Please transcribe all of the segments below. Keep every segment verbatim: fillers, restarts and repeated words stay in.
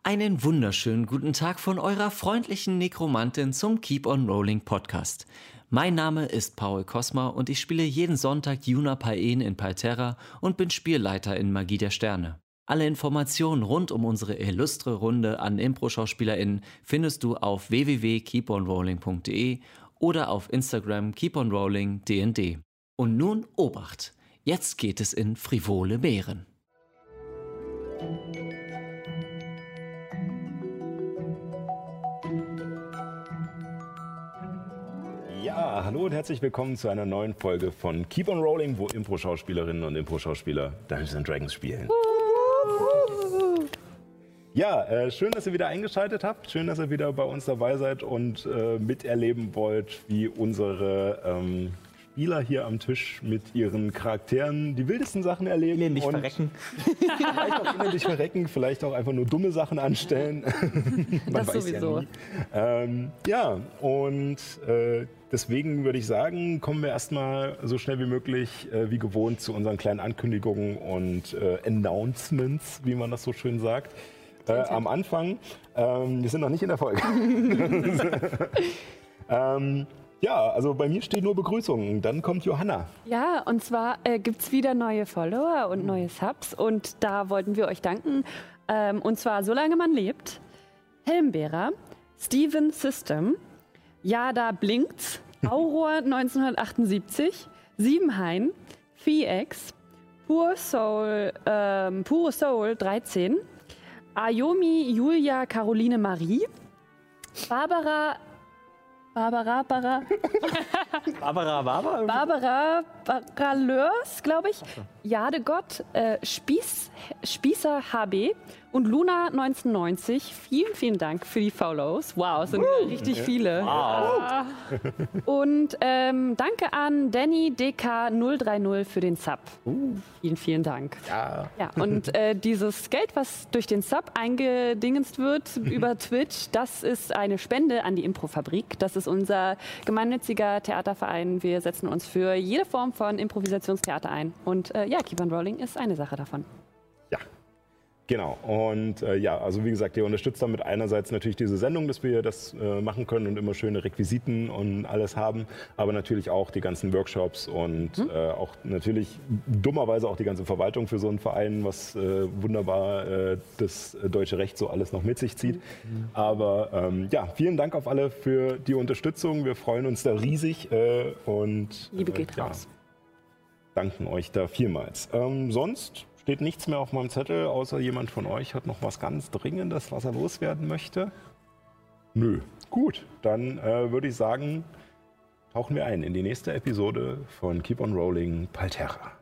Einen wunderschönen guten Tag von eurer freundlichen Nekromantin zum Keep on Rolling Podcast. Mein Name ist Paul Kosmer und ich spiele jeden Sonntag Yuna Paen in Palterra und bin Spielleiter in Magie der Sterne. Alle Informationen rund um unsere illustre Runde an Impro-SchauspielerInnen findest du auf w w w punkt keep on rolling punkt d e oder auf Instagram keeponrolling punkt d n d. Und nun Obacht, jetzt geht es in frivole Meeren. Ja, hallo und herzlich willkommen zu einer neuen Folge von Keep on Rolling, wo Impro-Schauspielerinnen und Impro-Schauspieler Dungeons and Dragons spielen. Ja, äh, schön, dass ihr wieder eingeschaltet habt. Schön, dass ihr wieder bei uns dabei seid und äh, miterleben wollt, wie unsere ähm, Spieler hier am Tisch mit ihren Charakteren die wildesten Sachen erleben. Innerlich und verrecken. Vielleicht auch innerlich verrecken, vielleicht auch einfach nur dumme Sachen anstellen. Man das weiß sowieso. Ja, nie. Ähm, ja, und äh, deswegen würde ich sagen, kommen wir erstmal so schnell wie möglich, äh, wie gewohnt, zu unseren kleinen Ankündigungen und äh, Announcements, wie man das so schön sagt. Äh, am Anfang, ähm, wir sind noch nicht in der Folge. ähm, ja, also bei mir stehen nur Begrüßungen. Dann kommt Johanna. Ja, und zwar äh, gibt es wieder neue Follower und neue Subs und da wollten wir euch danken. Ähm, und zwar Solange man lebt, Helmbeerer, Steven System, Ja, da blinkt's, Auror neunzehnhundertachtundsiebzig, Siebenhain, Viex, Pure Soul, ähm, Pure Soul dreizehn, Ayomi Julia Caroline Marie, Barbara Barbara, Barbara, Barbara, Barbara? Barbara Baraleurs, glaube ich, Jadegott, äh, Spieß, Spießer H B und Luna neunzehnhundertneunzig. Vielen, vielen Dank für die Follows. Wow, es sind uh, richtig viele. Wow. Und ähm, danke an Danny D K null drei null für den Sub. Uh. Vielen, vielen Dank. Ja. Ja, und äh, dieses Geld, was durch den Sub eingedingenst wird über Twitch, das ist eine Spende an die Improfabrik. Das ist unser gemeinnütziger Theaterverein. Wir setzen uns für jede Form von Improvisationstheater ein. Und äh, ja, Keep on Rolling ist eine Sache davon. Ja. Genau, und äh, ja, also wie gesagt, ihr unterstützt damit einerseits natürlich diese Sendung, dass wir das äh, machen können und immer schöne Requisiten und alles haben, aber natürlich auch die ganzen Workshops und mhm. äh, auch natürlich dummerweise auch die ganze Verwaltung für so einen Verein, was äh, wunderbar äh, das deutsche Recht so alles noch mit sich zieht. Mhm. Aber ähm, ja, vielen Dank auf alle für die Unterstützung, wir freuen uns da riesig äh, und Liebe geht äh, ja, raus. danken euch da vielmals. Ähm, sonst steht nichts mehr auf meinem Zettel, außer jemand von euch hat noch was ganz Dringendes, was er loswerden möchte? Nö. Gut, dann äh, würde ich sagen, tauchen wir ein in die nächste Episode von Keep on Rolling Palterra.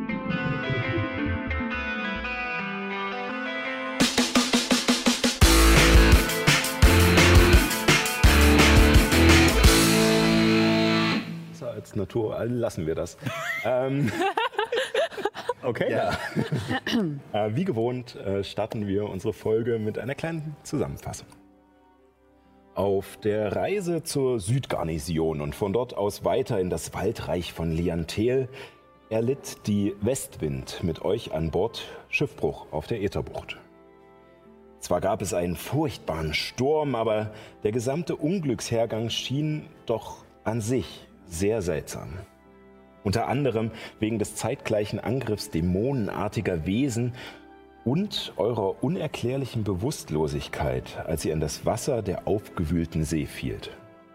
Als Natur lassen wir das. ähm, Okay. Ja. äh, wie gewohnt äh, starten wir unsere Folge mit einer kleinen Zusammenfassung. Auf der Reise zur Südgarnison und von dort aus weiter in das Waldreich von Liantel erlitt die Westwind mit euch an Bord Schiffbruch auf der Ätherbucht. Zwar gab es einen furchtbaren Sturm, aber der gesamte Unglückshergang schien doch an sich sehr seltsam. Unter anderem wegen des zeitgleichen Angriffs dämonenartiger Wesen und eurer unerklärlichen Bewusstlosigkeit, als ihr in das Wasser der aufgewühlten See fielt.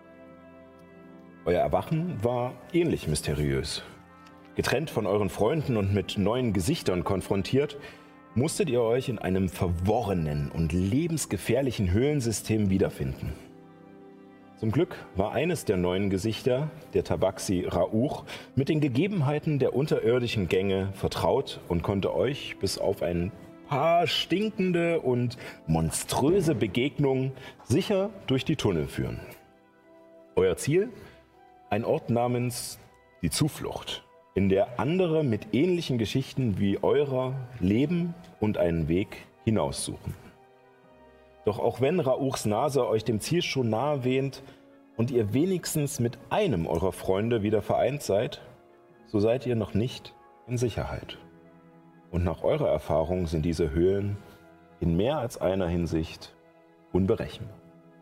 Euer Erwachen war ähnlich mysteriös. Getrennt von euren Freunden und mit neuen Gesichtern konfrontiert, musstet ihr euch in einem verworrenen und lebensgefährlichen Höhlensystem wiederfinden. Zum Glück war eines der neuen Gesichter, der Tabaxi Rauch, mit den Gegebenheiten der unterirdischen Gänge vertraut und konnte euch bis auf ein paar stinkende und monströse Begegnungen sicher durch die Tunnel führen. Euer Ziel? Ein Ort namens die Zuflucht, in der andere mit ähnlichen Geschichten wie eurer leben und einen Weg hinaussuchen. Doch auch wenn Rauchs Nase euch dem Ziel schon nahe wehnt und ihr wenigstens mit einem eurer Freunde wieder vereint seid, so seid ihr noch nicht in Sicherheit. Und nach eurer Erfahrung sind diese Höhlen in mehr als einer Hinsicht unberechenbar.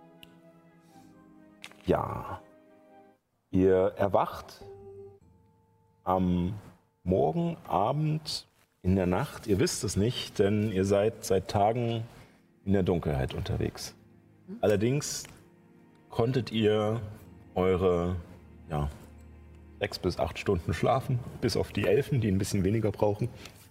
Ja, ihr erwacht am Morgen, Abend, in der Nacht. Ihr wisst es nicht, denn ihr seid seit Tagen in der Dunkelheit unterwegs. Allerdings konntet ihr eure ja, sechs bis acht Stunden schlafen, bis auf die Elfen, die ein bisschen weniger brauchen.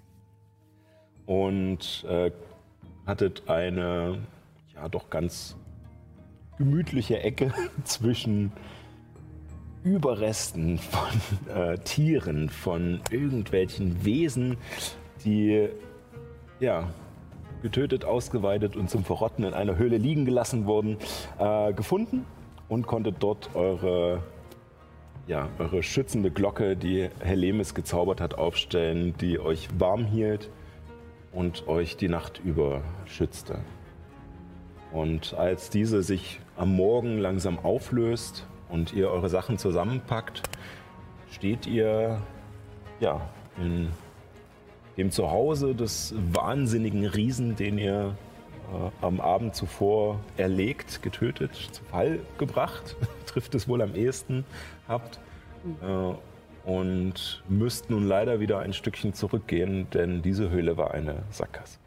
Und äh, hattet eine ja doch ganz gemütliche Ecke zwischen Überresten von äh, Tieren, von irgendwelchen Wesen, die ja getötet, ausgeweidet und zum Verrotten in einer Höhle liegen gelassen wurden, äh, gefunden und konntet dort eure, ja, eure schützende Glocke, die Helemis gezaubert hat, aufstellen, die euch warm hielt und euch die Nacht über schützte. Und als diese sich am Morgen langsam auflöst und ihr eure Sachen zusammenpackt, steht ihr ja, in dem Zuhause des wahnsinnigen Riesen, den ihr äh, am Abend zuvor erlegt, getötet, zu Fall gebracht, trifft es wohl am ehesten, habt. Äh, und müsst nun leider wieder ein Stückchen zurückgehen, denn diese Höhle war eine Sackgasse.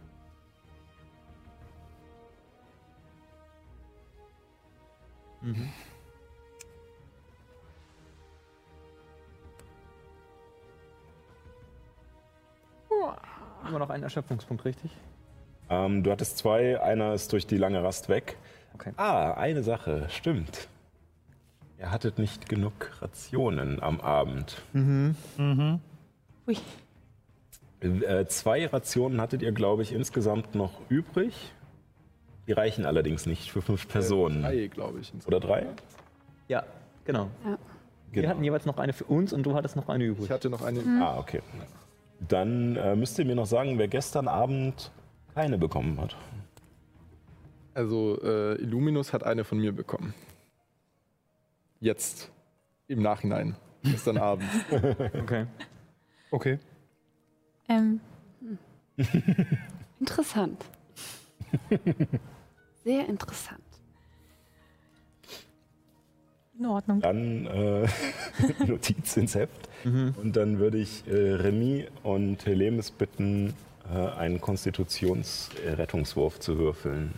Mhm. Immer noch einen Erschöpfungspunkt, richtig? Ähm, du hattest zwei, einer ist durch die lange Rast weg. Okay. Ah, eine Sache, stimmt. Ihr hattet nicht genug Rationen am Abend. Mhm. Mhm. Ui. Äh, zwei Rationen hattet ihr, glaube ich, insgesamt noch übrig. Die reichen allerdings nicht für fünf Personen. Drei, glaube ich. Oder drei? Ja, genau. Ja. Wir hatten jeweils noch eine für uns und du hattest noch eine übrig. Ich hatte noch eine. Ah, okay. Dann äh, müsst ihr mir noch sagen, wer gestern Abend keine bekommen hat. Also äh, Illuminus hat eine von mir bekommen. Jetzt. Im Nachhinein. Gestern Abend. Okay. Okay. Ähm, Interessant. Sehr interessant. in Ordnung. Dann äh, Notiz ins Heft. Mhm. Und dann würde ich äh, Remy und Helemis bitten, äh, einen Konstitutionsrettungswurf zu würfeln.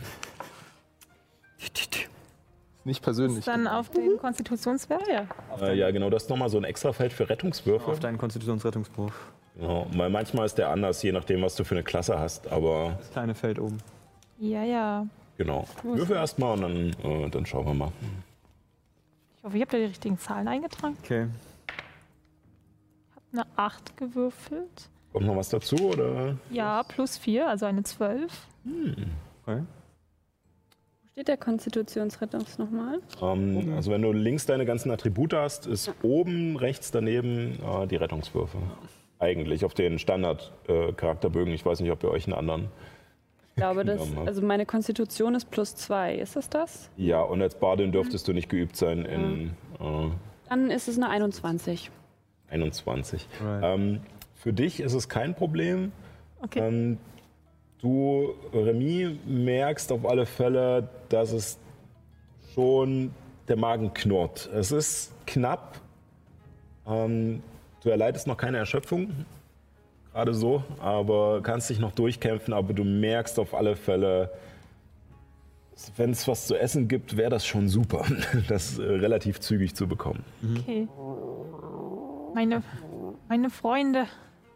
Nicht persönlich. Dann auf den Konstitutionswert? Ja. Äh, ja, genau, das ist nochmal so ein Extrafeld für Rettungswürfe. Auf deinen Konstitutionsrettungswurf. Genau, weil manchmal ist der anders, je nachdem, was du für eine Klasse hast. Aber Das kleine Feld oben. Ja, ja. genau, würfel erstmal und dann, äh, dann schauen wir mal. Ich hoffe, ich habe da die richtigen Zahlen eingetragen. Okay. Ich habe eine acht gewürfelt. Kommt noch was dazu, oder? Ja, plus vier, also eine zwölf. Okay. Wo steht der Konstitutionsrettungs nochmal? Ähm, also wenn du links deine ganzen Attribute hast, ist oben rechts daneben äh, die Rettungswürfe. Eigentlich auf den Standard-Charakterbögen. Ich weiß nicht, ob ihr euch einen anderen... Ich glaube, das, Ja, also meine Konstitution ist plus zwei. Ist das das? Ja, und als Bardin dürftest du nicht geübt sein in äh, Dann ist es eine einundzwanzig. einundzwanzig. Right. Ähm, für dich ist es kein Problem. Okay. Ähm, du, Remy, merkst auf alle Fälle, dass es schon der Magen knurrt. Es ist knapp. Ähm, du erleidest noch keine Erschöpfung, gerade so, aber kannst dich noch durchkämpfen. Aber du merkst auf alle Fälle, wenn es was zu essen gibt, wäre das schon super, das äh, relativ zügig zu bekommen. Okay. Meine, meine Freunde.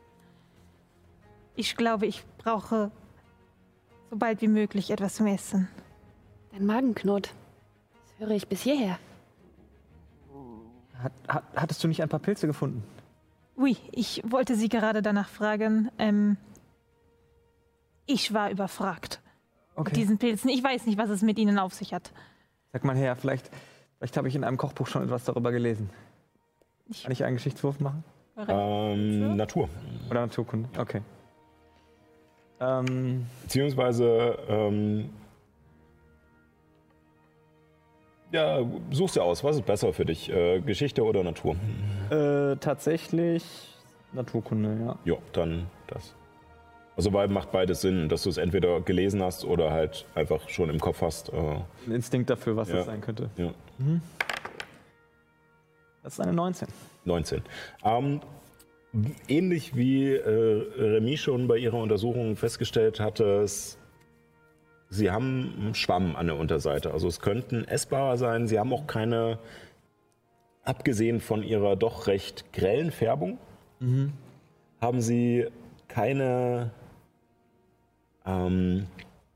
Ich glaube, ich brauche so bald wie möglich etwas zum Essen. Dein Magen knurrt. Das höre ich bis hierher. Hat, hat, hattest du nicht ein paar Pilze gefunden? Ui, ich wollte Sie gerade danach fragen. Ähm, ich war überfragt Okay. mit diesen Pilzen. Ich weiß nicht, was es mit ihnen auf sich hat. Sag mal her, vielleicht, vielleicht habe ich in einem Kochbuch schon etwas darüber gelesen. Ich, Kann ich einen Geschichtswurf machen? Ähm, Natur. Oder Naturkunde? Okay. Ähm, Beziehungsweise, ähm, ja, such's dir aus. Was ist besser für dich? Äh, Geschichte oder Natur? äh, tatsächlich Naturkunde, ja. Ja, dann das. Also weil macht beides Sinn, dass du es entweder gelesen hast oder halt einfach schon im Kopf hast. Äh, Ein Instinkt dafür, was Ja. das sein könnte. ja. Das ist eine neunzehn. neunzehn. Ähm, ähnlich wie äh, Remy schon bei ihrer Untersuchung festgestellt hatte, es, sie haben einen Schwamm an der Unterseite. Also es könnten essbarer sein. Sie haben auch keine, abgesehen von ihrer doch recht grellen Färbung, haben sie keine ähm,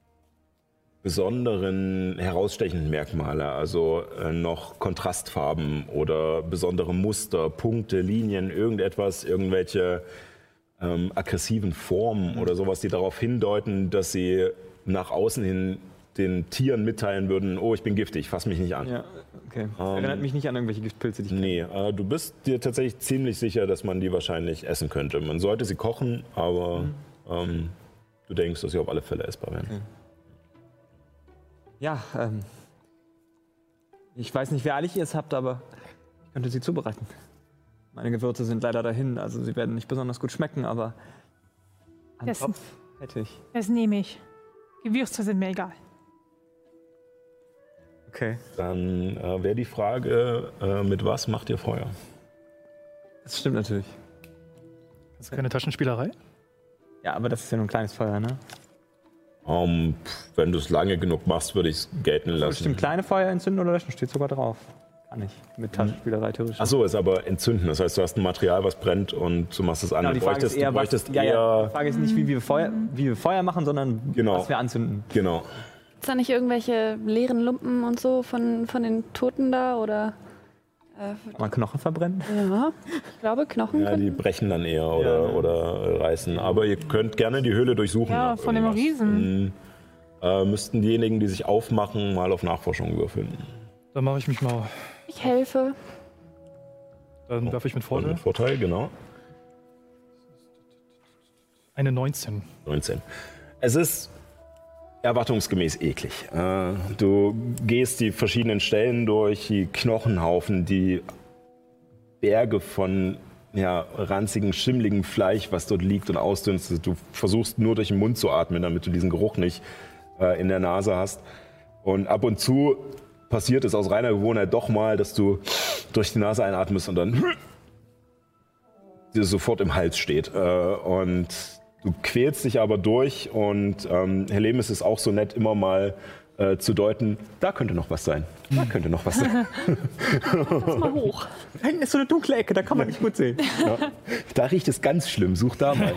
besonderen herausstechenden Merkmale, also äh, noch Kontrastfarben oder besondere Muster, Punkte, Linien, irgendetwas, irgendwelche ähm, aggressiven Formen oder sowas, die darauf hindeuten, dass sie nach außen hin den Tieren mitteilen würden, oh, ich bin giftig, fass mich nicht an. Ja, okay. Das erinnert mich nicht an irgendwelche Giftpilze, die ich Nee, äh, du bist dir tatsächlich ziemlich sicher, dass man die wahrscheinlich essen könnte. Man sollte sie kochen, aber ähm, du denkst, dass sie auf alle Fälle essbar wären. Okay. Ja, ähm, ich weiß nicht, wie eilig ihr es habt, aber ich könnte sie zubereiten. Meine Gewürze sind leider dahin, also sie werden nicht besonders gut schmecken, aber einen Das- Topf hätte ich. Das nehme ich. Gewürze sind mir egal. Okay. Dann äh, wäre die Frage, äh, mit was macht ihr Feuer? Das stimmt natürlich. Das ist keine Taschenspielerei? Ja, aber das ist ja nur ein kleines Feuer, ne? Ähm, pff, wenn du es lange genug machst, würde ich es gelten lassen. Bestimmt kleine Feuer entzünden oder löschen, steht sogar drauf. Kann ich. Mit Taschenspielerei theoretisch. Achso, ist aber entzünden. Das heißt, du hast ein Material, was brennt und du machst es an. Genau, die du Frage ist bräuchtest, eher, du was, bräuchtest ja, ja, eher. die Frage ist nicht, wie wir Feuer, wie wir Feuer machen, sondern Genau. was wir anzünden. Genau. Ist da nicht irgendwelche leeren Lumpen und so von, von den Toten da? Oder? Äh, Kann man Knochen verbrennen? ja, ich glaube, Knochen. Ja, die könnten- brechen dann eher oder, Ja. oder reißen. Aber ihr könnt gerne die Höhle durchsuchen. Ja, nach von dem irgendwas. Riesen. Mhm. Äh, müssten diejenigen, die sich aufmachen, mal auf Nachforschung würfeln. Dann mache ich mich mal. Ich helfe. Dann werfe ich mit Und Vorteil. mit Vorteil, genau. Eine neunzehn. neunzehn. Es ist erwartungsgemäß eklig. Äh, Du gehst die verschiedenen Stellen durch, die Knochenhaufen, die Berge von ja, ranzigen, schimmligen Fleisch, was dort liegt und ausdünstet. Du versuchst nur durch den Mund zu atmen, damit du diesen Geruch nicht äh, in der Nase hast. Und ab und zu passiert es aus reiner Gewohnheit doch mal, dass du durch die Nase einatmest und dann dir sofort im Hals steht. Äh, und du quälst dich aber durch und ähm, Herr Lemes ist auch so nett, immer mal äh, zu deuten, da könnte noch was sein. Da könnte noch was sein. Lass mal hoch. Da hinten ist so eine dunkle Ecke, da kann man nicht gut sehen. Ja. Da riecht es ganz schlimm, such da mal.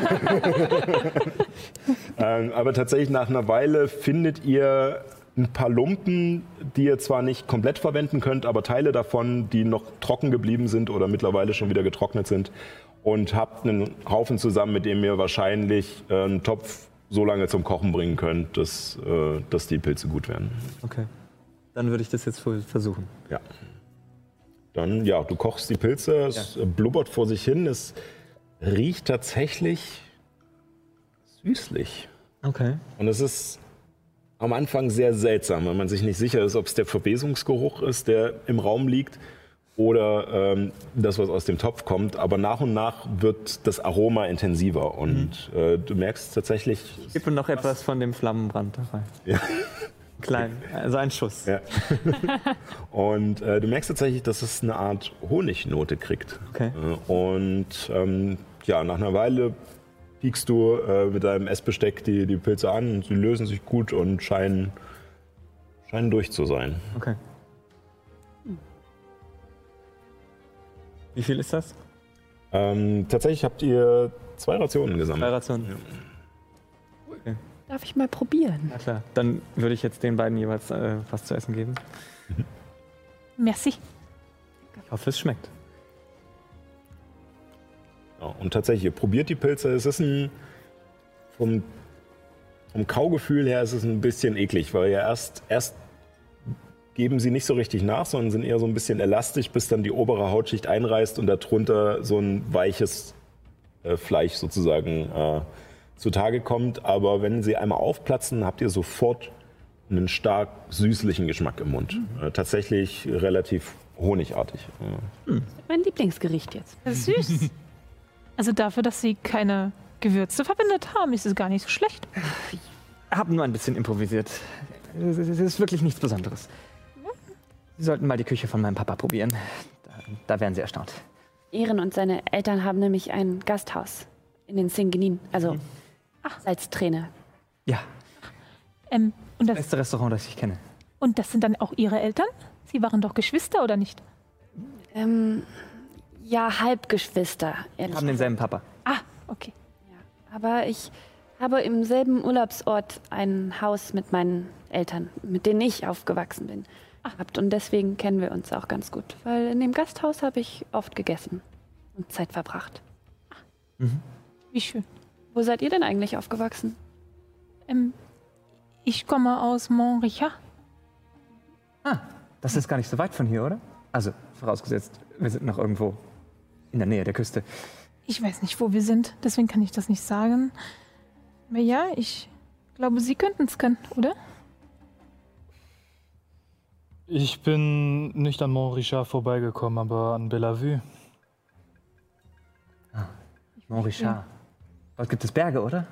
ähm, aber tatsächlich nach einer Weile findet ihr ein paar Lumpen, die ihr zwar nicht komplett verwenden könnt, aber Teile davon, die noch trocken geblieben sind oder mittlerweile schon wieder getrocknet sind. Und habt einen Haufen zusammen, mit dem ihr wahrscheinlich äh, einen Topf so lange zum Kochen bringen könnt, dass, äh, dass die Pilze gut werden. Okay. Dann würde ich das jetzt wohl versuchen. Ja. Dann, ja, du kochst die Pilze, es Ja. blubbert vor sich hin, es riecht tatsächlich süßlich. Okay. Und es ist am Anfang sehr seltsam, weil man sich nicht sicher ist, ob es der Verwesungsgeruch ist, der im Raum liegt, oder ähm, das, was aus dem Topf kommt. Aber nach und nach wird das Aroma intensiver und Mhm. äh, du merkst tatsächlich... Gib mir noch etwas von dem Flammenbrand dabei. Ja. Klein, also ein Schuss. Ja. Und äh, du merkst tatsächlich, dass es eine Art Honignote kriegt. Okay. Äh, und ähm, ja, nach einer Weile piekst du äh, mit deinem Essbesteck die, die Pilze an und sie lösen sich gut und scheinen, scheinen durch zu sein. Okay. Wie viel ist das? Ähm, tatsächlich habt ihr zwei Rationen Zwei gesammelt. Rationen. Darf ich mal probieren? Na klar. Dann würde ich jetzt den beiden jeweils äh, was zu essen geben. Merci. Ich hoffe, es schmeckt. Ja, und tatsächlich, ihr probiert die Pilze. Es ist ein, vom, vom Kaugefühl her ist es ein bisschen eklig, weil ja erst, erst geben sie nicht so richtig nach, sondern sind eher so ein bisschen elastisch, bis dann die obere Hautschicht einreißt und darunter so ein weiches äh, Fleisch sozusagen äh, zutage kommt. Aber wenn sie einmal aufplatzen, habt ihr sofort einen stark süßlichen Geschmack im Mund. Äh, tatsächlich relativ honigartig. Ja. Mein Lieblingsgericht jetzt. Das ist süß. Also dafür, dass sie keine Gewürze verwendet haben, ist es gar nicht so schlecht. Ich habe nur ein bisschen improvisiert. Es ist, es ist wirklich nichts Besonderes. Sie sollten mal die Küche von meinem Papa probieren. Da, da wären Sie erstaunt. Ehren und seine Eltern haben nämlich ein Gasthaus in den Singenin, also Mhm. Salzträne. Ja, Ähm, und, das das, beste Restaurant, das ich kenne. und das sind dann auch Ihre Eltern? Sie waren doch Geschwister, oder nicht? Ähm, ja, Halbgeschwister, ehrlich Wir haben denselben Papa. Ah, okay. Ja, aber ich habe im selben Urlaubsort ein Haus mit meinen Eltern, mit denen ich aufgewachsen bin, gehabt. Und deswegen kennen wir uns auch ganz gut, weil in dem Gasthaus habe ich oft gegessen und Zeit verbracht. Wie schön. Wo seid ihr denn eigentlich aufgewachsen? Ähm, ich komme aus Montrichard. Ah, das ist gar nicht so weit von hier, oder? Also, vorausgesetzt, wir sind noch irgendwo in der Nähe der Küste. Ich weiß nicht, wo wir sind, deswegen kann ich das nicht sagen. Aber ja, ich glaube, Sie könnten es können, oder? Ich bin nicht an Montrichard vorbeigekommen, aber an Bellevue. Montrichard. Dort gibt es Berge, oder?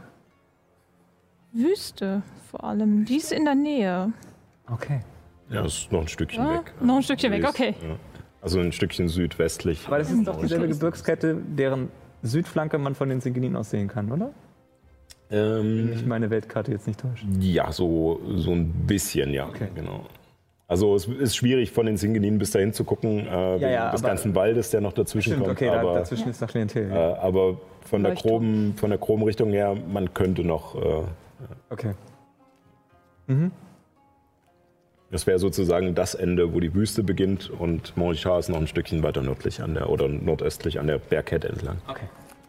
Wüste vor allem. Die ist in der Nähe. Okay. Ja, das ist noch ein Stückchen Ja, weg. noch ein Stückchen weg, Ist, okay. ja. Also ein Stückchen südwestlich. Aber das ist doch dieselbe Okay. Gebirgskette, deren Südflanke man von den Singenin aus sehen kann, oder? Wenn mich Ähm, meine Weltkarte jetzt nicht täuscht. ja, so, so ein bisschen, ja. Okay. Genau. Also es ist schwierig, von den Singenin bis dahin zu gucken, äh, wegen ja, des aber- ganzen Waldes, der noch dazwischen Stimmt, kommt. okay, da, aber, dazwischen ist noch Klientel. äh, Ja. aber von der, Leuchtturm. groben, von der groben Richtung her, man könnte noch, äh, Okay. Mhm. das wäre sozusagen das Ende, wo die Wüste beginnt, und Montrichard ist noch ein Stückchen weiter nördlich an der, oder nordöstlich an der Bergkette entlang. Okay.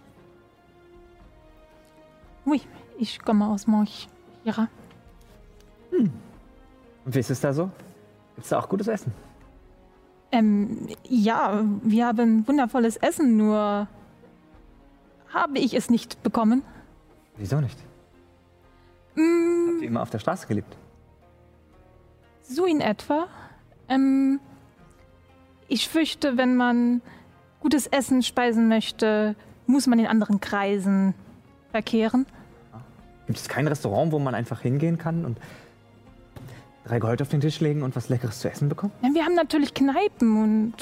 Ui, ich komme aus Montrichard. Und wie ist es da so? Gibt es da auch gutes Essen? Ähm, ja, wir haben wundervolles Essen, nur habe ich es nicht bekommen. Wieso nicht? Mm, Habt ihr immer auf der Straße gelebt? so in etwa. Ähm, ich fürchte, wenn man gutes Essen speisen möchte, muss man in anderen Kreisen verkehren. Gibt es kein Restaurant, wo man einfach hingehen kann und drei Gold auf den Tisch legen und was Leckeres zu essen bekommen? Ja, wir haben natürlich Kneipen und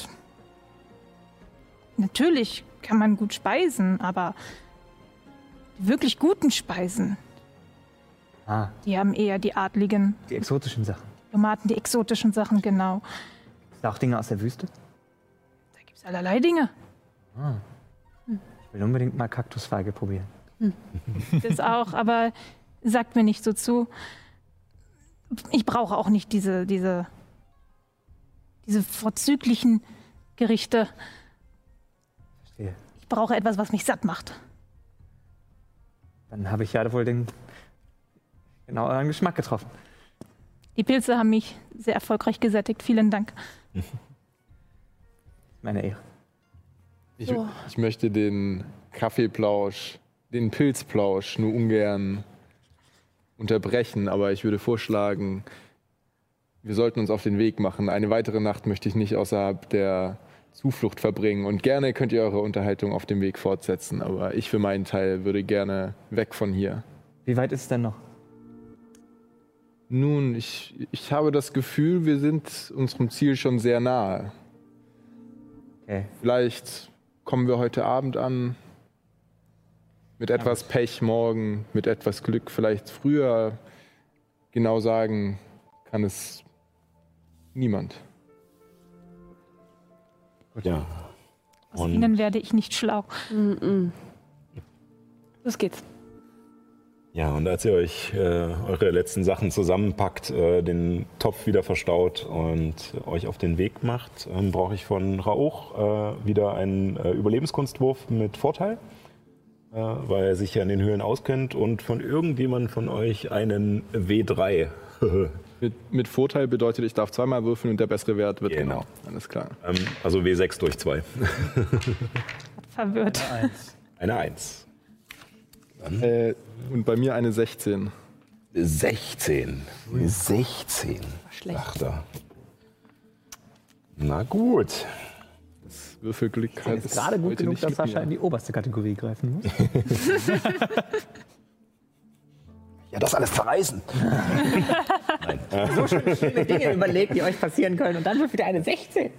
natürlich kann man gut speisen, aber die wirklich guten Speisen, Ah, die haben eher die adligen die exotischen Sachen. Tomaten, die exotischen Sachen, genau. Ist da auch Dinge aus der Wüste? Da gibt es allerlei Dinge. Ich will unbedingt mal Kaktusfeige probieren. Das auch, aber sagt mir nicht so zu. Ich brauche auch nicht diese, diese, diese vorzüglichen Gerichte. Verstehe. Ich brauche etwas, was mich satt macht. Dann habe ich ja wohl den genau euren Geschmack getroffen. Die Pilze haben mich sehr erfolgreich gesättigt. Vielen Dank. Meine Ehre. Ich, So. ich möchte den Kaffeeplausch, den Pilzplausch nur ungern unterbrechen, aber ich würde vorschlagen, wir sollten uns auf den Weg machen. Eine weitere Nacht möchte ich nicht außerhalb der Zuflucht verbringen, und gerne könnt ihr eure Unterhaltung auf dem Weg fortsetzen, aber ich für meinen Teil würde gerne weg von hier. Wie weit ist es denn noch? Nun, ich, ich habe das Gefühl, wir sind unserem Ziel schon sehr nahe. Okay. Vielleicht kommen wir heute Abend an, mit etwas Pech morgen, mit etwas Glück vielleicht früher. Genau sagen kann es niemand. Ja. Aus Und Ihnen werde ich nicht schlau. Mm-mm. Los geht's. Ja, und als ihr euch äh, eure letzten Sachen zusammenpackt, äh, den Topf wieder verstaut und euch auf den Weg macht, ähm, brauche ich von Rauch äh, wieder einen äh, Überlebenskunstwurf mit Vorteil, äh, weil er sich ja in den Höhlen auskennt, und von irgendjemandem von euch einen W drei. Mit, mit Vorteil bedeutet, ich darf zweimal würfeln und der bessere Wert wird Genau. genau. Alles klar. ähm, also W sechs durch zwei. Verwirrt. Eine eins. Äh, und bei mir eine sechzehn. sechzehn. sechzehn. Schlecht. Sagt er. Na gut. Das Würfelglück hat ist es gerade gut heute genug, nicht dass mit Sascha mir. in die oberste Kategorie greifen muss. Ja, das alles zerreißen. Nein. Äh, So schöne Dinge überlegt, die euch passieren können. Und dann wird wieder eine sechzehn.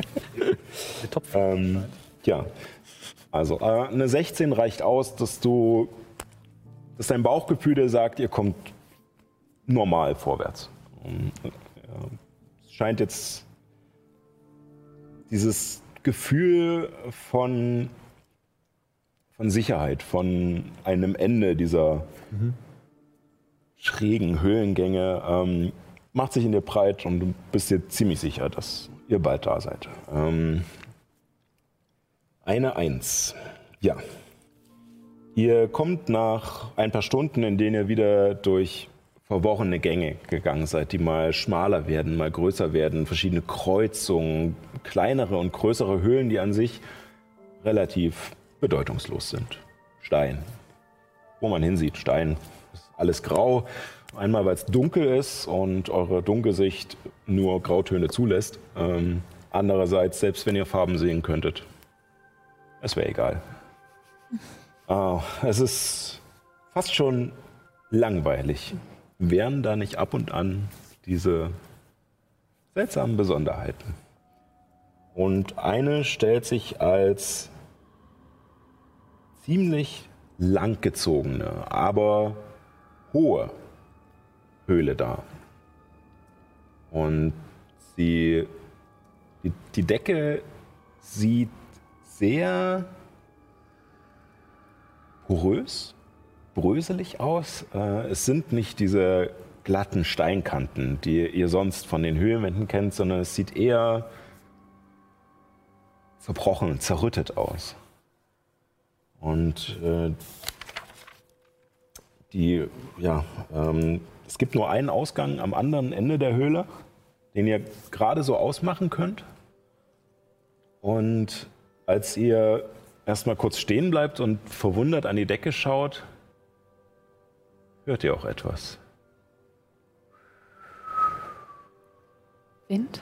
ähm, ja, also äh, eine sechzehn reicht aus, dass du, dass dein Bauchgefühl dir sagt, ihr kommt normal vorwärts. Und, äh, es scheint jetzt dieses Gefühl von, von Sicherheit, von einem Ende dieser mhm. schrägen Höhlengänge, ähm, macht sich in dir breit und du bist dir ziemlich sicher, dass ihr bald da seid. Ähm, eine Eins. Ja. Ihr kommt nach ein paar Stunden, in denen ihr wieder durch verworrene Gänge gegangen seid, die mal schmaler werden, mal größer werden, verschiedene Kreuzungen, kleinere und größere Höhlen, die an sich relativ bedeutungslos sind. Stein. Wo man hinsieht, Stein. Ist alles grau. Einmal, weil es dunkel ist und eure Dunkelsicht nur Grautöne zulässt. Ähm, andererseits, selbst wenn ihr Farben sehen könntet, es wäre egal. Oh, es ist fast schon langweilig. Wären da nicht ab und an diese seltsamen Besonderheiten? Und eine stellt sich als ziemlich langgezogene, aber hohe Höhle dar. Und sie, die, die Decke sieht sehr porös, bröselig aus. Äh, es sind nicht diese glatten Steinkanten, die ihr sonst von den Höhlenwänden kennt, sondern es sieht eher zerbrochen, zerrüttet aus. Und äh, die, ja, ähm, es gibt nur einen Ausgang am anderen Ende der Höhle, den ihr gerade so ausmachen könnt. Und als ihr erstmal kurz stehen bleibt und verwundert an die Decke schaut, hört ihr auch etwas. Wind?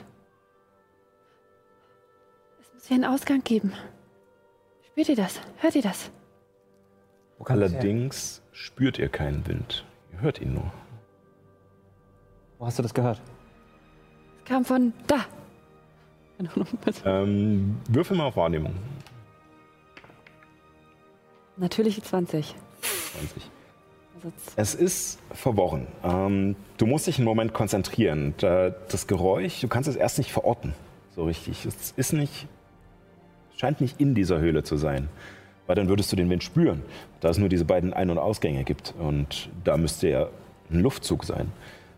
Es muss hier einen Ausgang geben. Spürt ihr das? Hört ihr das? Wo kam das her? Allerdings spürt ihr keinen Wind. Ihr hört ihn nur. Wo hast du das gehört? Es kam von da. Keine Ahnung, was- Ähm, würfel mal auf Wahrnehmung. Natürliche zwanzig. zwanzig. Also z- Es ist verworren. Ähm, du musst dich einen Moment konzentrieren. Da, das Geräusch, du kannst es erst nicht verorten, so richtig. Es ist nicht, scheint nicht in dieser Höhle zu sein, weil dann würdest du den Wind spüren, da es nur diese beiden Ein- und Ausgänge gibt. Und da müsste ja ein Luftzug sein.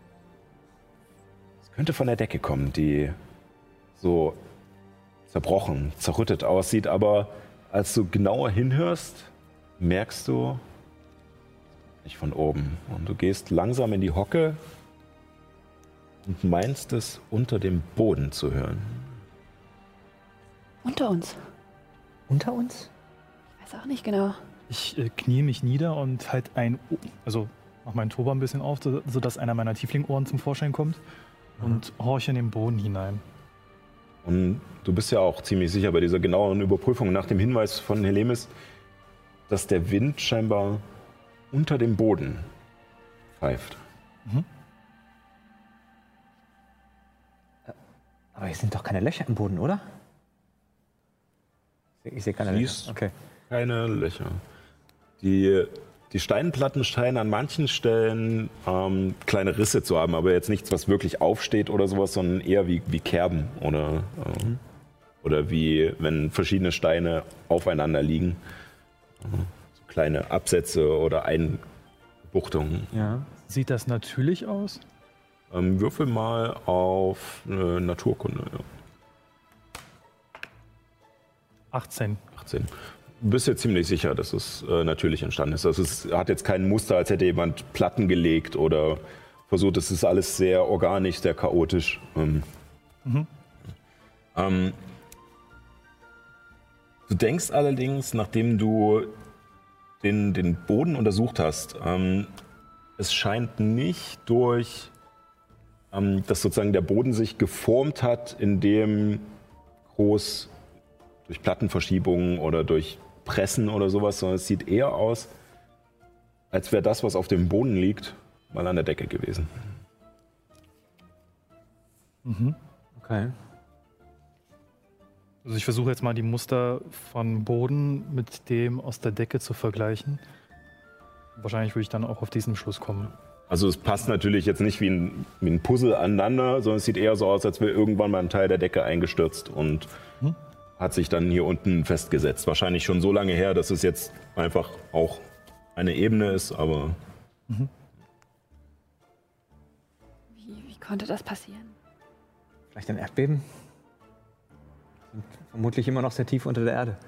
Es könnte von der Decke kommen, die so zerbrochen, zerrüttet aussieht, aber als du genauer hinhörst, merkst du, nicht von oben. Und du gehst langsam in die Hocke und meinst es unter dem Boden zu hören. unter uns. Unter uns? Ich weiß auch nicht genau. Ich äh, knie mich nieder und halt ein, O- also mach meinen Turban ein bisschen auf, so, sodass einer meiner Tieflingohren zum Vorschein kommt und horche in den Boden hinein. Und du bist ja auch ziemlich sicher bei dieser genauen Überprüfung nach dem Hinweis von Helemis, dass der Wind scheinbar unter dem Boden pfeift. Aber hier sind doch keine Löcher im Boden, oder? Ich sehe- Ich sehe keine Siehst Löcher. Okay. keine Löcher. Die, die Steinplatten scheinen an manchen Stellen ähm, kleine Risse zu haben, aber jetzt nichts, was wirklich aufsteht oder sowas, sondern eher wie, wie Kerben oder, äh, Mhm. oder wie wenn verschiedene Steine aufeinander liegen. Äh, so kleine Absätze oder Einbuchtungen. Ja. Sieht das natürlich aus? Ähm, würfel mal auf äh, Naturkunde. Ja. achtzehn. achtzehn. Du bist dir ziemlich sicher, dass es äh, natürlich entstanden ist. Also es hat jetzt kein Muster, als hätte jemand Platten gelegt oder versucht. Es ist alles sehr organisch, sehr chaotisch. Ähm, ähm, du denkst allerdings, nachdem du den, den Boden untersucht hast, ähm, es scheint nicht durch, ähm, dass sozusagen der Boden sich geformt hat, indem groß durch Plattenverschiebungen oder durch Pressen oder sowas, sondern es sieht eher aus, als wäre das, was auf dem Boden liegt, mal an der Decke gewesen. Mhm. Okay. Also ich versuche jetzt mal die Muster von Boden mit dem aus der Decke zu vergleichen. Wahrscheinlich würde ich dann auch auf diesen Schluss kommen. Also es passt natürlich jetzt nicht wie ein, wie ein Puzzle aneinander, sondern es sieht eher so aus, als wäre irgendwann mal ein Teil der Decke eingestürzt und hm? hat sich dann hier unten festgesetzt. Wahrscheinlich schon so lange her, dass es jetzt einfach auch eine Ebene ist, aber... Mhm. Wie, wie konnte das passieren? Vielleicht ein Erdbeben? Sind vermutlich immer noch sehr tief unter der Erde.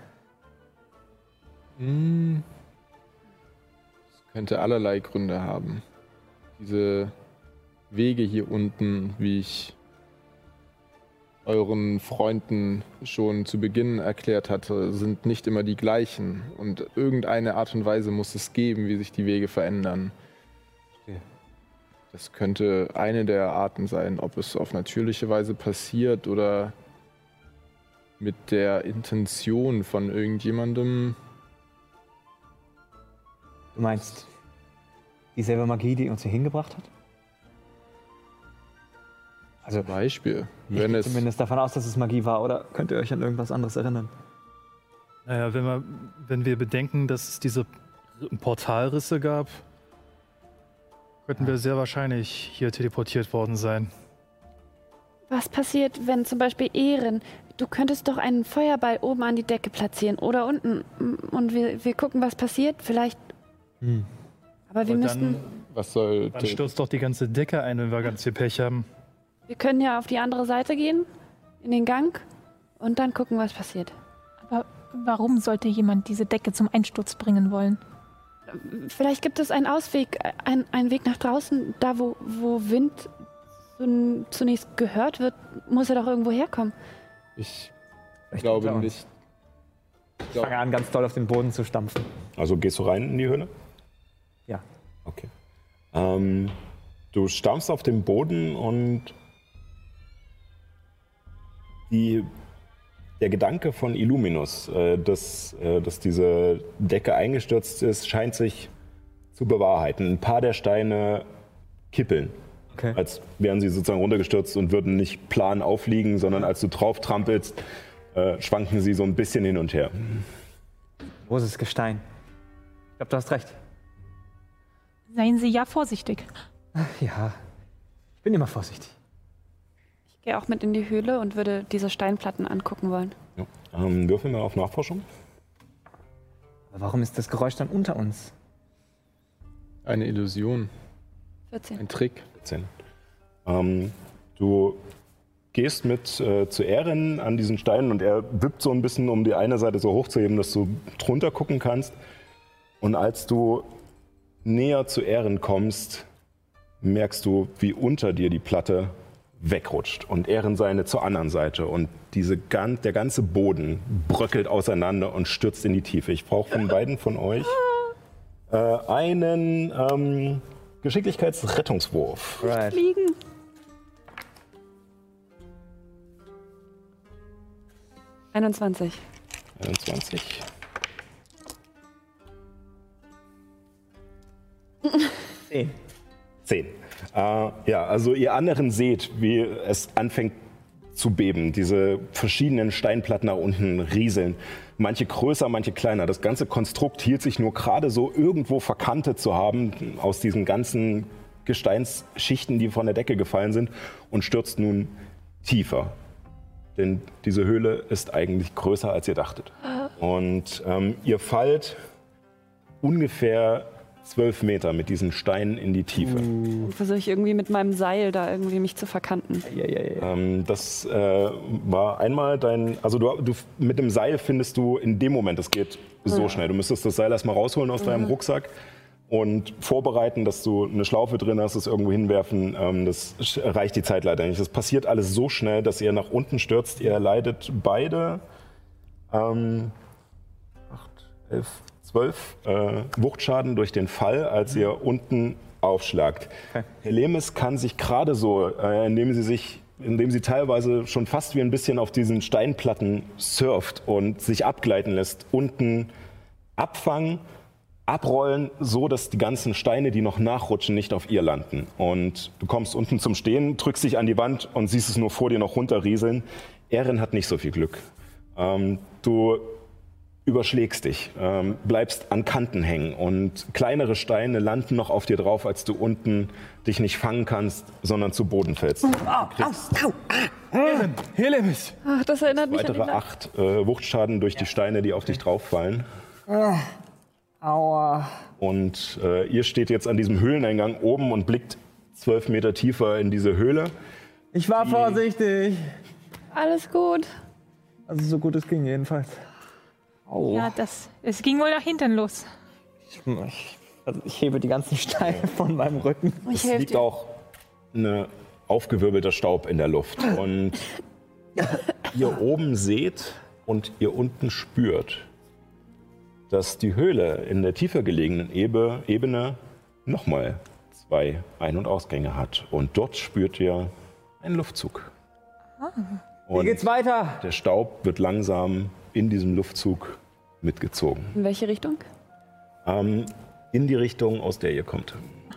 Hm. Das könnte allerlei Gründe haben. Diese Wege hier unten, wie ich euren Freunden schon zu Beginn erklärt hatte, sind nicht immer die gleichen. Und irgendeine Art und Weise muss es geben, wie sich die Wege verändern. Verstehe. Das könnte eine der Arten sein, ob es auf natürliche Weise passiert oder mit der Intention von irgendjemandem. Du meinst dieselbe Magie, die uns hier hingebracht hat? Also, Zum Beispiel, ich wenn gehe es zumindest davon aus, dass es Magie war, oder könnt ihr euch an irgendwas anderes erinnern? Naja, wenn wir, wenn wir bedenken, dass es diese Portalrisse gab, könnten wir sehr wahrscheinlich hier teleportiert worden sein. Was passiert, wenn zum Beispiel Ehren, du könntest doch einen Feuerball oben an die Decke platzieren oder unten und wir, wir gucken, was passiert, vielleicht... Hm. Aber wir Aber müssten... dann, was soll dann stürzt doch die ganze Decke ein, wenn wir ganz viel Pech haben. Wir können ja auf die andere Seite gehen, in den Gang und dann gucken, was passiert. Aber warum sollte jemand diese Decke zum Einsturz bringen wollen? Vielleicht gibt es einen Ausweg, ein, einen Weg nach draußen, da wo, wo Wind zun- zunächst gehört wird, muss er doch irgendwo herkommen. ich Vielleicht glaube unter uns. nicht. Ich fange an, ganz doll auf den Boden zu stampfen. Also gehst du rein in die Höhle? Ja. Okay. Ähm, du stampfst auf dem Boden und die, der Gedanke von Illuminus, äh, dass, äh, dass diese Decke eingestürzt ist, scheint sich zu bewahrheiten. Ein paar der Steine kippeln, Okay. als wären sie sozusagen runtergestürzt und würden nicht plan aufliegen, sondern als du drauf trampelst, äh, schwanken sie so ein bisschen hin und her. Großes Gestein. Ich glaube, du hast recht. Seien Sie ja vorsichtig. Ja. Ich bin immer vorsichtig. Ich gehe auch mit in die Höhle und würde diese Steinplatten angucken wollen. Ja. Ähm, würfeln wir auf Nachforschung. Aber warum ist das Geräusch dann unter uns? Eine Illusion, vierzehn. ein Trick. vierzehn. Ähm, du gehst mit äh, zu Erin an diesen Steinen und er wippt so ein bisschen, um die eine Seite so hochzuheben, dass du drunter gucken kannst. Und als du näher zu Erin kommst, merkst du, wie unter dir die Platte wegrutscht und Erin seine zur anderen Seite. Und diese, gan- der ganze Boden bröckelt auseinander und stürzt in die Tiefe. Ich brauche von beiden von euch äh, einen ähm, Geschicklichkeitsrettungswurf. Right. Fliegen. einundzwanzig. einundzwanzig. Zehn. zehn. Äh, ja, also ihr anderen seht, wie es anfängt zu beben. Diese verschiedenen Steinplatten nach unten rieseln. Manche größer, manche kleiner. Das ganze Konstrukt hielt sich nur gerade so irgendwo verkantet zu haben aus diesen ganzen Gesteinsschichten, die von der Decke gefallen sind, und stürzt nun tiefer. Denn diese Höhle ist eigentlich größer, als ihr dachtet. Und ähm, ihr fallt ungefähr zwölf Meter mit diesen Steinen in die Tiefe. Und versuche ich irgendwie mit meinem Seil da irgendwie mich zu verkanten. Ja, ja, ja. Ähm, das äh, war einmal dein, also du, du mit dem Seil findest du in dem Moment, das geht so Ja. schnell. Du müsstest das Seil erstmal rausholen aus deinem Rucksack und vorbereiten, dass du eine Schlaufe drin hast, es irgendwo hinwerfen. Ähm, das sch- reicht die Zeit leider nicht. Das passiert alles so schnell, dass ihr nach unten stürzt. Ihr leidet beide ähm, acht, elf, zwölf äh, Wuchtschaden durch den Fall, als ihr unten aufschlagt. Okay. Helemis kann sich gerade so, äh, indem sie sich indem sie teilweise schon fast wie ein bisschen auf diesen Steinplatten surft und sich abgleiten lässt, unten abfangen, abrollen, so dass die ganzen Steine, die noch nachrutschen, nicht auf ihr landen. Und du kommst unten zum Stehen, drückst dich an die Wand und siehst es nur vor dir noch runterrieseln. Erin hat nicht so viel Glück. Ähm, du überschlägst dich, ähm, bleibst an Kanten hängen und kleinere Steine landen noch auf dir drauf, als du unten dich nicht fangen kannst, sondern zu Boden fällst. Au, au, au, Erin, Helemis! Ach, das erinnert mich an Weitere den acht äh, Wuchtschaden durch die Steine, die auf dich drauf fallen. Aua. Und äh, ihr steht jetzt an diesem Höhleneingang oben und blickt zwölf Meter tiefer in diese Höhle. Ich war vorsichtig. Alles gut. Also so gut es ging jedenfalls. Au. Ja, das, es ging wohl nach hinten los. Ich, also ich hebe die ganzen Steine von meinem Rücken. Ich Es helfe liegt dir. auch ein aufgewirbelter Staub in der Luft. Und ihr oben seht und ihr unten spürt, dass die Höhle in der tiefer gelegenen Ebe, Ebene nochmal zwei Ein- und Ausgänge hat. Und dort spürt ihr einen Luftzug. Hier Und geht's weiter. der Staub wird langsam in diesem Luftzug mitgezogen. In welche Richtung? Ähm, in die Richtung, aus der ihr kommt.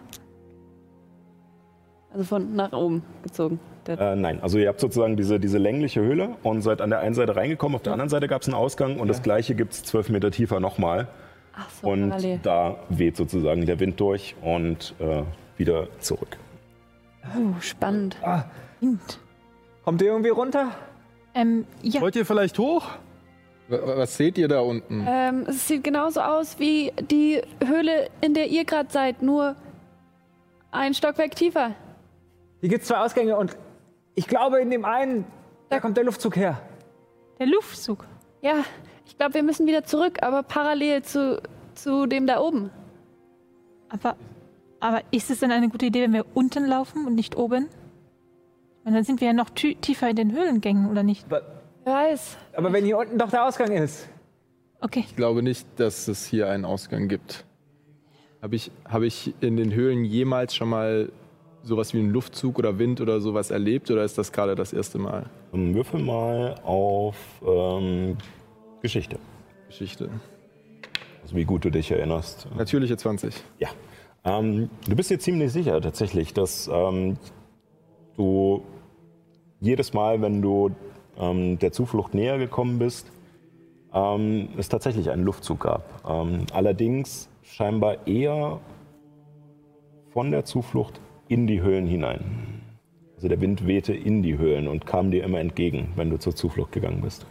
Also von nach oben gezogen. Der Äh, nein, also ihr habt sozusagen diese, diese längliche Höhle und seid an der einen Seite reingekommen, auf der anderen Seite gab es einen Ausgang und das gleiche gibt es zwölf Meter tiefer nochmal. Ach so, Und parallel. da weht sozusagen der Wind durch und äh, wieder zurück. Oh, spannend. Wind. Kommt ihr irgendwie runter? Ähm, ja, Wollt ihr vielleicht hoch? Wa- Was seht ihr da unten? Ähm, es sieht genauso aus wie die Höhle, in der ihr gerade seid, nur ein Stockwerk tiefer. Hier gibt's zwei Ausgänge und ich glaube, in dem einen, da kommt der Luftzug her. der Luftzug. Ja, ich glaube, wir müssen wieder zurück, aber parallel zu, zu dem da oben. Aber, aber ist es denn eine gute Idee, wenn wir unten laufen und nicht oben? Ich meine, dann sind wir ja noch tü- tiefer in den Höhlengängen, oder nicht? Aber, Wer weiß. aber wenn hier unten doch der Ausgang ist. Okay. Ich glaube nicht, dass es hier einen Ausgang gibt. Habe ich, habe ich in den Höhlen jemals schon mal sowas wie einen Luftzug oder Wind oder sowas erlebt oder ist das gerade das erste Mal? Ähm, Würfel mal auf ähm, Geschichte. Geschichte. Also wie gut du dich erinnerst. Natürliche zwanzig. Ja. Ähm, du bist dir ziemlich sicher tatsächlich, dass ähm, du jedes Mal, wenn du ähm, der Zuflucht näher gekommen bist, ähm, es tatsächlich einen Luftzug gab. Ähm, allerdings scheinbar eher von der Zuflucht in die Höhlen hinein. Also der Wind wehte in die Höhlen und kam dir immer entgegen, wenn du zur Zuflucht gegangen bist.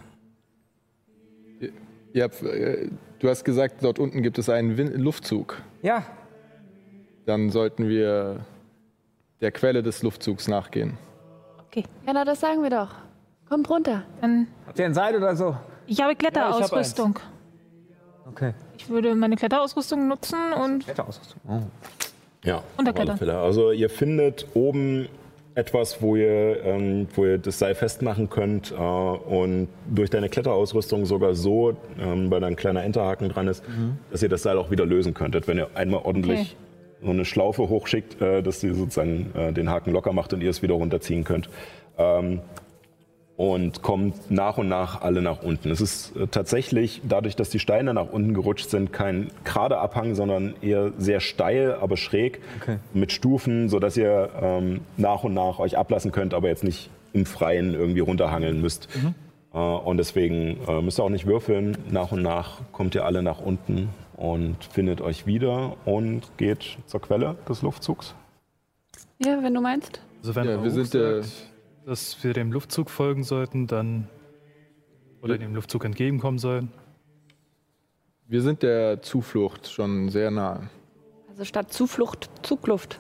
Ihr habt, äh, du hast gesagt, dort unten gibt es einen Win- Luftzug. Ja, Dann sollten wir der Quelle des Luftzugs nachgehen. Okay. Ja, na, das sagen wir doch. Kommt runter. Dann, habt ihr ein Seil oder so? ich habe Kletterausrüstung. Okay. Ich würde meine Kletterausrüstung nutzen und Kletterausrüstung. Ja, Unterklettern. auf alle Fälle. Also ihr findet oben etwas, wo ihr, ähm, wo ihr das Seil festmachen könnt äh, und durch deine Kletterausrüstung sogar so, ähm, weil da ein kleiner Enterhaken dran ist, dass ihr das Seil auch wieder lösen könntet, wenn ihr einmal ordentlich so eine Schlaufe hochschickt, äh, dass sie sozusagen äh, den Haken locker macht und ihr es wieder runterziehen könnt. Ähm, und kommt nach und nach alle nach unten. Es ist äh, tatsächlich, dadurch, dass die Steine nach unten gerutscht sind, kein gerader Abhang, sondern eher sehr steil, aber schräg, Okay. mit Stufen, sodass ihr ähm, nach und nach euch ablassen könnt, aber jetzt nicht im Freien irgendwie runterhangeln müsst. Äh, und deswegen äh, müsst ihr auch nicht würfeln. Nach und nach kommt ihr alle nach unten und findet euch wieder und geht zur Quelle des Luftzugs. Ja, wenn du meinst. Also wenn Ja, Raouf wir sind der, sagt, dass wir dem Luftzug folgen sollten, dann oder dem Luftzug entgegenkommen sollen. wir sind der Zuflucht schon sehr nah. Also statt Zuflucht, Zugluft.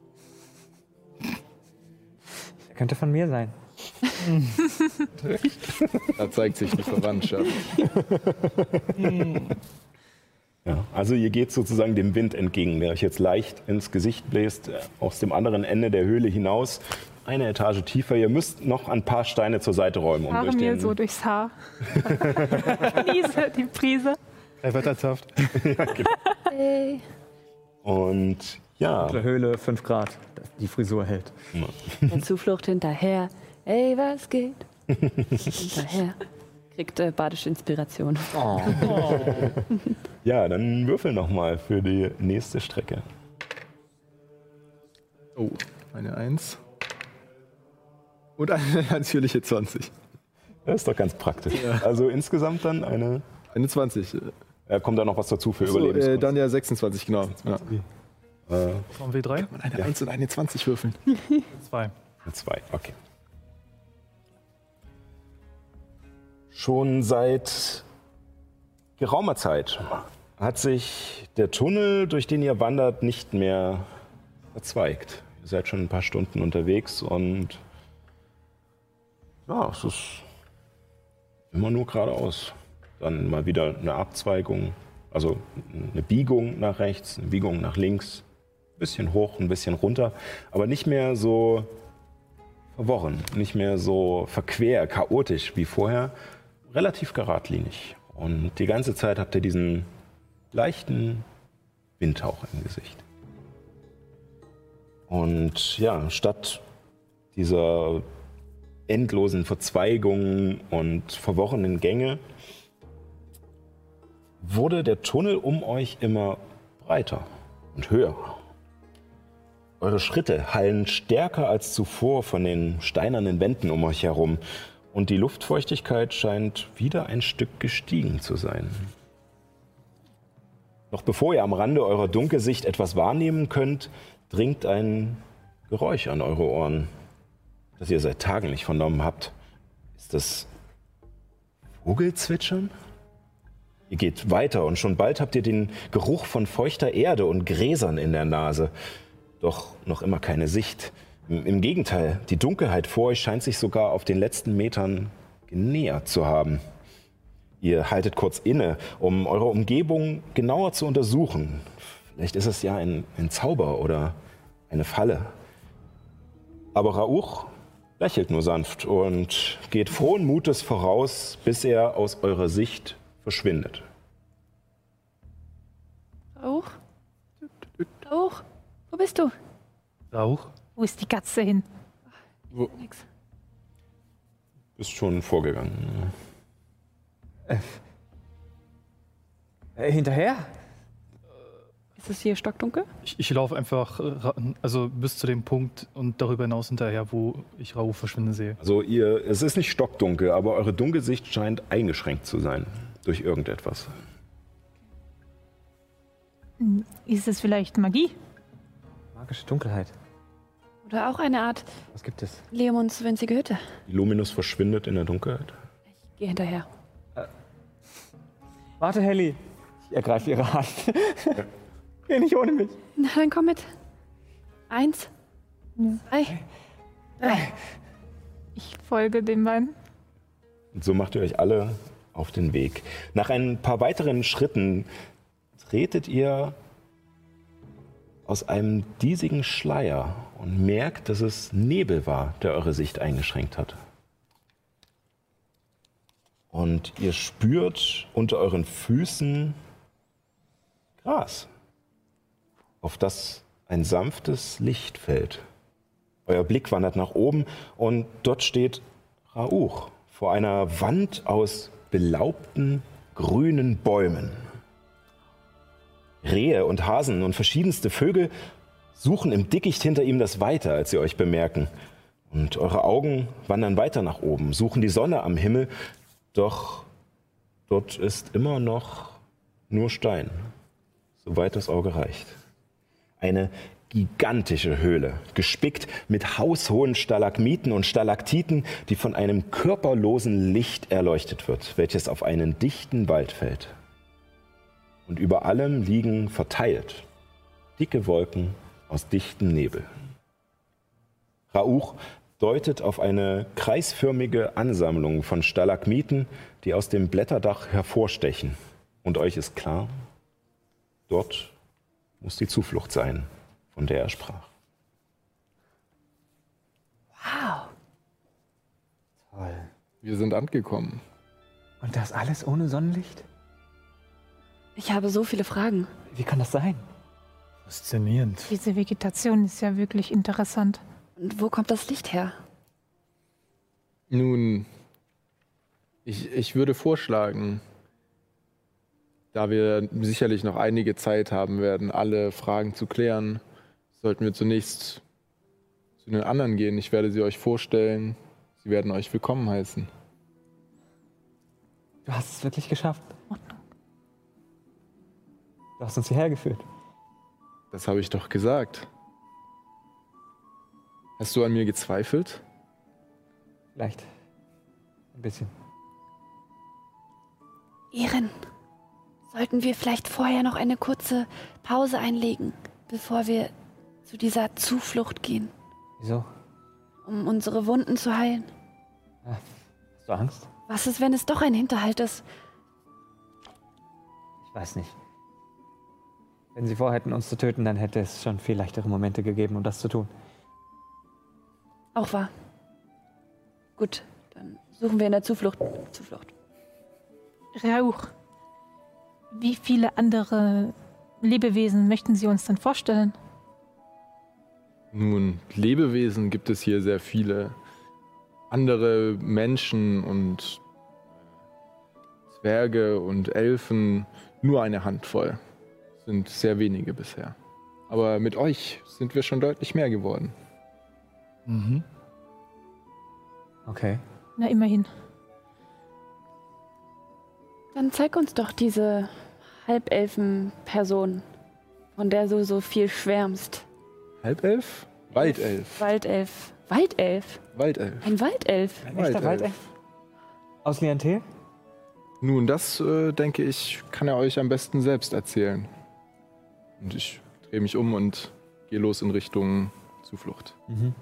Der könnte von mir sein. Da zeigt sich die Verwandtschaft. Ja, also ihr geht sozusagen dem Wind entgegen, der euch jetzt leicht ins Gesicht bläst, äh, aus dem anderen Ende der Höhle hinaus, eine Etage tiefer. Ihr müsst noch ein paar Steine zur Seite räumen. Um fahre durch mir den, so durchs Haar. Genieße die Prise. Er wird ernsthaft. Hey. und ja, Der Höhle fünf Grad. dass Die Frisur hält. Der Zuflucht hinterher. Hey, was geht? Hinterher. Kriegt äh, badische Inspiration. Oh. Ja, dann würfel nochmal für die nächste Strecke. Oh, eine Eins. Und eine natürliche zwanzig. Das ist doch ganz praktisch. Ja. Also insgesamt dann eine... Eine zwanzig. Ja, kommt da noch was dazu für So, Überlebenskunst? äh, dann ja sechsundzwanzig, genau. Ja. Äh, Vom W drei? Kann man eine ja. Eins und eine zwanzig würfeln? Zwei. Zwei, okay. Schon seit geraumer Zeit hat sich der Tunnel, durch den ihr wandert, nicht mehr verzweigt. Ihr seid schon ein paar Stunden unterwegs und ja, es ist immer nur geradeaus. Dann mal wieder eine Abzweigung, also eine Biegung nach rechts, eine Biegung nach links, ein bisschen hoch, ein bisschen runter, aber nicht mehr so verworren, nicht mehr so verquer, chaotisch wie vorher, relativ geradlinig. Und die ganze Zeit habt ihr diesen leichten Windhauch im Gesicht. Und ja, statt dieser endlosen Verzweigungen und verworrenen Gänge wurde der Tunnel um euch immer breiter und höher. Eure Schritte hallen stärker als zuvor von den steinernen Wänden um euch herum und die Luftfeuchtigkeit scheint wieder ein Stück gestiegen zu sein. Noch bevor ihr am Rande eurer Dunkelsicht etwas wahrnehmen könnt, dringt ein Geräusch an eure Ohren, das ihr seit Tagen nicht vernommen habt. Ist das Vogelzwitschern? Ihr geht weiter und schon bald habt ihr den Geruch von feuchter Erde und Gräsern in der Nase. Doch noch immer keine Sicht. Im, im Gegenteil, die Dunkelheit vor euch scheint sich sogar auf den letzten Metern genähert zu haben. Ihr haltet kurz inne, um eure Umgebung genauer zu untersuchen. Vielleicht ist es ja ein, ein Zauber oder eine Falle. Aber Rauch lächelt nur sanft und geht frohen Mutes voraus, bis er aus eurer Sicht verschwindet. Rauch? Rauch? Wo bist du? Rauch? Wo ist die Katze hin? Wo? Nix. Bist schon vorgegangen. Äh, hinterher? Ist es hier stockdunkel? Ich, ich laufe einfach ra- also bis zu dem Punkt und darüber hinaus hinterher, wo ich Rauch verschwinden sehe. Also ihr, es ist nicht stockdunkel, aber eure Dunkelsicht scheint eingeschränkt zu sein durch irgendetwas. Ist es vielleicht Magie? Magische Dunkelheit. Oder auch eine Art Was gibt es? Leomons winzige Hütte. Die Luminus verschwindet in der Dunkelheit. Ich gehe hinterher. Warte, Helly. Ich ergreife ihre Hand. Geh nicht ohne mich. Na, dann komm mit. Eins, zwei, drei. Ich folge dem beiden. Und so macht ihr euch alle auf den Weg. Nach ein paar weiteren Schritten tretet ihr aus einem diesigen Schleier und merkt, dass es Nebel war, der eure Sicht eingeschränkt hat. Und ihr spürt unter euren Füßen Gras, auf das ein sanftes Licht fällt. Euer Blick wandert nach oben und dort steht Rauch vor einer Wand aus belaubten grünen Bäumen. Rehe und Hasen und verschiedenste Vögel suchen im Dickicht hinter ihm das Weite, als sie euch bemerken. Und eure Augen wandern weiter nach oben, suchen die Sonne am Himmel, doch dort ist immer noch nur Stein, soweit das Auge reicht. Eine gigantische Höhle, gespickt mit haushohen Stalagmiten und Stalaktiten, die von einem körperlosen Licht erleuchtet wird, welches auf einen dichten Wald fällt. Und über allem liegen verteilt dicke Wolken aus dichtem Nebel. Rauch deutet auf eine kreisförmige Ansammlung von Stalagmiten, die aus dem Blätterdach hervorstechen. Und euch ist klar, dort muss die Zuflucht sein, von der er sprach. Wow. Toll. Wir sind angekommen. Und das alles ohne Sonnenlicht? Ich habe so viele Fragen. Wie kann das sein? Faszinierend. Diese Vegetation ist ja wirklich interessant. Und wo kommt das Licht her? Nun, ich, ich würde vorschlagen, da wir sicherlich noch einige Zeit haben werden, alle Fragen zu klären, sollten wir zunächst zu den anderen gehen. Ich werde sie euch vorstellen. Sie werden euch willkommen heißen. Du hast es wirklich geschafft. Du hast uns hierher geführt. Das habe ich doch gesagt. Hast du an mir gezweifelt? Vielleicht. Ein bisschen. Ehren, sollten wir vielleicht vorher noch eine kurze Pause einlegen, bevor wir zu dieser Zuflucht gehen, Wieso? um unsere Wunden zu heilen? Ja, hast du Angst? Was ist, wenn es doch ein Hinterhalt ist? Ich weiß nicht. Wenn sie vorhätten, uns zu töten, dann hätte es schon viel leichtere Momente gegeben, um das zu tun. Auch wahr. Gut, dann suchen wir in der Zuflucht. Zuflucht. Rauch. Wie viele andere Lebewesen möchten Sie uns denn vorstellen? Nun, Lebewesen gibt es hier sehr viele. Andere Menschen und Zwerge und Elfen, nur eine Handvoll. Sind sehr wenige bisher. Aber mit euch sind wir schon deutlich mehr geworden. Mhm. Okay. Na, immerhin. Dann zeig uns doch diese Halbelfen-Person, von der du so viel schwärmst. Halbelf? Waldelf. Waldelf. Waldelf? Waldelf. Ein Waldelf? Ein echter Waldelf. Aus Liantel? Nun, das, äh, denke ich, kann er euch am besten selbst erzählen. Und ich drehe mich um und gehe los in Richtung Zuflucht. Mhm.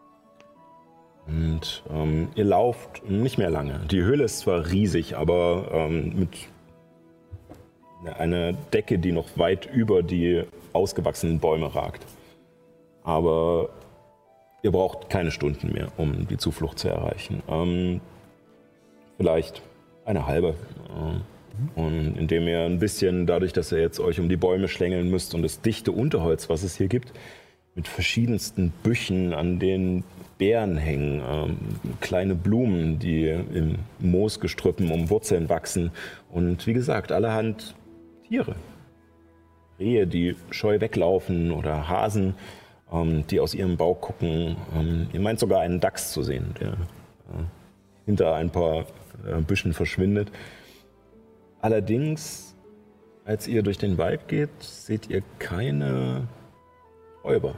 Und ähm, ihr lauft nicht mehr lange. Die Höhle ist zwar riesig, aber ähm, mit einer Decke, die noch weit über die ausgewachsenen Bäume ragt. Aber ihr braucht keine Stunden mehr, um die Zuflucht zu erreichen. Ähm, vielleicht eine halbe. Äh, und indem ihr ein bisschen, dadurch, dass ihr jetzt euch um die Bäume schlängeln müsst und das dichte Unterholz, was es hier gibt, mit verschiedensten Büchen, an denen Beeren hängen, ähm, kleine Blumen, die im Moosgestrüppen um Wurzeln wachsen und wie gesagt, allerhand Tiere. Rehe, die scheu weglaufen oder Hasen, ähm, die aus ihrem Bauch gucken. Ähm, ihr meint sogar einen Dachs zu sehen, der äh, hinter ein paar äh, Büschen verschwindet. Allerdings, als ihr durch den Wald geht, seht ihr keine Räuber.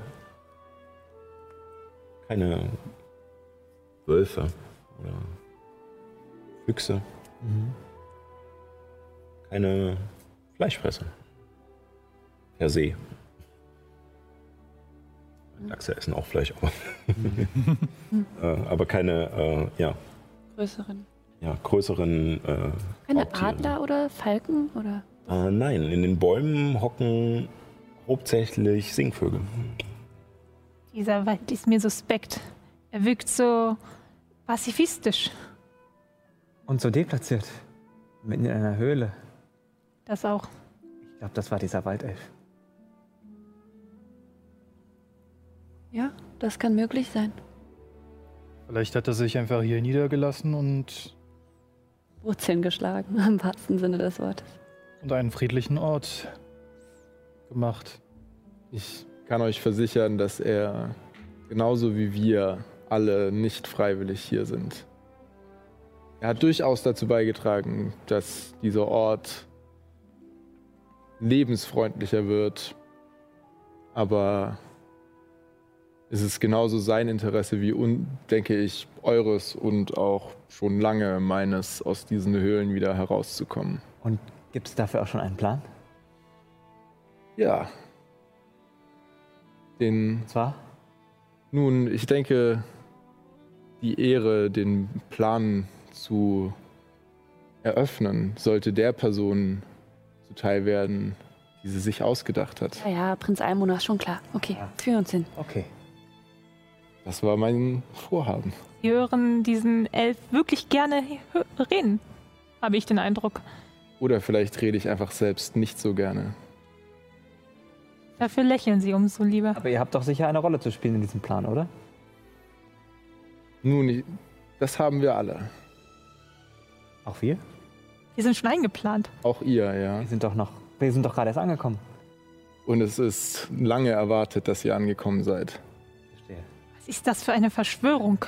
Keine Wölfe oder Füchse. Mhm. Keine Fleischfresser. Per se. Dachse essen auch Fleisch, aber, äh, aber keine äh, ja, Größeren. ja, größeren äh, Keine Raubtiere. Adler oder Falken? Oder? Äh, nein, in den Bäumen hocken hauptsächlich Singvögel. Dieser Wald ist mir suspekt. Er wirkt so pazifistisch. Und so deplatziert. Mitten in einer Höhle. Das auch. Ich glaube, das war dieser Waldelf. Ja, das kann möglich sein. Vielleicht hat er sich einfach hier niedergelassen und, Wurzeln geschlagen, im wahrsten Sinne des Wortes. und einen friedlichen Ort gemacht. Ich kann euch versichern, dass er genauso wie wir alle nicht freiwillig hier sind. Er hat durchaus dazu beigetragen, dass dieser Ort lebensfreundlicher wird, aber es ist genauso sein Interesse wie, un, denke ich, eures und auch schon lange meines, aus diesen Höhlen wieder herauszukommen. Und gibt es dafür auch schon einen Plan? Ja. Den Und zwar? Nun, ich denke, die Ehre, den Plan zu eröffnen, sollte der Person zuteil werden, die sie sich ausgedacht hat. Ja, ja, Prinz Almona ist schon klar. Okay, Ja. führ uns hin. Okay. Das war mein Vorhaben. Sie hören diesen Elf wirklich gerne hö- reden, habe ich den Eindruck. Oder vielleicht rede ich einfach selbst nicht so gerne. Dafür lächeln Sie umso lieber. Aber ihr habt doch sicher eine Rolle zu spielen in diesem Plan, oder? Nun, ich- Das haben wir alle. Auch wir? Wir sind schon eingeplant. Auch ihr, ja. Wir sind doch noch, wir sind doch gerade erst angekommen. Und es ist lange erwartet, dass ihr angekommen seid. Verstehe. Was ist das für eine Verschwörung?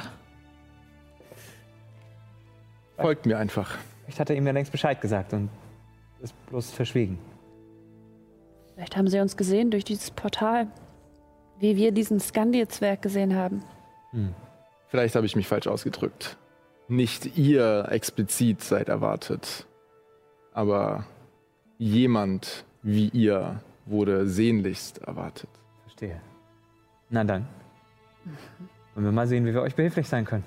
Folgt mir einfach. Ich hatte ihm ja längst Bescheid gesagt und ist bloß verschwiegen. Vielleicht haben sie uns gesehen durch dieses Portal, wie wir diesen Skandir-Zwerg gesehen haben. Hm. Vielleicht habe ich mich falsch ausgedrückt. Nicht ihr explizit seid erwartet, aber jemand wie ihr wurde sehnlichst erwartet. Verstehe. Na dann. Wollen wir mal sehen, wie wir euch behilflich sein können.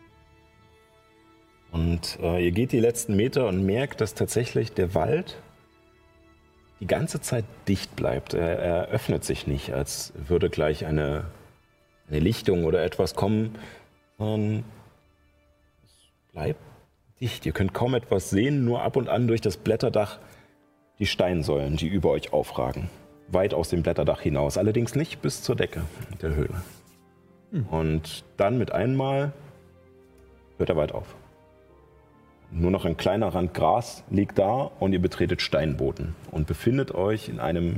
Und äh, ihr geht die letzten Meter und merkt, dass tatsächlich der Wald die ganze Zeit dicht bleibt. Er, er öffnet sich nicht, als würde gleich eine, eine Lichtung oder etwas kommen, sondern es bleibt dicht. Ihr könnt kaum etwas sehen, nur ab und an durch das Blätterdach die Steinsäulen, die über euch aufragen. Weit aus dem Blätterdach hinaus, allerdings nicht bis zur Decke der Höhle. Hm. Und dann mit einmal hört der Wald auf. Nur noch ein kleiner Rand Gras liegt da und ihr betretet Steinboden und befindet euch in einem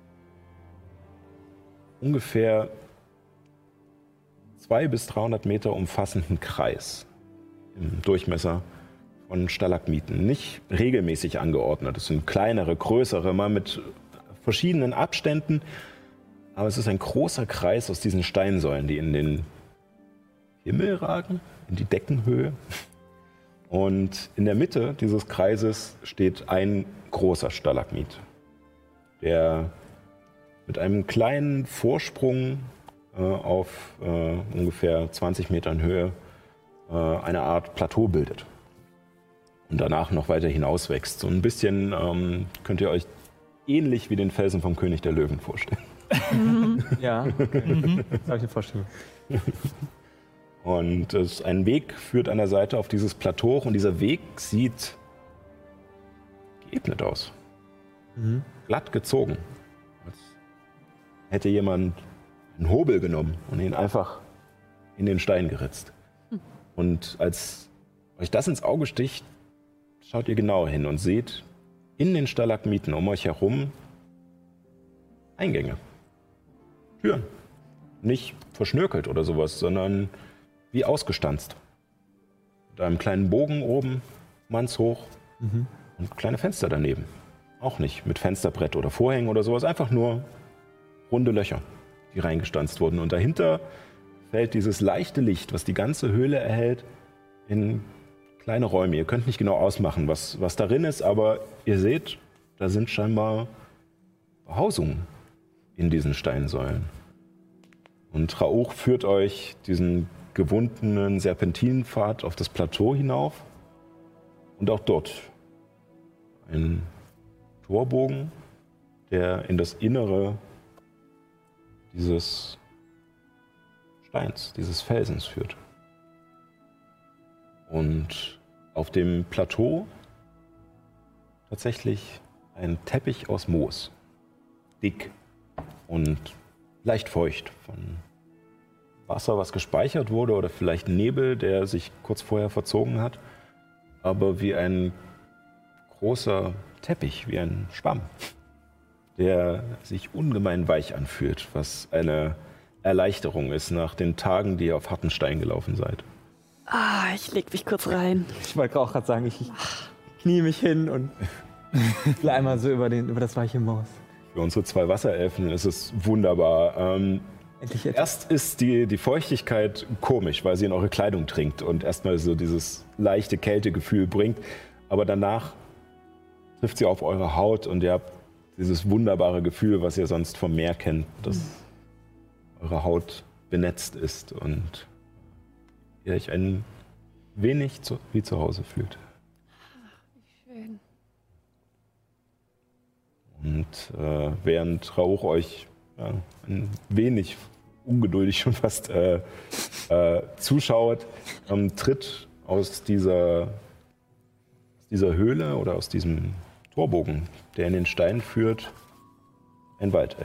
ungefähr zweihundert bis dreihundert Meter umfassenden Kreis im Durchmesser von Stalagmiten. Nicht regelmäßig angeordnet, es sind kleinere, größere, mal mit verschiedenen Abständen, aber es ist ein großer Kreis aus diesen Steinsäulen, die in den Himmel ragen, in die Deckenhöhe. Und in der Mitte dieses Kreises steht ein großer Stalagmit, der mit einem kleinen Vorsprung äh, auf äh, ungefähr zwanzig Metern Höhe äh, eine Art Plateau bildet und danach noch weiter hinaus wächst. So ein bisschen ähm, könnt ihr euch ähnlich wie den Felsen vom König der Löwen vorstellen. Ja, okay. Das habe ich eine Vorstellung. Und es, ein Weg führt an der Seite auf dieses Plateau und dieser Weg sieht geebnet aus. Mhm. Glatt gezogen. Als hätte jemand einen Hobel genommen und ihn einfach in den Stein geritzt. Mhm. Und als euch das ins Auge sticht, schaut ihr genauer hin und seht in den Stalagmiten um euch herum Eingänge. Türen. Nicht verschnörkelt oder sowas, sondern wie ausgestanzt. Mit einem kleinen Bogen oben, mannshoch, mhm. und kleine Fenster daneben. Auch nicht mit Fensterbrett oder Vorhängen oder sowas, einfach nur runde Löcher, die reingestanzt wurden. Und dahinter fällt dieses leichte Licht, was die ganze Höhle erhält, in kleine Räume. Ihr könnt nicht genau ausmachen, was, was darin ist, aber ihr seht, da sind scheinbar Behausungen in diesen Steinsäulen. Und Rauch führt euch diesen gewundenen Serpentinenpfad auf das Plateau hinauf und auch dort ein Torbogen, der in das Innere dieses Steins, dieses Felsens führt. Und auf dem Plateau tatsächlich ein Teppich aus Moos, dick und leicht feucht von Wasser, was gespeichert wurde, oder vielleicht Nebel, der sich kurz vorher verzogen hat, aber wie ein großer Teppich, wie ein Schwamm, der sich ungemein weich anfühlt, was eine Erleichterung ist nach den Tagen, die ihr auf harten Stein gelaufen seid. Ah, ich leg mich kurz rein. Ich wollte auch gerade sagen, ich, ich knie mich hin und will einmal so über, den, über das weiche Moos. Für unsere zwei Wasserelfen ist es wunderbar. Ähm, Erst ist die, die Feuchtigkeit komisch, weil sie in eure Kleidung dringt und erstmal so dieses leichte Kältegefühl bringt. Aber danach trifft sie auf eure Haut und ihr habt dieses wunderbare Gefühl, was ihr sonst vom Meer kennt, dass mhm. eure Haut benetzt ist und ihr euch ein wenig zu, wie zu Hause fühlt. Wie schön. Und äh, während Rauch euch ja, ein wenig ungeduldig schon fast äh, äh, zuschaut, ähm, tritt aus dieser, aus dieser Höhle oder aus diesem Torbogen, der in den Stein führt, ein Waldelf.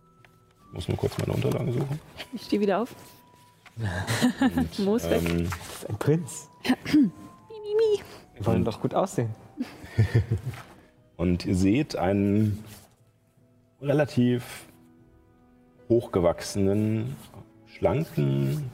Ich muss nur kurz meine Unterlagen suchen. Ich stehe wieder auf. Und, Moos weg. Ähm, ist ein Prinz. Wir wollen doch gut aussehen. Und ihr seht einen relativ hochgewachsenen, schlanken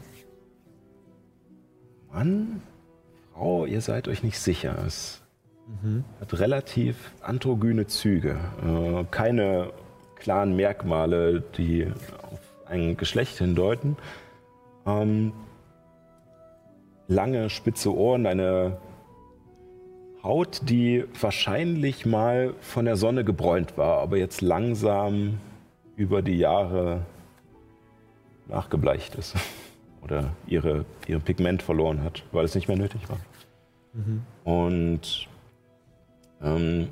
Mann, Frau, ihr seid euch nicht sicher. Es mhm. hat relativ androgyne Züge. Äh, keine klaren Merkmale, die auf ein Geschlecht hindeuten. Ähm, lange, spitze Ohren, eine Haut, die wahrscheinlich mal von der Sonne gebräunt war, aber jetzt langsam über die Jahre nachgebleicht ist. Oder ihre, ihr Pigment verloren hat, weil es nicht mehr nötig war. Mhm. Und ähm,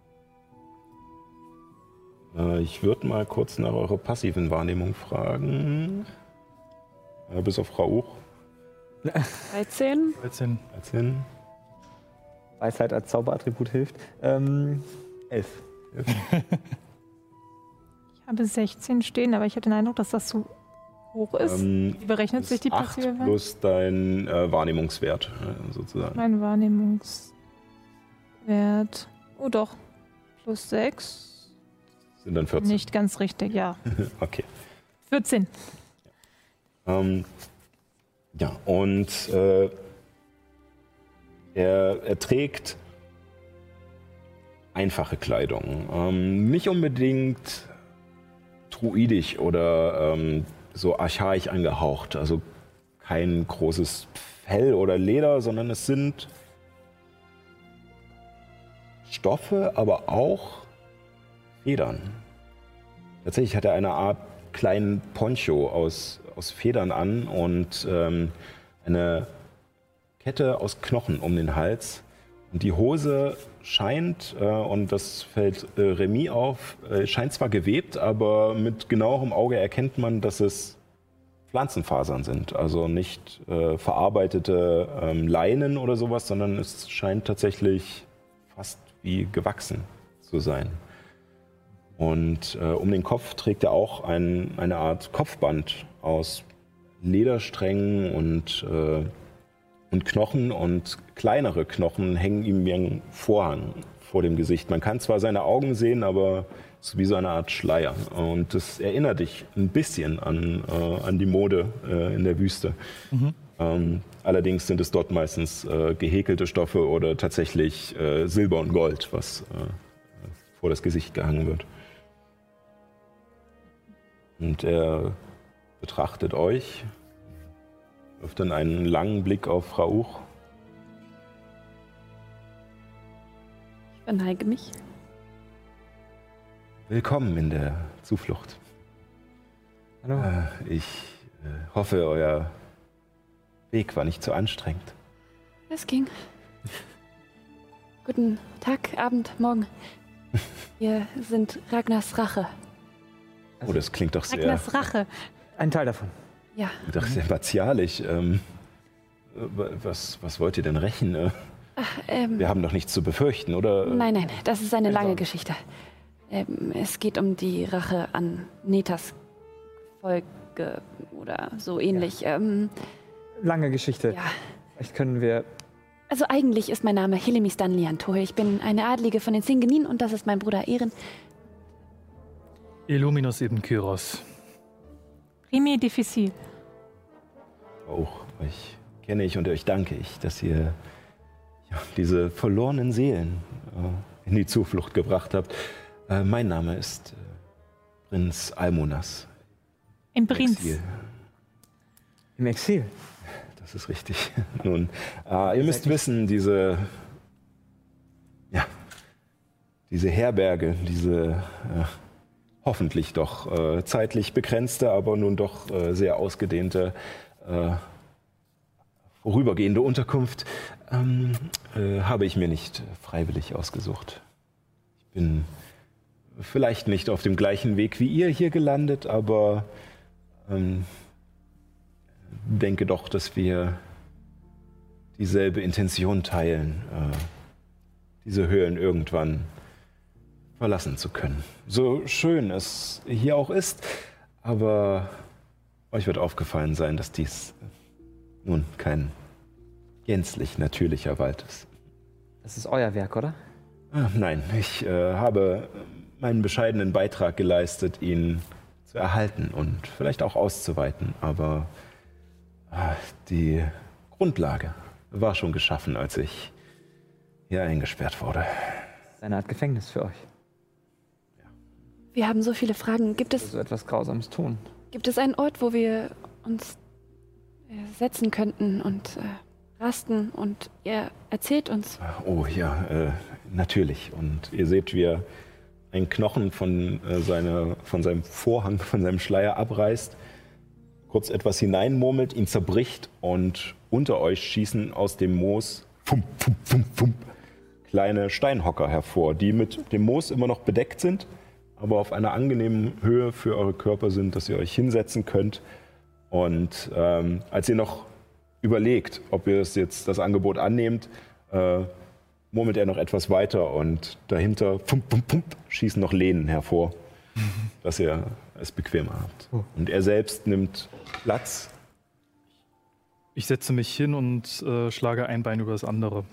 äh, ich würde mal kurz nach eurer passiven Wahrnehmung fragen. Äh, bis auf Rauch. dreizehn. dreizehn. dreizehn. Weisheit als Zauberattribut hilft. Ähm, elf. Ich habe sechzehn stehen, aber ich habe den Eindruck, dass das zu hoch ist. Ähm, Wie berechnet sich die passive acht plus dein äh, Wahrnehmungswert, äh, sozusagen. Mein Wahrnehmungswert. Oh doch. Plus sechs. Sind dann vierzehn. Nicht ganz richtig, ja. Okay. vierzehn. Ähm, ja, und äh, er, er trägt einfache Kleidung. Ähm, nicht unbedingt druidisch oder ähm, so archaisch angehaucht. Also kein großes Fell oder Leder, sondern es sind Stoffe, aber auch Federn. Tatsächlich hat er eine Art kleinen Poncho aus, aus Federn an und ähm, eine Kette aus Knochen um den Hals. Und die Hose scheint, äh, und das fällt äh, Remy auf, äh, scheint zwar gewebt, aber mit genauerem Auge erkennt man, dass es Pflanzenfasern sind. Also nicht äh, verarbeitete ähm, Leinen oder sowas, sondern es scheint tatsächlich fast wie gewachsen zu sein. Und äh, um den Kopf trägt er auch ein, eine Art Kopfband aus Ledersträngen und äh, Und Knochen und kleinere Knochen hängen ihm wie ein Vorhang vor dem Gesicht. Man kann zwar seine Augen sehen, aber es ist wie so eine Art Schleier. Und das erinnert dich ein bisschen an, äh, an die Mode äh, in der Wüste. Mhm. Ähm, allerdings sind es dort meistens äh, gehäkelte Stoffe oder tatsächlich äh, Silber und Gold, was äh, vor das Gesicht gehangen wird. Und er betrachtet euch. Wirft dann einen langen Blick auf Rauch. Ich verneige mich. Willkommen in der Zuflucht. Hallo. Äh, ich äh, hoffe, euer Weg war nicht zu anstrengend. Es ging. Guten Tag, Abend, Morgen. Wir sind Ragnars Rache. Oh, das klingt doch sehr, Ragnars Rache. Ein Teil davon. Ja. doch sehr martialisch. Ähm, was, was wollt ihr denn rächen? Äh, Ach, ähm, Wir haben doch nichts zu befürchten, oder? Nein, nein, das ist eine Keine lange Sorge. Geschichte. Ähm, es geht um die Rache an Netas Folge oder so ähnlich. Ja. Ähm, Lange Geschichte. ja. Vielleicht können wir... Also eigentlich ist mein Name Hilemi Stanliantor. Ich bin eine Adlige von den Singenin und das ist mein Bruder Ehren. Illuminus eben Kyros. Primi difficile. Auch euch kenne ich und euch danke ich, dass ihr ja, diese verlorenen Seelen äh, in die Zuflucht gebracht habt. Äh, mein Name ist äh, Prinz Almonas. Im Prinz. Exil. Im Exil. Das ist richtig. Nun, äh, ihr müsst wissen, diese, ja, diese Herberge, diese äh, hoffentlich doch äh, zeitlich begrenzte, aber nun doch äh, sehr ausgedehnte, äh, vorübergehende Unterkunft, ähm, äh, habe ich mir nicht freiwillig ausgesucht. Ich bin vielleicht nicht auf dem gleichen Weg wie ihr hier gelandet, aber ähm, denke doch, dass wir dieselbe Intention teilen, äh, diese Höhlen irgendwann verlassen zu können. So schön es hier auch ist, aber euch wird aufgefallen sein, dass dies nun kein gänzlich natürlicher Wald ist. Das ist euer Werk, oder? Ah, nein, ich äh, habe meinen bescheidenen Beitrag geleistet, ihn zu erhalten und vielleicht auch auszuweiten. Aber äh, die Grundlage war schon geschaffen, als ich hier eingesperrt wurde. Das ist eine Art Gefängnis für euch. Wir haben so viele Fragen. Gibt es, So etwas Grausames tun. gibt es einen Ort, wo wir uns äh, setzen könnten und äh, rasten und ihr erzählt uns? Oh ja, äh, natürlich. Und ihr seht, wie er einen Knochen von, äh, seiner, von seinem Vorhang, von seinem Schleier abreißt, kurz etwas hineinmurmelt, ihn zerbricht und unter euch schießen aus dem Moos fum, fum, fum, fum, kleine Steinhocker hervor, die mit dem Moos immer noch bedeckt sind, aber auf einer angenehmen Höhe für eure Körper sind, dass ihr euch hinsetzen könnt. Und ähm, als ihr noch überlegt, ob ihr das jetzt das Angebot annehmt, äh, murmelt er noch etwas weiter und dahinter pump, pump, pump, schießen noch Lehnen hervor, dass ihr es bequemer habt. Und er selbst nimmt Platz. Ich setze mich hin und äh, schlage ein Bein über das andere.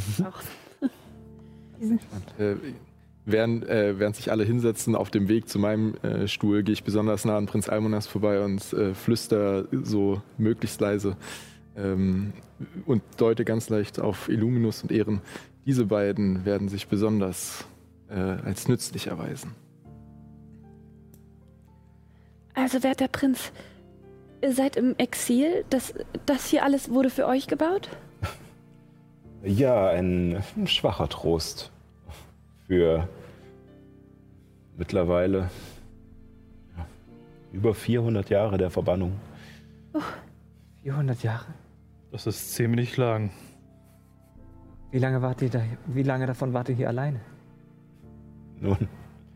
Äh, während, äh, während sich alle hinsetzen auf dem Weg zu meinem äh, Stuhl, gehe ich besonders nah an Prinz Almonas vorbei und äh, flüster so möglichst leise ähm, und deute ganz leicht auf Illuminus und Ehren. Diese beiden werden sich besonders äh, als nützlich erweisen. Also, werter Prinz, ihr seid im Exil? Das, das hier alles wurde für euch gebaut? Ja, ein, ein schwacher Trost für mittlerweile ja, über vierhundert Jahre der Verbannung. vierhundert Jahre? Das ist ziemlich lang. Wie lange wart ihr da? Wie lange davon wart ihr hier alleine? Nun,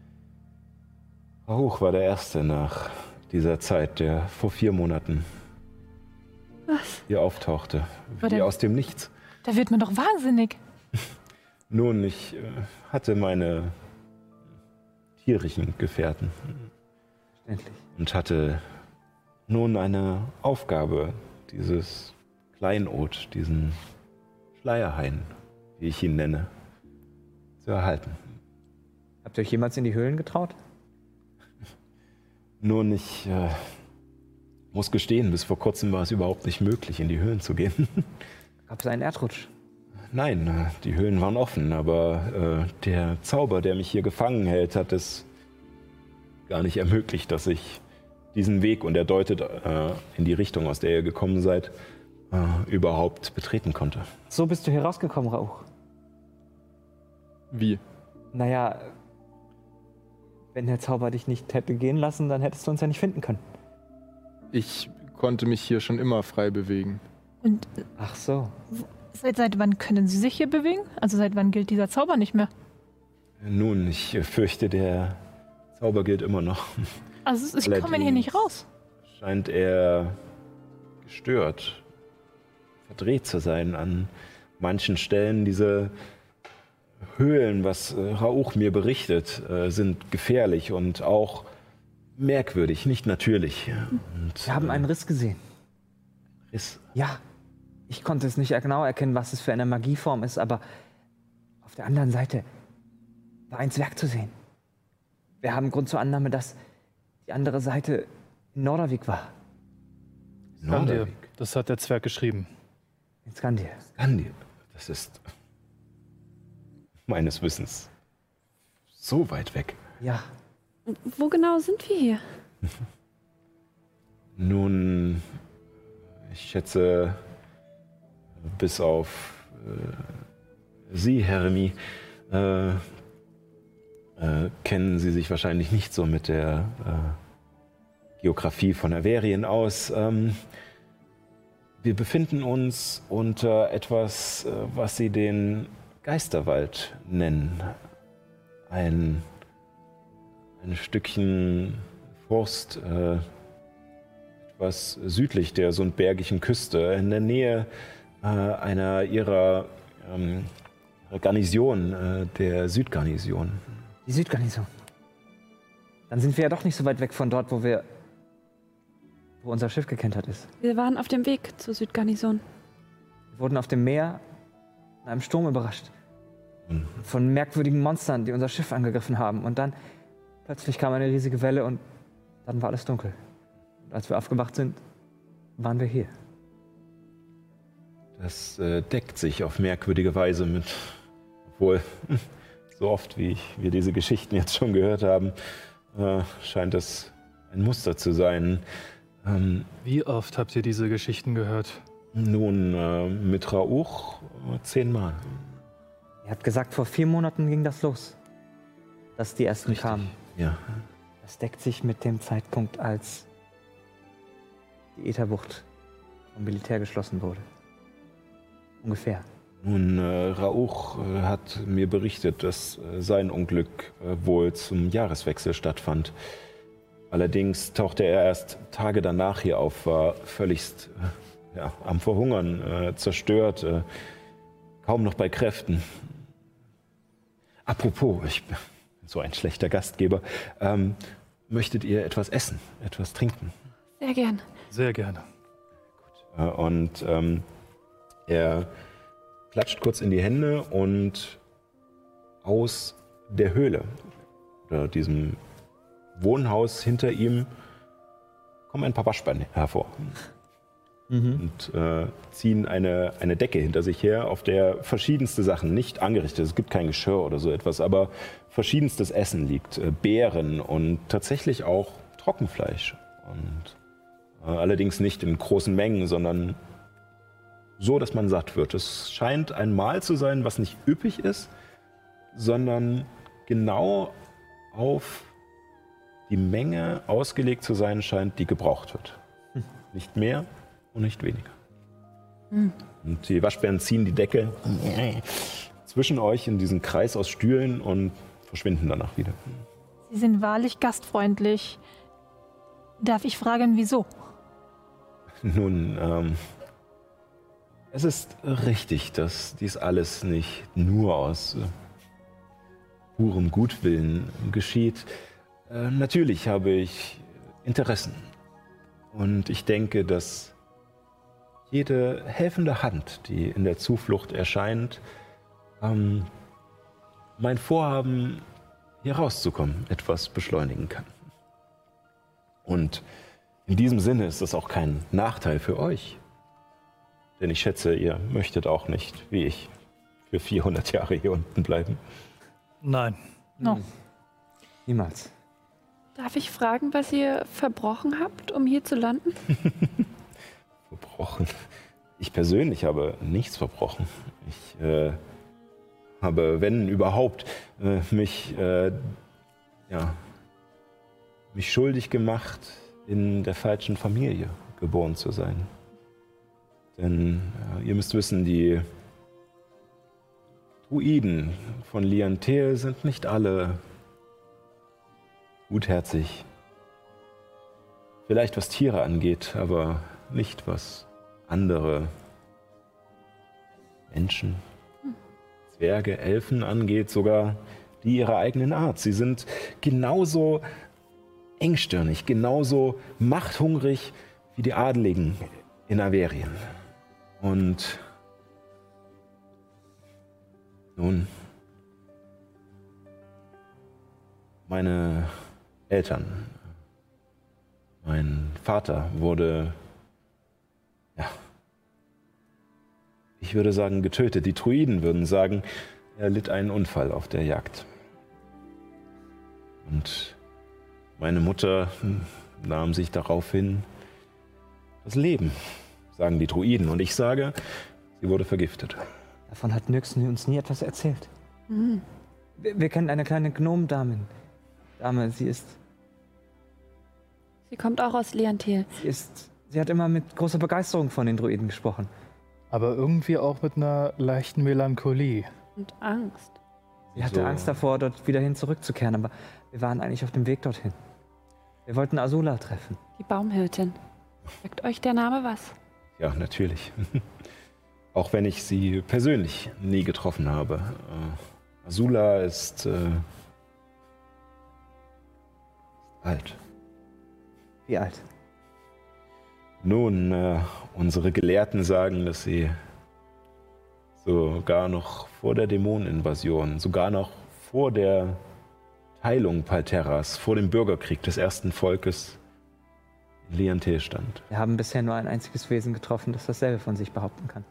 Rauch war der Erste nach dieser Zeit, der vor vier Monaten Was? hier auftauchte, Aber wie der- aus dem Nichts. Da wird man doch wahnsinnig. Nun, ich äh, hatte meine tierischen Gefährten Verständlich. und hatte nun eine Aufgabe, dieses Kleinod, diesen Schleierhain, wie ich ihn nenne, zu erhalten. Habt ihr euch jemals in die Höhlen getraut? Nun, ich äh, muss gestehen, bis vor kurzem war es überhaupt nicht möglich, in die Höhlen zu gehen. Gab es einen Erdrutsch? Nein, äh, die Höhlen waren offen, aber äh, der Zauber, der mich hier gefangen hält, hat es gar nicht ermöglicht, dass ich diesen Weg, und er deutet äh, in die Richtung, aus der ihr gekommen seid, äh, überhaupt betreten konnte. So bist du hier rausgekommen, Rauch. Wie? Naja, wenn der Zauber dich nicht hätte gehen lassen, dann hättest du uns ja nicht finden können. Ich konnte mich hier schon immer frei bewegen. Und Ach so. seit, seit wann können Sie sich hier bewegen? Also seit wann gilt dieser Zauber nicht mehr? Nun, ich äh, fürchte, der Zauber gilt immer noch. Also ich komme hier Allerdings nicht raus. Scheint er gestört, verdreht zu sein an manchen Stellen. Diese Höhlen, was äh, Rauch mir berichtet, äh, sind gefährlich und auch merkwürdig, nicht natürlich. Und, Wir haben äh, einen Riss gesehen. Riss. Ja. Ich konnte es nicht genau erkennen, was es für eine Magieform ist, aber auf der anderen Seite war ein Zwerg zu sehen. Wir haben Grund zur Annahme, dass die andere Seite in Nordervik war. Skandir, Nordervik. das hat der Zwerg geschrieben. In Skandir. Skandir. Das ist meines Wissens so weit weg. Ja. Wo genau sind wir hier? Nun, ich schätze, bis auf äh, Sie, Hermie, äh, äh, kennen Sie sich wahrscheinlich nicht so mit der äh, Geografie von Averien aus. Ähm, wir befinden uns unter etwas, äh, was Sie den Geisterwald nennen. Ein, ein Stückchen Forst, äh, etwas südlich der Sundbergischen Küste, in der Nähe äh, einer ihrer ähm, Garnison, äh, der Südgarnison. Die Südgarnison. Dann sind wir ja doch nicht so weit weg von dort, wo wir. wo unser Schiff gekentert ist. Wir waren auf dem Weg zur Südgarnison. Wir wurden auf dem Meer in einem Sturm überrascht. Mhm. Von merkwürdigen Monstern, die unser Schiff angegriffen haben. Und dann plötzlich kam eine riesige Welle und dann war alles dunkel. Und als wir aufgewacht sind, waren wir hier. Das äh, deckt sich auf merkwürdige Weise mit, obwohl so oft wie ich, wir diese Geschichten jetzt schon gehört haben, äh, scheint es ein Muster zu sein. Ähm, Wie oft habt ihr diese Geschichten gehört? nun, äh, mit Rauch äh, zehnmal. Ihr habt gesagt, vor vier Monaten ging das los, dass die ersten Richtig. kamen. Ja. Das deckt sich mit dem Zeitpunkt, als die Ätherbucht vom Militär geschlossen wurde. Ungefähr. Nun, äh, Rauch äh, hat mir berichtet, dass äh, sein Unglück äh, wohl zum Jahreswechsel stattfand. Allerdings tauchte er erst Tage danach hier auf, war völligst äh, ja, am Verhungern, äh, zerstört, äh, kaum noch bei Kräften. Apropos, ich bin so ein schlechter Gastgeber. Ähm, möchtet ihr etwas essen, etwas trinken? Sehr gern. Sehr gerne. Äh, und ähm, er klatscht kurz in die Hände und aus der Höhle oder diesem Wohnhaus hinter ihm kommen ein paar Waschbeine hervor Mhm. und äh, ziehen eine, eine Decke hinter sich her, auf der verschiedenste Sachen, nicht angerichtet, es gibt kein Geschirr oder so etwas, aber verschiedenstes Essen liegt, äh, Beeren und tatsächlich auch Trockenfleisch. Und äh, allerdings nicht in großen Mengen, sondern so, dass man satt wird. Es scheint ein Mahl zu sein, was nicht üppig ist, sondern genau auf die Menge ausgelegt zu sein scheint, die gebraucht wird. Hm. Nicht mehr und nicht weniger. Hm. Und die Waschbären ziehen die Decke zwischen euch in diesen Kreis aus Stühlen und verschwinden danach wieder. Sie sind wahrlich gastfreundlich. Darf ich fragen, wieso? Nun, ähm, es ist richtig, dass dies alles nicht nur aus äh, purem Gutwillen geschieht. Äh, natürlich habe ich Interessen. Und ich denke, dass jede helfende Hand, die in der Zuflucht erscheint, ähm, mein Vorhaben, hier rauszukommen, etwas beschleunigen kann. Und in diesem Sinne ist das auch kein Nachteil für euch. Denn ich schätze, ihr möchtet auch nicht, wie ich, für vierhundert Jahre hier unten bleiben. Nein. No. Niemals. Darf ich fragen, was ihr verbrochen habt, um hier zu landen? Verbrochen. Ich persönlich habe nichts verbrochen. Ich äh, habe, wenn überhaupt, äh, mich, äh, ja, mich schuldig gemacht, in der falschen Familie geboren zu sein. Denn äh, ihr müsst wissen, die Druiden von Liantel sind nicht alle gutherzig. Vielleicht was Tiere angeht, aber nicht was andere Menschen, Zwerge, Elfen angeht, sogar die ihrer eigenen Art. Sie sind genauso engstirnig, genauso machthungrig wie die Adeligen in Averien. Und nun, meine Eltern, mein Vater wurde, ja, ich würde sagen, getötet. Die Druiden würden sagen, er litt einen Unfall auf der Jagd. Und meine Mutter nahm sich daraufhin das Leben, sagen die Druiden. Und ich sage, sie wurde vergiftet. Davon hat Nyx uns nie etwas erzählt. Mhm. Wir, wir kennen eine kleine Gnomendame. Dame, sie ist, Sie kommt auch aus Liantel. sie ist, sie hat immer mit großer Begeisterung von den Druiden gesprochen. Aber irgendwie auch mit einer leichten Melancholie. Und Angst. Sie hatte So. Angst davor, dort wieder hin zurückzukehren, aber wir waren eigentlich auf dem Weg dorthin. Wir wollten Azula treffen. Die Baumhirtin. Sagt euch der Name was? Ja, natürlich. Auch wenn ich sie persönlich nie getroffen habe. Äh, Azula ist äh, alt. Wie alt? Nun, äh, unsere Gelehrten sagen, dass sie Sogar noch vor der Dämoneninvasion, sogar noch vor der Teilung Palterras, vor dem Bürgerkrieg des ersten Volkes in Lianthe stand. Wir haben bisher nur ein einziges Wesen getroffen, das dasselbe von sich behaupten kann.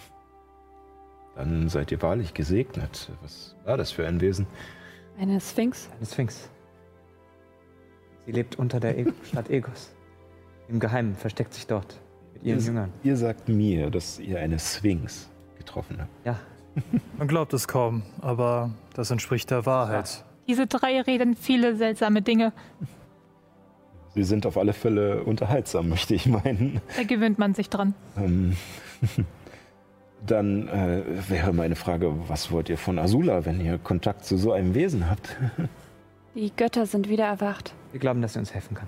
Dann seid ihr wahrlich gesegnet. Was war das für ein Wesen? Eine Sphinx? Eine Sphinx. Sie lebt unter der e Stadt Egos. Im Geheimen versteckt sich dort mit ihren ihr, Jüngern. Ihr sagt mir, dass ihr eine Sphinx getroffen habt. Ja. Man glaubt es kaum, aber das entspricht der Wahrheit. Diese drei reden viele seltsame Dinge. Sie sind auf alle Fälle unterhaltsam, möchte ich meinen. Da gewöhnt man sich dran. Ähm, dann äh, wäre meine Frage, was wollt ihr von Azula, wenn ihr Kontakt zu so einem Wesen habt? Die Götter sind wieder erwacht. Wir glauben, dass sie uns helfen kann.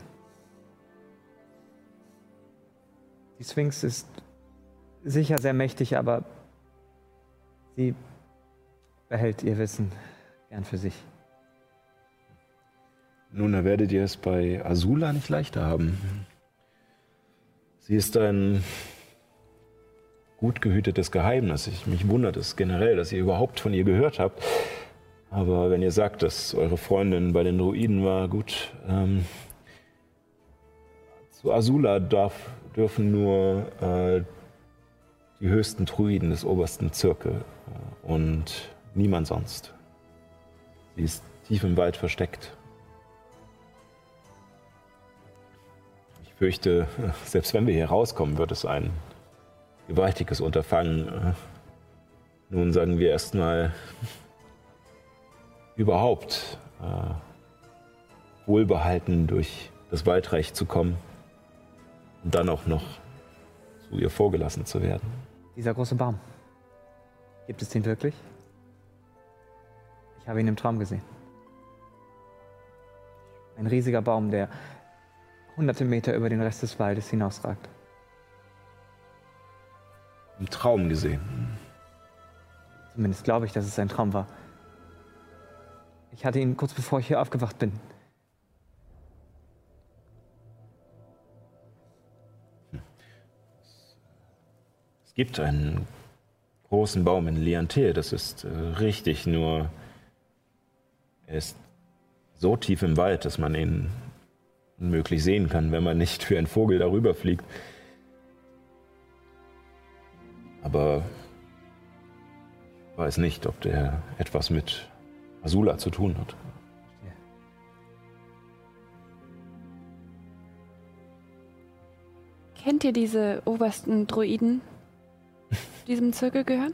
Die Sphinx ist sicher sehr mächtig, aber sie behält ihr Wissen gern für sich. Nun, da werdet ihr es bei Azula nicht leichter haben. Sie ist ein gut gehütetes Geheimnis. Ich, mich wundert es generell, dass ihr überhaupt von ihr gehört habt. Aber wenn ihr sagt, dass eure Freundin bei den Druiden war, gut. Ähm, zu Azula darf, dürfen nur äh, die höchsten Druiden des obersten Zirkel äh, und niemand sonst. Sie ist tief im Wald versteckt. Ich fürchte, selbst wenn wir hier rauskommen, wird es ein gewaltiges Unterfangen. Nun sagen wir erstmal überhaupt äh, wohlbehalten durch das Waldreich zu kommen und dann auch noch zu ihr vorgelassen zu werden. Dieser große Baum. Gibt es den wirklich? Ich habe ihn im Traum gesehen. Ein riesiger Baum, der hunderte Meter über den Rest des Waldes hinausragt. Im Traum gesehen. Zumindest glaube ich, dass es ein Traum war. Ich hatte ihn kurz bevor ich hier aufgewacht bin. Es gibt einen großen Baum in Lianthe, das ist äh, richtig, nur er ist so tief im Wald, dass man ihn unmöglich sehen kann, wenn man nicht wie ein Vogel darüber fliegt. Aber ich weiß nicht, ob der etwas mit Azula zu tun hat. Kennt ihr diese obersten Druiden, die diesem Zirkel gehören?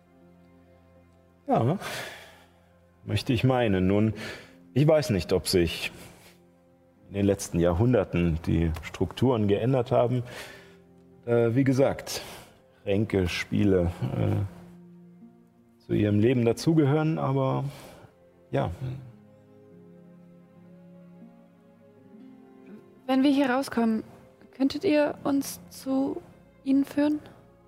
Ja, möchte ich meinen. Nun, ich weiß nicht, ob sich in den letzten Jahrhunderten die Strukturen geändert haben. Äh, wie gesagt, Ränke, Spiele äh, zu ihrem Leben dazugehören, aber ja. Wenn wir hier rauskommen, könntet ihr uns zu ihnen führen?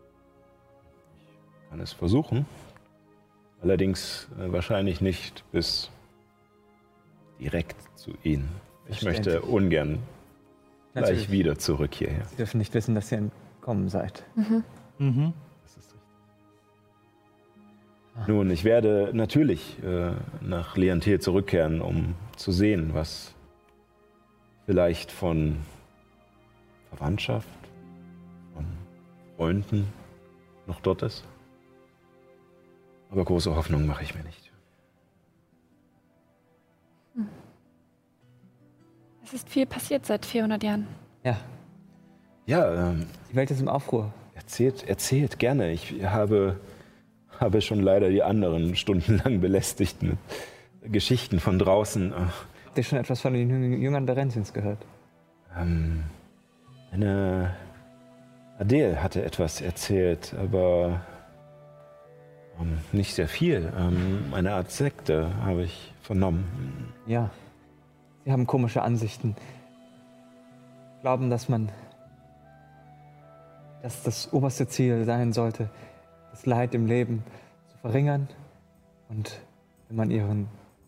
Ich kann es versuchen. Allerdings äh, wahrscheinlich nicht bis direkt zu ihnen. Ich möchte ungern gleich Natürlich. wieder zurück hierher. Sie dürfen nicht wissen, dass ihr entkommen seid. Mhm. Mhm. Das ist richtig. Nun, ich werde natürlich äh, nach Lianthe zurückkehren, um zu sehen, was vielleicht von Verwandtschaft, von Freunden noch dort ist. Aber große Hoffnung mache ich mir nicht. Es ist viel passiert seit vierhundert Jahren. Ja, Ja, ähm, die Welt ist im Aufruhr. erzählt, erzählt gerne. Ich habe, habe schon leider die anderen stundenlang belästigt mit Geschichten von draußen. Habt ihr schon etwas von den Jüng- Jüngern Berenzins gehört? Ähm, eine Adele hatte etwas erzählt, aber ähm, nicht sehr viel. Ähm, eine Art Sekte habe ich vernommen. Ja. Sie haben komische Ansichten. Glauben, dass man, dass das oberste Ziel sein sollte, das Leid im Leben zu verringern. Und wenn man ihren,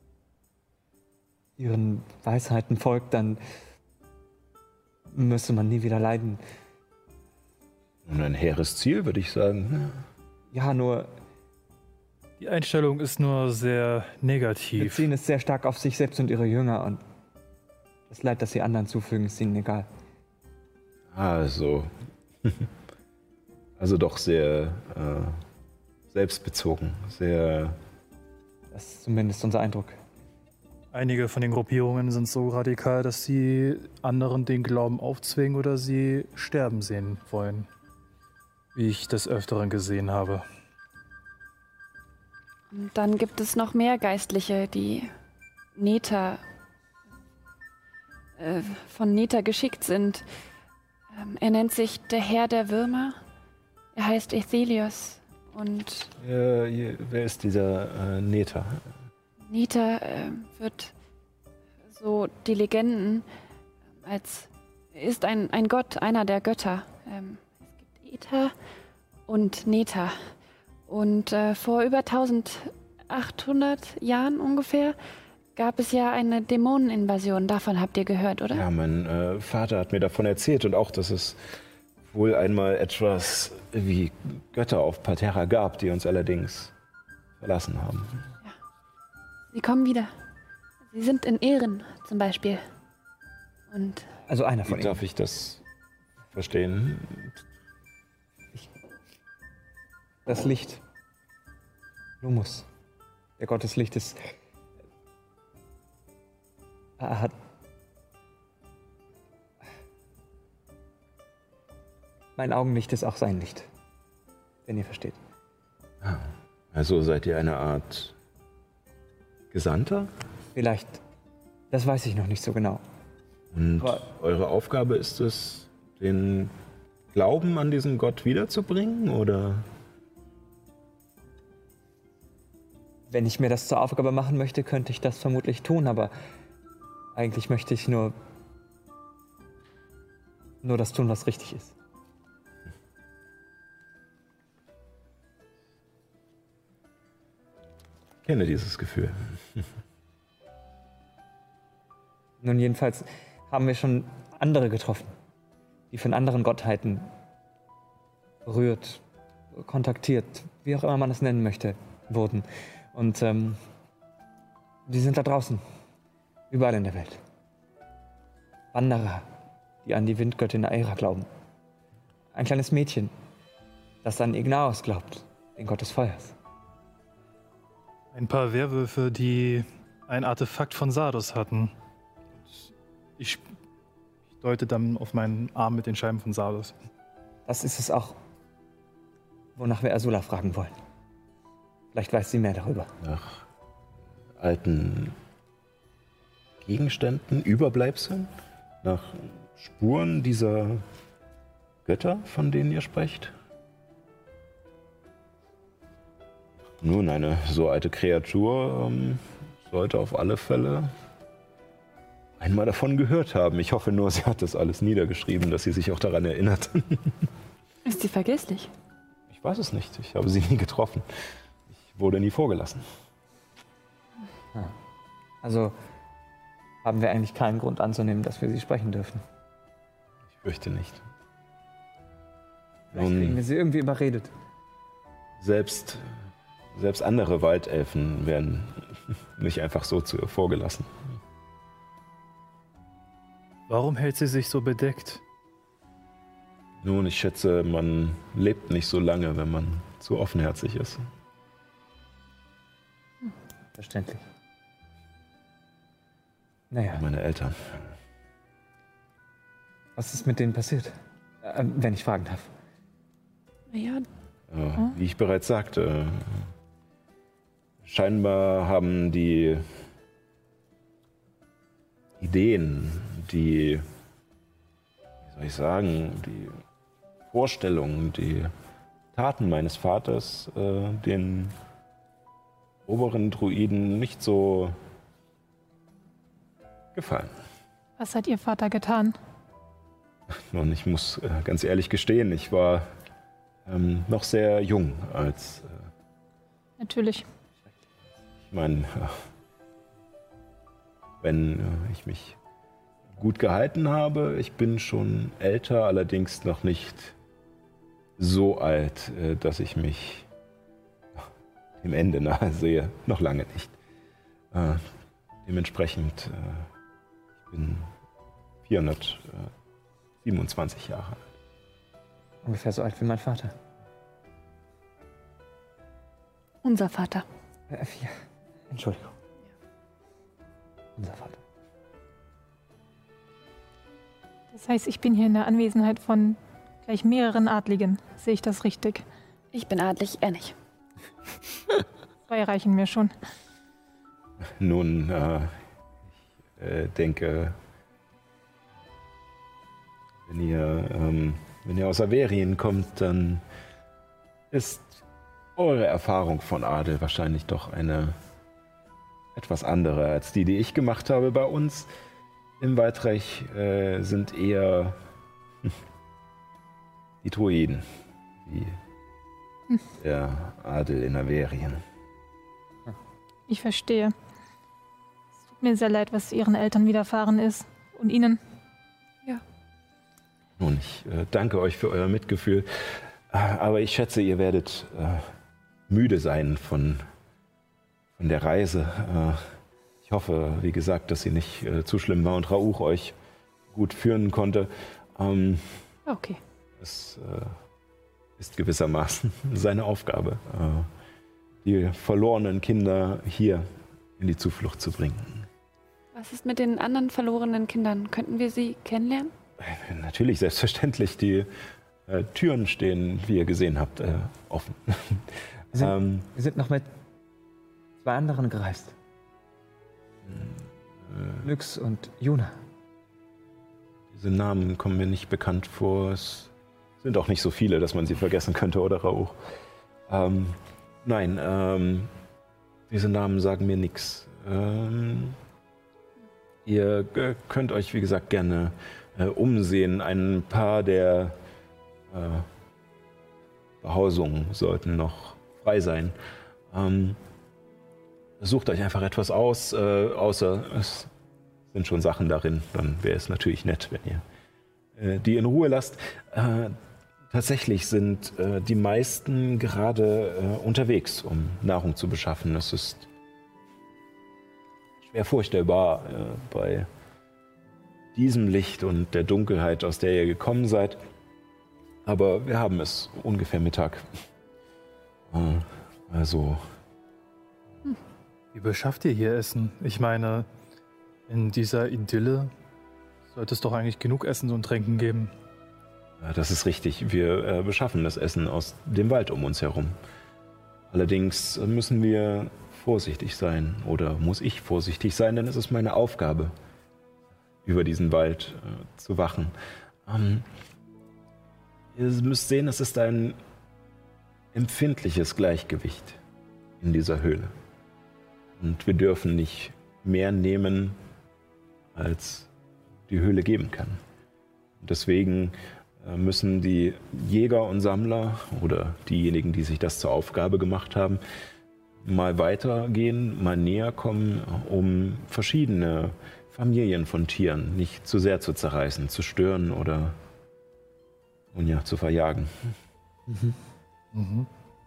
ihren Weisheiten folgt, dann müsste man nie wieder leiden. Und ein hehres Ziel, würde ich sagen. Ja, nur Die Einstellung ist nur sehr Sie negativ. beziehen es sehr stark auf sich selbst und ihre Jünger und das Leid, das sie anderen zufügen, ist ihnen egal. Also. Also doch sehr äh, selbstbezogen. Sehr. Das ist zumindest unser Eindruck. Einige von den Gruppierungen sind so radikal, dass sie anderen den Glauben aufzwingen oder sie sterben sehen wollen. Wie ich des Öfteren gesehen habe. Und dann gibt es noch mehr Geistliche, die Neta, äh, von Neta geschickt sind. Ähm, er nennt sich der Herr der Würmer. Er heißt Ethelios. Und Äh, wer ist dieser äh, Neta? Neta äh, wird so die Legenden als ist ein, ein Gott, einer der Götter. Ähm, es gibt Eta und Neta. Und äh, vor über eintausendachthundert Jahren ungefähr gab es ja eine Dämoneninvasion. Davon habt ihr gehört, oder? Ja, mein äh, Vater hat mir davon erzählt und auch, dass es wohl einmal etwas wie Götter auf Parterra gab, die uns allerdings verlassen haben. Sie kommen wieder. Sie sind in Ehren zum Beispiel. Und Also einer Wie von ihnen. darf ich das verstehen? Das Licht. Lumus. Der Gott des Lichtes. Er hat. Mein Augenlicht ist auch sein Licht. Wenn ihr versteht. Also seid ihr eine Art Gesandter? Vielleicht. Das weiß ich noch nicht so genau. Und Aber- eure Aufgabe ist es, den Glauben an diesen Gott wiederzubringen, oder? Wenn ich mir das zur Aufgabe machen möchte, könnte ich das vermutlich tun, aber eigentlich möchte ich nur. nur das tun, was richtig ist. Ich kenne dieses Gefühl. Nun, jedenfalls haben wir schon andere getroffen, die von anderen Gottheiten berührt, kontaktiert, wie auch immer man es nennen möchte, wurden. Und ähm, die sind da draußen, überall in der Welt. Wanderer, die an die Windgöttin Aera glauben. Ein kleines Mädchen, das an Ignaos glaubt, den Gott des Feuers. Ein paar Werwölfe, die ein Artefakt von Sardos hatten. Und ich, ich deute dann auf meinen Arm mit den Scheiben von Sardos. Das ist es auch, wonach wir Ursula fragen wollen. Vielleicht weiß sie mehr darüber. Nach alten Gegenständen, Überbleibseln? Nach Spuren dieser Götter, von denen ihr sprecht? Nun, eine so alte Kreatur ähm, sollte auf alle Fälle einmal davon gehört haben. Ich hoffe nur, sie hat das alles niedergeschrieben, dass sie sich auch daran erinnert. ist sie vergesslich? Ich weiß es nicht. Ich habe sie nie getroffen. Ich wurde nie vorgelassen. Also haben wir eigentlich keinen Grund anzunehmen, dass wir sie sprechen dürfen. Ich fürchte nicht. Vielleicht kriegen wir sie irgendwie überredet. Selbst, selbst andere Waldelfen werden nicht einfach so zu ihr vorgelassen. Warum hält sie sich so bedeckt? Nun, ich schätze, man lebt nicht so lange, wenn man zu offenherzig ist. Verständlich. Naja, Meine Eltern. was ist mit denen passiert? Äh, wenn ich fragen darf. Ja, Äh, wie ich bereits sagte, scheinbar haben die Ideen, die, wie soll ich sagen, die Vorstellungen, die Taten meines Vaters äh, den oberen Druiden nicht so gefallen. Was hat Ihr Vater getan? Und ich muss äh, ganz ehrlich gestehen, ich war ähm, noch sehr jung, als äh, Natürlich. ich meine, wenn äh, ich mich gut gehalten habe, ich bin schon älter, allerdings noch nicht so alt, äh, dass ich mich dem Ende nahe sehe. Noch lange nicht. Äh, dementsprechend, äh, ich bin vierhundertsiebenundzwanzig Jahre alt. Ungefähr so alt wie mein Vater. Unser Vater. Äh, ja. Entschuldigung. Unser Vater. Das heißt, ich bin hier in der Anwesenheit von gleich mehreren Adligen. Sehe ich das richtig? Ich bin adlig, er nicht. Zwei reichen mir schon. Nun, äh, ich äh, denke, wenn ihr, ähm, wenn ihr aus Averien kommt, dann ist eure Erfahrung von Adel wahrscheinlich doch eine etwas andere als die, die ich gemacht habe. Bei uns im Waldreich äh, sind eher die Druiden, wie hm. der Adel in Averien. Ich verstehe. Es tut mir sehr leid, was Ihren Eltern widerfahren ist. Und Ihnen? Ja. Nun, ich äh, danke euch für euer Mitgefühl. Äh, aber ich schätze, ihr werdet äh, müde sein von, von der Reise. Äh, ich hoffe, wie gesagt, dass sie nicht äh, zu schlimm war und Rauch euch gut führen konnte. Ähm, okay. Es äh, ist gewissermaßen seine Aufgabe, äh, die verlorenen Kinder hier in die Zuflucht zu bringen. Was ist mit den anderen verlorenen Kindern? Könnten wir sie kennenlernen? Äh, natürlich, selbstverständlich. Die äh, Türen stehen, wie ihr gesehen habt, äh, offen. Wir sind, ähm, wir sind noch mit zwei anderen gereist. Äh, Nyx und Juna. Diese Namen kommen mir nicht bekannt vor. Es sind auch nicht so viele, dass man sie vergessen könnte, oder Rauch? Ähm, nein, ähm, diese Namen sagen mir nichts. Ähm, ihr äh, könnt euch, wie gesagt, gerne äh, umsehen. Ein paar der äh, Behausungen sollten noch frei sein. Ähm, sucht euch einfach etwas aus, äh, außer es sind schon Sachen darin. Dann wäre es natürlich nett, wenn ihr äh, die in Ruhe lasst. Äh, tatsächlich sind äh, die meisten gerade äh, unterwegs, um Nahrung zu beschaffen. Es ist schwer vorstellbar äh, bei diesem Licht und der Dunkelheit, aus der ihr gekommen seid. Aber wir haben es ungefähr Mittag. Äh, also... Wie beschafft ihr hier Essen? Ich meine, in dieser Idylle sollte es doch eigentlich genug Essen und Tränken geben. Ja, das ist richtig. Wir äh, beschaffen das Essen aus dem Wald um uns herum. Allerdings müssen wir vorsichtig sein, oder muss ich vorsichtig sein, denn es ist meine Aufgabe, über diesen Wald äh, zu wachen. Ähm, ihr müsst sehen, es ist ein empfindliches Gleichgewicht in dieser Höhle. Und wir dürfen nicht mehr nehmen, als die Höhle geben kann. Und deswegen müssen die Jäger und Sammler oder diejenigen, die sich das zur Aufgabe gemacht haben, mal weitergehen, mal näher kommen, um verschiedene Familien von Tieren nicht zu sehr zu zerreißen, zu stören oder und ja, zu verjagen. Mhm. Mhm.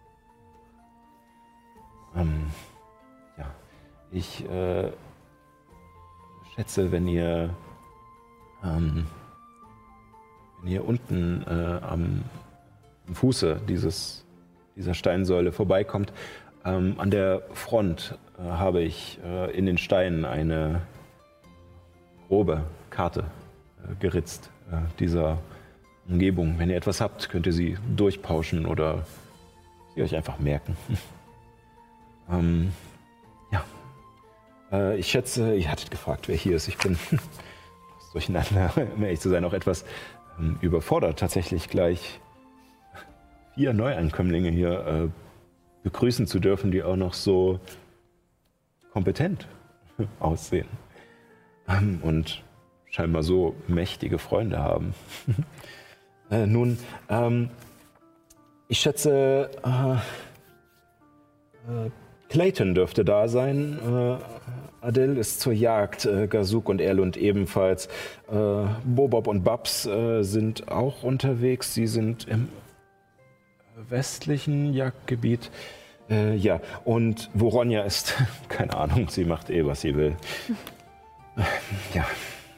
Ähm, ja, ich äh, schätze, wenn ihr ähm, wenn ihr unten äh, am, am Fuße dieses, dieser Steinsäule vorbeikommt, ähm, an der Front äh, habe ich äh, in den Steinen eine grobe Karte äh, geritzt äh, dieser Umgebung. Wenn ihr etwas habt, könnt ihr sie durchpauschen oder sie euch einfach merken. ähm, ja, äh, ich schätze, ihr hattet gefragt, wer hier ist. Ich bin durcheinander, um ehrlich zu sein, auch etwas ähm, überfordert, tatsächlich gleich vier Neuankömmlinge hier äh, begrüßen zu dürfen, die auch noch so kompetent aussehen ähm, und scheinbar so mächtige Freunde haben. äh, nun, ähm, ich schätze, äh, äh, Clayton dürfte da sein. Äh, Adil ist zur Jagd, äh, Gazuk und Erlund ebenfalls. Äh, Bobob und Babs äh, sind auch unterwegs. Sie sind im westlichen Jagdgebiet. Äh, ja, und wo Ronja ist, keine Ahnung, sie macht eh, was sie will. Ja.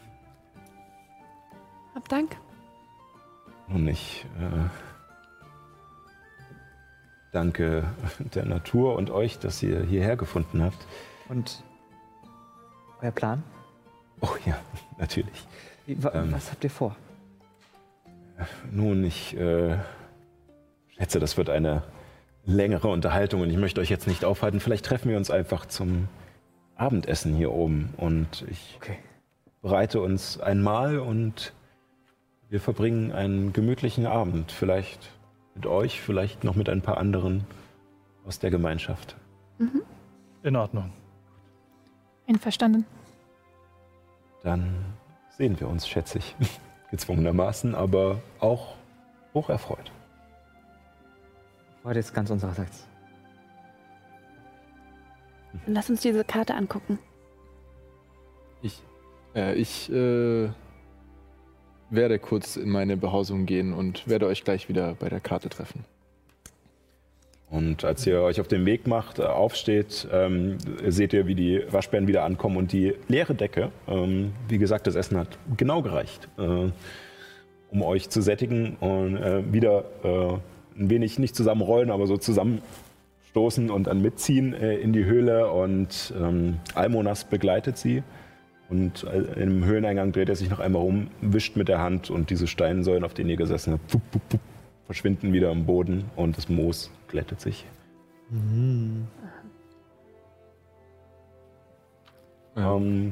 Hab Dank. Nun, ich äh, danke der Natur und euch, dass ihr hierher gefunden habt. Und euer Plan? Oh ja, natürlich. Wie, wa, Ähm. was habt ihr vor? Nun, ich äh, schätze, das wird eine längere Unterhaltung und ich möchte euch jetzt nicht aufhalten. Vielleicht treffen wir uns einfach zum Abendessen hier oben und ich Okay. bereite uns ein Mahl und wir verbringen einen gemütlichen Abend. Vielleicht mit euch, vielleicht noch mit ein paar anderen aus der Gemeinschaft. In Ordnung. Einverstanden. Dann sehen wir uns, schätze ich. Gezwungenermaßen, aber auch hoch erfreut. Heute ist ganz unsererseits. Lass uns diese Karte angucken. Ich, äh, ich äh, werde kurz in meine Behausung gehen und werde euch gleich wieder bei der Karte treffen. Und als ihr euch auf den Weg macht, äh, aufsteht, ähm, seht ihr, wie die Waschbären wieder ankommen und die leere Decke, ähm, wie gesagt, das Essen hat genau gereicht, äh, um euch zu sättigen und äh, wieder äh, ein wenig nicht zusammenrollen, aber so zusammenstoßen und dann mitziehen äh, in die Höhle und ähm, Almonas begleitet sie und äh, im Höhleneingang dreht er sich noch einmal um, wischt mit der Hand und diese Steinsäulen, auf denen ihr gesessen habt, pup, pup, pup, verschwinden wieder am Boden und das Moos glättet sich. Mhm. Ja. Ähm,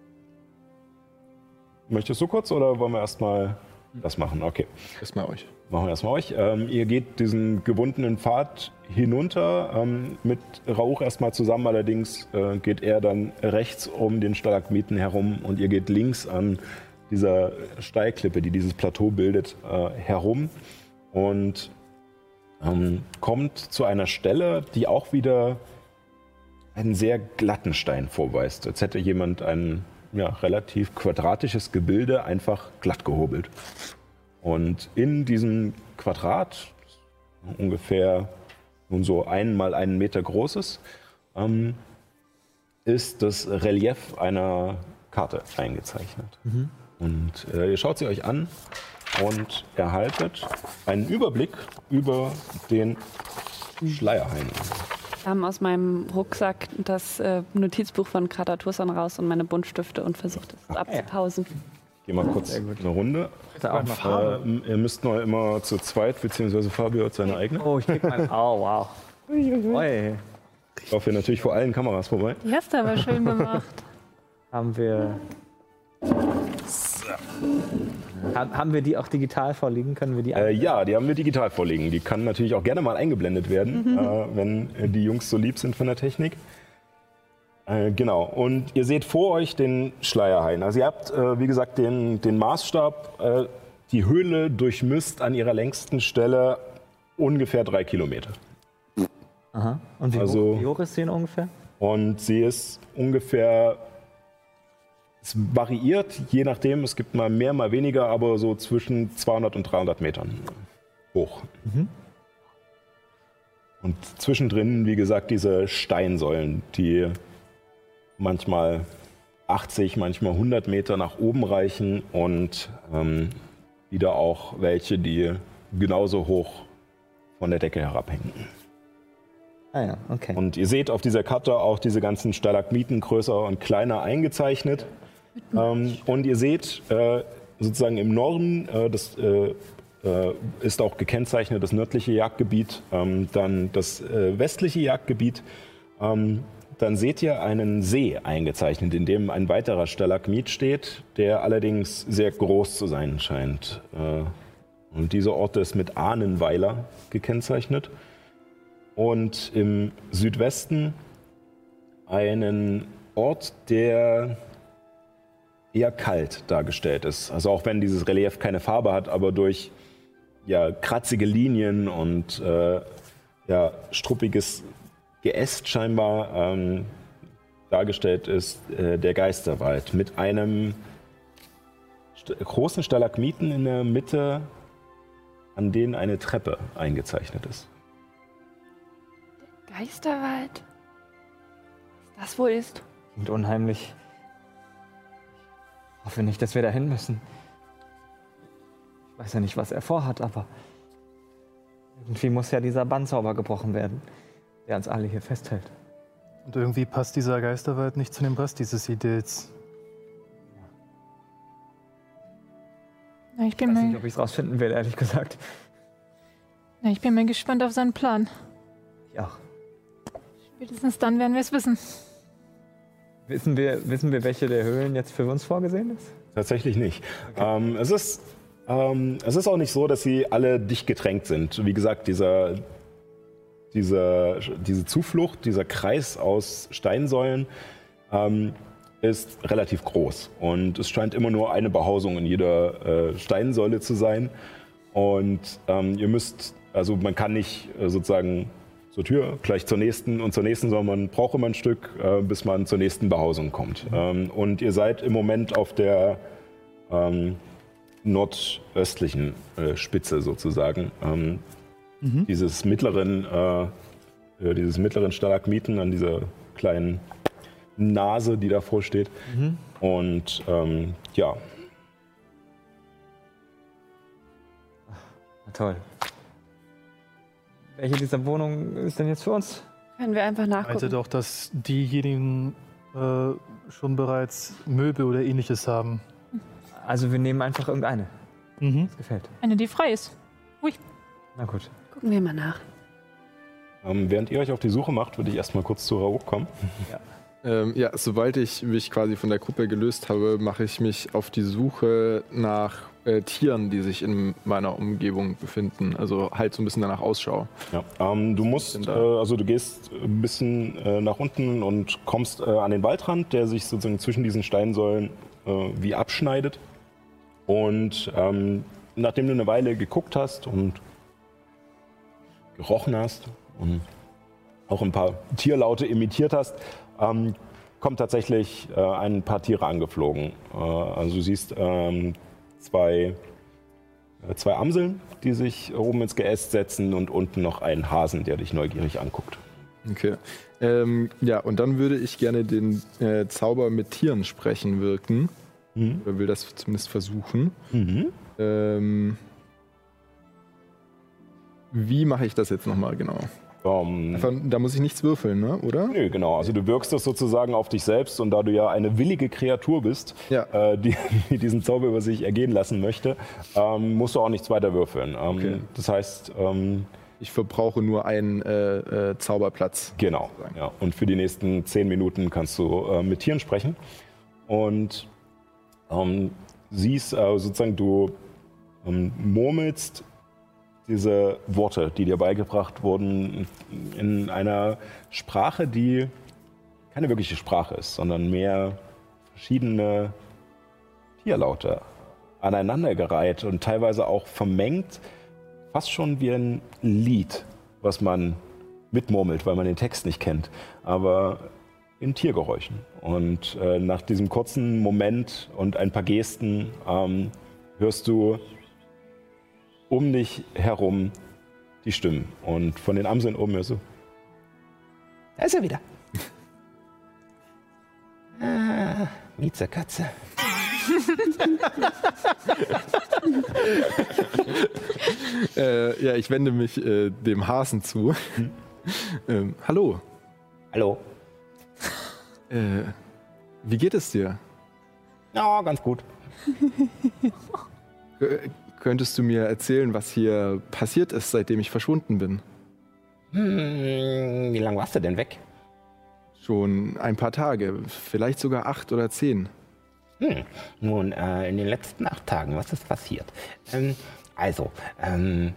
möchtest du kurz oder wollen wir erstmal das machen? Okay, Erstmal euch. machen wir erstmal euch. Ähm, ihr geht diesen gewundenen Pfad hinunter, ähm, mit Rauch erstmal zusammen, allerdings äh, geht er dann rechts um den Stalagmiten herum und ihr geht links an dieser Steilklippe, die dieses Plateau bildet, äh, herum. Und ähm, kommt zu einer Stelle, die auch wieder einen sehr glatten Stein vorweist. Als hätte jemand ein ja, relativ quadratisches Gebilde einfach glatt gehobelt. Und in diesem Quadrat, ungefähr nun so ein mal einen Meter großes, ähm, ist das Relief einer Karte eingezeichnet. Mhm. Und äh, ihr schaut sie euch an und erhaltet einen Überblick über den Schleierhain. Wir haben aus meinem Rucksack das äh, Notizbuch von Krataturson raus und meine Buntstifte und versucht es abzupausen. Ich gehe mal kurz eine Runde. Bitte auch noch. Äh, ihr müsst noch immer zu zweit, beziehungsweise Fabio hat seine eigene. Oh, ich krieg mal. Oh, wow. Ui. Ich laufe hier natürlich vor allen Kameras vorbei. Die hast du aber schön gemacht. Haben wir. Haben, haben wir die auch digital vorliegen? Können wir die Äh, ja, die haben wir digital vorliegen. Die kann natürlich auch gerne mal eingeblendet werden, äh, wenn äh, die Jungs so lieb sind von der Technik. Äh, genau, und ihr seht vor euch den Schleierhain. Also ihr habt, äh, wie gesagt, den, den Maßstab, äh, die Höhle durchmisst an ihrer längsten Stelle ungefähr drei Kilometer. Aha. Und wie, Also- hoch, wie hoch ist die denn ungefähr? Und sie ist ungefähr, es variiert, je nachdem, es gibt mal mehr, mal weniger, aber so zwischen zweihundert und dreihundert Metern hoch. Und zwischendrin, wie gesagt, diese Steinsäulen, die manchmal achtzig, manchmal hundert Meter nach oben reichen und ähm, wieder auch welche, die genauso hoch von der Decke herabhängen. Ah ja, okay. Und ihr seht auf dieser Karte auch diese ganzen Stalagmiten größer und kleiner eingezeichnet. Ähm, und ihr seht äh, sozusagen im Norden, äh, das äh, äh, ist auch gekennzeichnet, das nördliche Jagdgebiet, ähm, dann das äh, westliche Jagdgebiet. Ähm, dann seht ihr einen See eingezeichnet, in dem ein weiterer Stalagmit steht, der allerdings sehr groß zu sein scheint. Äh, und dieser Ort ist mit Ahnenweiler gekennzeichnet. Und im Südwesten einen Ort, der eher kalt dargestellt ist. Also auch wenn dieses Relief keine Farbe hat, aber durch ja, kratzige Linien und äh, ja, struppiges Geäst scheinbar ähm, dargestellt ist, äh, der Geisterwald mit einem st- großen Stalagmiten in der Mitte, an denen eine Treppe eingezeichnet ist. Geisterwald? Was das wohl ist? Klingt unheimlich. Ich hoffe nicht, dass wir dahin müssen. Ich weiß ja nicht, was er vorhat, aber irgendwie muss ja dieser Bandzauber gebrochen werden, der uns alle hier festhält. Und irgendwie passt dieser Geisterwald nicht zu dem Rest dieses Idylls. Na, ich, bin Ich weiß mal, nicht, ob ich es rausfinden will, ehrlich gesagt. na, ich bin mal gespannt auf seinen Plan. Ich auch. Spätestens dann werden wir es wissen. Wissen wir, wissen wir, welche der Höhlen jetzt für uns vorgesehen ist? Tatsächlich nicht. Ähm, es ist, ähm, es ist auch nicht so, dass sie alle dicht gedrängt sind. Wie gesagt, dieser, dieser, diese Zuflucht, dieser Kreis aus Steinsäulen ähm, ist relativ groß. Und es scheint immer nur eine Behausung in jeder äh, Steinsäule zu sein. Und ähm, ihr müsst, also man kann nicht äh, sozusagen zur Tür, gleich zur nächsten und zur nächsten, sondern man braucht immer ein Stück, äh, bis man zur nächsten Behausung kommt. Ähm, und ihr seid im Moment auf der ähm, nordöstlichen äh, Spitze sozusagen ähm, mhm. dieses mittleren, äh, äh, dieses mittleren Stalagmiten an dieser kleinen Nase, die davor steht. Mhm. Und ähm, ja. Na toll. Welche dieser Wohnungen ist denn jetzt für uns? Können wir einfach Ich meinte nachgucken. doch, dass diejenigen äh, schon bereits Möbel oder ähnliches haben. Also wir nehmen einfach irgendeine. Mhm. Das gefällt. Eine, die frei ist. Ui. Na gut. Gucken wir mal nach. Ähm, während ihr euch auf die Suche macht, würde ich erstmal kurz zu Raouk kommen. Ja. Ähm, ja, sobald ich mich quasi von der Gruppe gelöst habe, mache ich mich auf die Suche nach äh, Tieren, die sich in meiner Umgebung befinden. Also halt so ein bisschen danach Ausschau. Ja, ähm, du musst, äh, also du gehst ein bisschen äh, nach unten und kommst äh, an den Waldrand, der sich sozusagen zwischen diesen Steinsäulen äh, wie abschneidet. Und ähm, nachdem du eine Weile geguckt hast und gerochen hast und auch ein paar Tierlaute imitiert hast, ähm, kommt tatsächlich äh, ein paar Tiere angeflogen. Äh, also du siehst ähm, zwei, äh, zwei Amseln, die sich oben ins Geäst setzen und unten noch einen Hasen, der dich neugierig anguckt. Okay. Ähm, ja, und dann würde ich gerne den äh, Zauber mit Tieren sprechen wirken. Mhm. Oder will das zumindest versuchen. Mhm. Ähm, wie mache ich das jetzt nochmal genau? Um, Einfach, da muss ich nichts würfeln, ne? Oder? Nö, genau. Also du wirkst das sozusagen auf dich selbst und da du ja eine willige Kreatur bist, Ja. äh, die, die diesen Zauber über sich ergehen lassen möchte, ähm, musst du auch nichts weiter würfeln. Ähm, Okay. Das heißt, ähm, Ich verbrauche nur einen äh, äh, Zauberplatz. genau. Ja. Und für die nächsten zehn Minuten kannst du äh, mit Tieren sprechen und ähm, siehst äh, sozusagen, du ähm, murmelst diese Worte, die dir beigebracht wurden, in einer Sprache, die keine wirkliche Sprache ist, sondern mehr verschiedene Tierlaute aneinandergereiht und teilweise auch vermengt, fast schon wie ein Lied, was man mitmurmelt, weil man den Text nicht kennt, aber in Tiergeräuschen. Und äh, nach diesem kurzen Moment und ein paar Gesten ähm, hörst du um dich herum die Stimmen. Und von den Amseln oben hörst du: Da ist er wieder. Ah, Miezekatze. Äh, ja, ich wende mich äh, dem Hasen zu. ähm, hallo. Hallo. Äh, wie geht es dir? Ja, ganz gut. K könntest du mir erzählen, was hier passiert ist, seitdem ich verschwunden bin? Hm, wie lange warst du denn weg? Schon ein paar Tage, vielleicht sogar acht oder zehn. Hm. Nun, äh, in den letzten acht Tagen, was ist passiert? Ähm, also, ähm,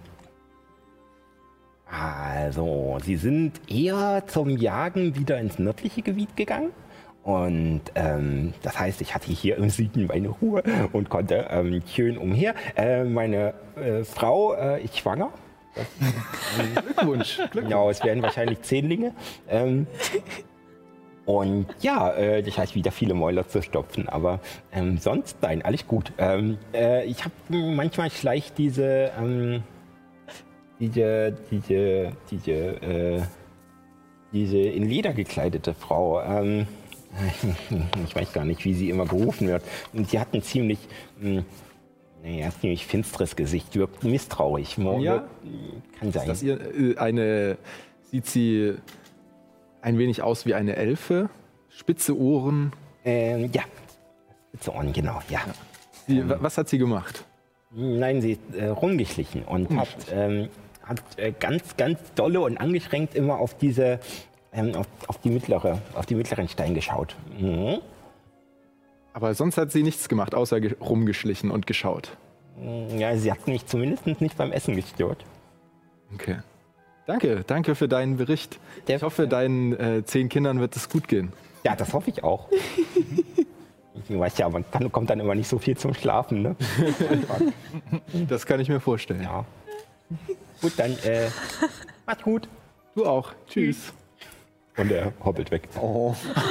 also, Sie sind eher zum Jagen wieder ins nördliche Gebiet gegangen. Und ähm, das heißt, ich hatte hier im Süden meine Ruhe und konnte ähm, schön umher. Äh, meine äh, Frau äh, ist schwanger. Das, ähm, Glückwunsch. Genau, es werden wahrscheinlich Zehnlinge. Ähm, und ja, äh, das heißt, wieder viele Mäuler zu stopfen. Aber ähm, sonst, nein, alles gut. Ähm, äh, ich habe manchmal schleicht diese, ähm, diese, diese, diese, äh, diese in Leder gekleidete Frau, ähm, ich weiß gar nicht, wie sie immer gerufen wird. Und sie hat ein ziemlich, mh, naja, ziemlich finsteres Gesicht, wirkt misstrauisch. Ja? Wirkt, kann sein. Ist das ihr, äh, eine, sieht sie ein wenig aus wie eine Elfe? Spitze Ohren? Ähm, ja, spitze Ohren, genau, ja. Sie, ähm, was hat sie gemacht? Nein, sie ist äh, rumgeschlichen und hat, ähm, hat äh, ganz, ganz dolle und angeschränkt immer auf diese, ähm, auf, auf die mittlere, auf die mittleren Steine geschaut. Mhm. Aber sonst hat sie nichts gemacht, außer ge- rumgeschlichen und geschaut. Ja, sie hat mich zumindest nicht beim Essen gestört. Okay. Danke, danke für deinen Bericht. Der- Ich hoffe, deinen äh, zehn Kindern wird es gut gehen. Ja, das hoffe ich auch. Ich weiß ja, man kann, kommt dann immer nicht so viel zum Schlafen, ne? Das kann ich mir vorstellen. Ja. Gut, dann, äh, macht's gut. Du auch. Tschüss. Und er hoppelt weg. Oh.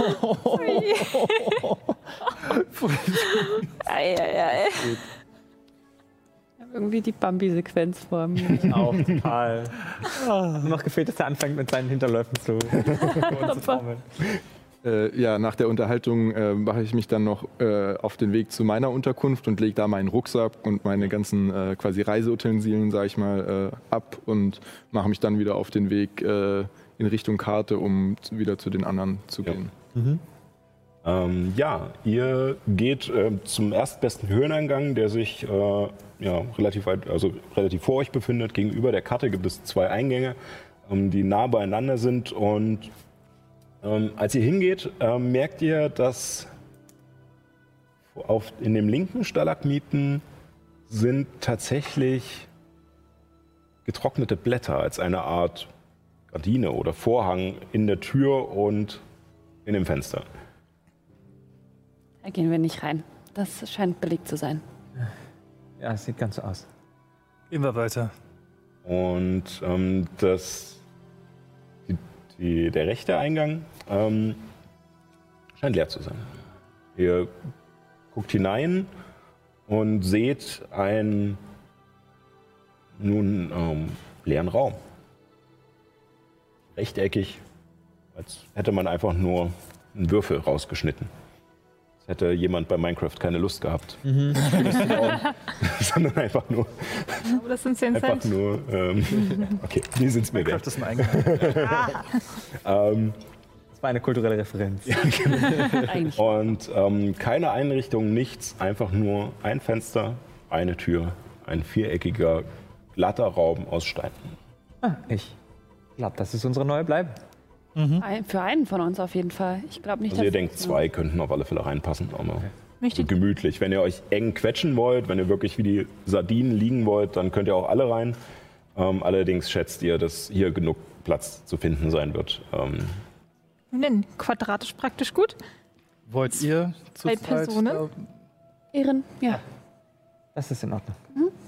Ei, ei, ei. Ich habe irgendwie die Bambi-Sequenz vor mir. Auch total. Nur noch gefehlt, dass er anfängt, mit seinen Hinterläufen zu, zu trommeln. Äh, ja, nach der Unterhaltung äh, mache ich mich dann noch äh, auf den Weg zu meiner Unterkunft und lege da meinen Rucksack und meine ganzen äh, quasi Reiseutensilien, sage ich mal, äh, ab und mache mich dann wieder auf den Weg äh, in Richtung Karte, um zu, wieder zu den anderen zu Ja. gehen. Mhm. Ähm, ja, ihr geht äh, zum erstbesten Höheneingang, der sich äh, ja, relativ weit, also relativ vor euch befindet. Gegenüber der Karte gibt es zwei Eingänge, ähm, die nah beieinander sind. Und ähm, als ihr hingeht, ähm, merkt ihr, dass auf, in dem linken Stalagmiten sind tatsächlich getrocknete Blätter als eine Art Gardine oder Vorhang in der Tür und in dem Fenster. Da gehen wir nicht rein. Das scheint belegt zu sein. Ja, es sieht ganz so aus. Gehen wir weiter. Und ähm, das, die, die, der rechte Eingang ähm, scheint leer zu sein. Ihr guckt hinein und seht einen nun ähm, leeren Raum. Rechteckig, als hätte man einfach nur einen Würfel rausgeschnitten. Als hätte jemand bei Minecraft keine Lust gehabt. Mhm. Sondern einfach nur... Aber das sind zehn Einfach Cent. nur, ähm, okay, die sind es mir Minecraft wert. ist ein Eingang. Ähm, Das war eine kulturelle Referenz. Eigentlich. und ähm, keine Einrichtung, nichts, einfach nur ein Fenster, eine Tür, ein viereckiger, glatter Raum aus Stein. Ah, ich glaube, das ist unsere neue Bleibe. Ein, für einen von uns auf jeden Fall. Ich glaube nicht, Also ihr dass denkt, zwei könnten auf alle Fälle reinpassen, aber Möchte so gemütlich. Wenn ihr euch eng quetschen wollt, wenn ihr wirklich wie die Sardinen liegen wollt, dann könnt ihr auch alle rein. Ähm, allerdings schätzt ihr, dass hier genug Platz zu finden sein wird. Ähm, denn quadratisch praktisch gut. Wollt ihr zu Zwei zweit Personen? da- Ehren, ja. Das ist in Ordnung.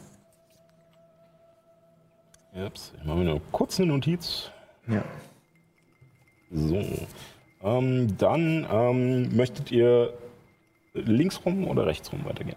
Ups, ich mache mir nur kurz eine Notiz. Ja. So. Ähm, dann ähm, möchtet ihr links rum oder rechts rum weitergehen?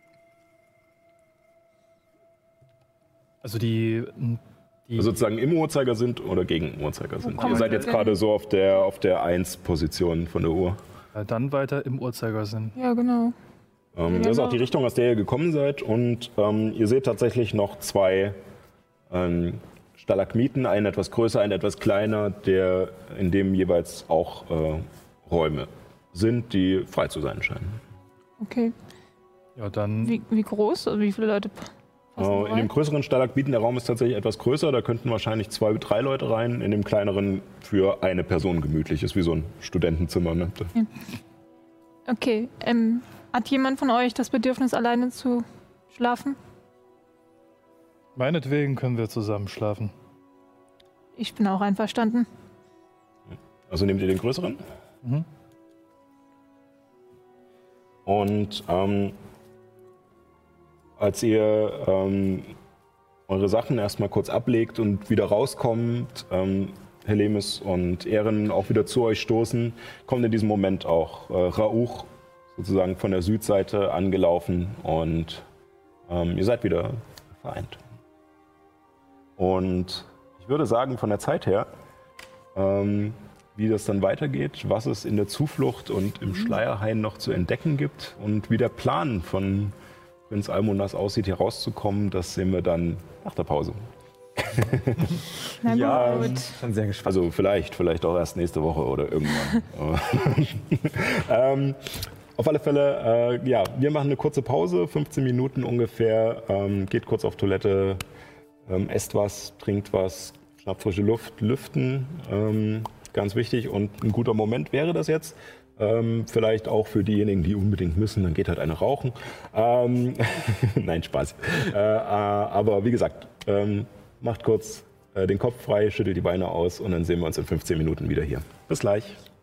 Also die, die Also sozusagen im Uhrzeigersinn oder gegen den Uhrzeigersinn? kommen Ihr seid wir jetzt denn? gerade so auf der auf der eins-Position von der Uhr. äh, dann weiter im Uhrzeigersinn. Ja, genau. Ähm, das ist auch die Richtung, aus der ihr gekommen seid. Und ähm, ihr seht tatsächlich noch zwei ähm, Stalagmiten, einen etwas größer, einen etwas kleiner, der, in dem jeweils auch äh, Räume sind, die frei zu sein scheinen. Okay. Ja, dann Wie, wie groß? Also wie viele Leute passen Äh, in dem rein? größeren Stalagmiten, der Raum ist tatsächlich etwas größer, da könnten wahrscheinlich zwei, drei Leute rein. In dem kleineren für eine Person gemütlich, ist wie so ein Studentenzimmer. Ne? Okay. Ähm, hat jemand von euch das Bedürfnis, alleine zu schlafen? meinetwegen können wir zusammen schlafen. Ich bin auch einverstanden. Also nehmt ihr den größeren. Mhm. Und ähm, als ihr ähm, eure Sachen erstmal kurz ablegt und wieder rauskommt, ähm, Helemis und Ehren auch wieder zu euch stoßen, kommt in diesem Moment auch äh, Rauch sozusagen von der Südseite angelaufen und ähm, ihr seid wieder vereint. Und ich würde sagen, von der Zeit her, ähm, wie das dann weitergeht, was es in der Zuflucht und im Schleierhain noch zu entdecken gibt und wie der Plan von Prinz Almonas aussieht, hier rauszukommen, das sehen wir dann nach der Pause. Na gut. Ja, schon sehr gespannt. Also vielleicht, vielleicht auch erst nächste Woche oder irgendwann. ähm, auf alle Fälle, äh, ja, wir machen eine kurze Pause, fünfzehn Minuten ungefähr, ähm, geht kurz auf Toilette, ähm, esst was, trinkt was, schnappt frische Luft, lüften, ähm, ganz wichtig und ein guter Moment wäre das jetzt. Ähm, vielleicht auch für diejenigen, die unbedingt müssen, dann geht halt eine rauchen. Ähm, Nein, Spaß. Äh, äh, aber wie gesagt, ähm, macht kurz äh, den Kopf frei, schüttelt die Beine aus und dann sehen wir uns in fünfzehn Minuten wieder hier. Bis gleich.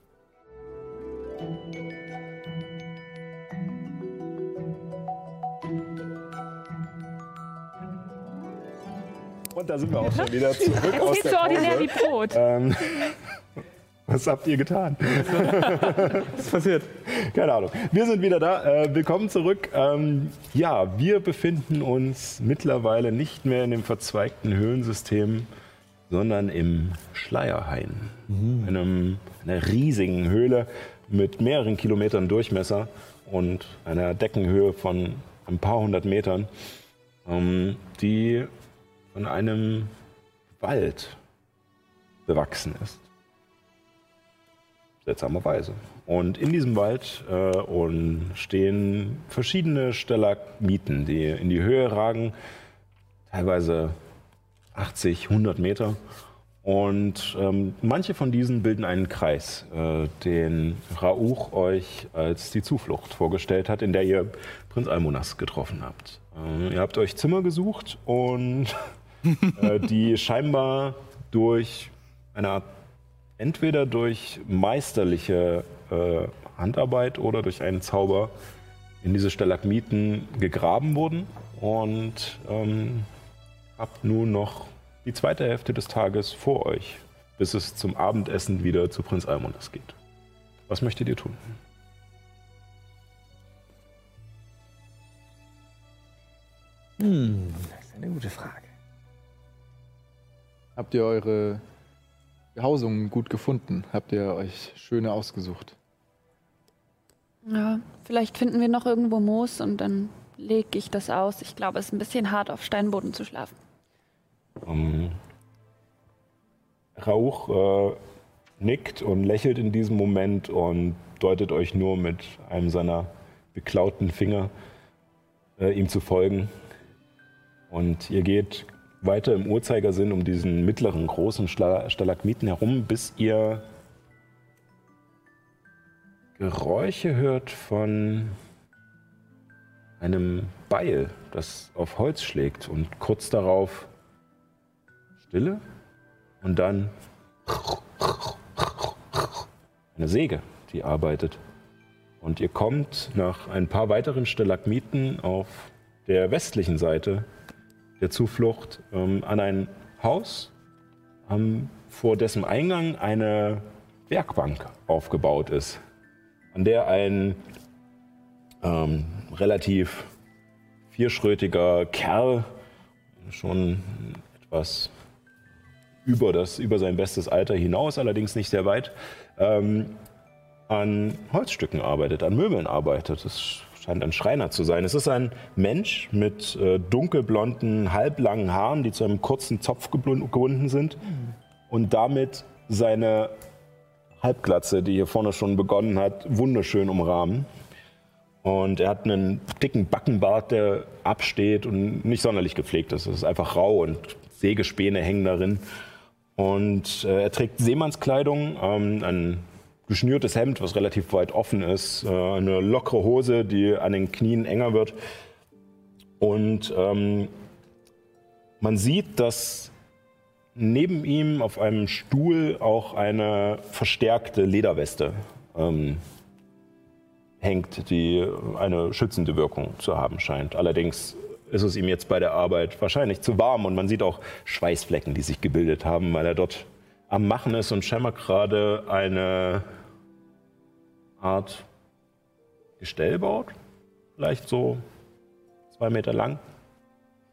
Und da sind wir auch schon wieder zurück aus Viel der zu ordinär wie Pause. Brot. Ähm, was habt ihr getan? Was ist passiert? Keine Ahnung. Wir sind wieder da. Äh, willkommen zurück. Ähm, ja, wir befinden uns mittlerweile nicht mehr in dem verzweigten Höhlensystem, sondern im Schleierhain. Mhm. In einem, einer riesigen Höhle mit mehreren Kilometern Durchmesser und einer Deckenhöhe von ein paar hundert Metern, ähm, die von einem Wald bewachsen ist. Seltsamerweise. Und in diesem Wald äh, und stehen verschiedene Stalagmiten, die in die Höhe ragen, teilweise achtzig, hundert Meter. Und ähm, manche von diesen bilden einen Kreis, äh, den Rauch euch als die Zuflucht vorgestellt hat, in der ihr Prinz Almonas getroffen habt. Äh, ihr habt euch Zimmer gesucht und äh, die scheinbar durch eine Art entweder durch meisterliche äh, Handarbeit oder durch einen Zauber in diese Stalagmiten gegraben wurden und ähm, habt nun noch die zweite Hälfte des Tages vor euch, bis es zum Abendessen wieder zu Prinz Almonas geht. Was möchtet ihr tun? Hm, das ist eine gute Frage. Habt ihr eure Behausungen gut gefunden? Habt ihr euch schöne ausgesucht? Ja, vielleicht finden wir noch irgendwo Moos und dann lege ich das aus. Ich glaube, es ist ein bisschen hart, auf Steinboden zu schlafen. Um, Rauch äh, nickt und lächelt in diesem Moment und deutet euch nur mit einem seiner beklauten Finger, äh, ihm zu folgen. Und ihr geht weiter im Uhrzeigersinn um diesen mittleren, großen Stalagmiten herum, bis ihr Geräusche hört von einem Beil, das auf Holz schlägt und kurz darauf Stille und dann eine Säge, die arbeitet. Und ihr kommt nach ein paar weiteren Stalagmiten auf der westlichen Seite der Zuflucht ähm, an ein Haus, ähm, vor dessen Eingang eine Werkbank aufgebaut ist, an der ein ähm, relativ vierschrötiger Kerl, schon etwas über, das, über sein bestes Alter hinaus, allerdings nicht sehr weit, ähm, an Holzstücken arbeitet, an Möbeln arbeitet. Das scheint ein Schreiner zu sein. Es ist ein Mensch mit äh, dunkelblonden, halblangen Haaren, die zu einem kurzen Zopf gebunden sind und damit seine Halbglatze, die hier vorne schon begonnen hat, wunderschön umrahmen. Und er hat einen dicken Backenbart, der absteht und nicht sonderlich gepflegt ist. Es ist einfach rau und Sägespäne hängen darin. Und äh, er trägt Seemannskleidung, ähm, ein geschnürtes Hemd, was relativ weit offen ist, äh, eine lockere Hose, die an den Knien enger wird. Und ähm, man sieht, dass neben ihm auf einem Stuhl auch eine verstärkte Lederweste ähm, hängt, die eine schützende Wirkung zu haben scheint. Allerdings ist es ihm jetzt bei der Arbeit wahrscheinlich zu warm und man sieht auch Schweißflecken, die sich gebildet haben, weil er dort am Machen ist und scheinbar gerade eine Art Gestell baut, vielleicht so zwei Meter lang,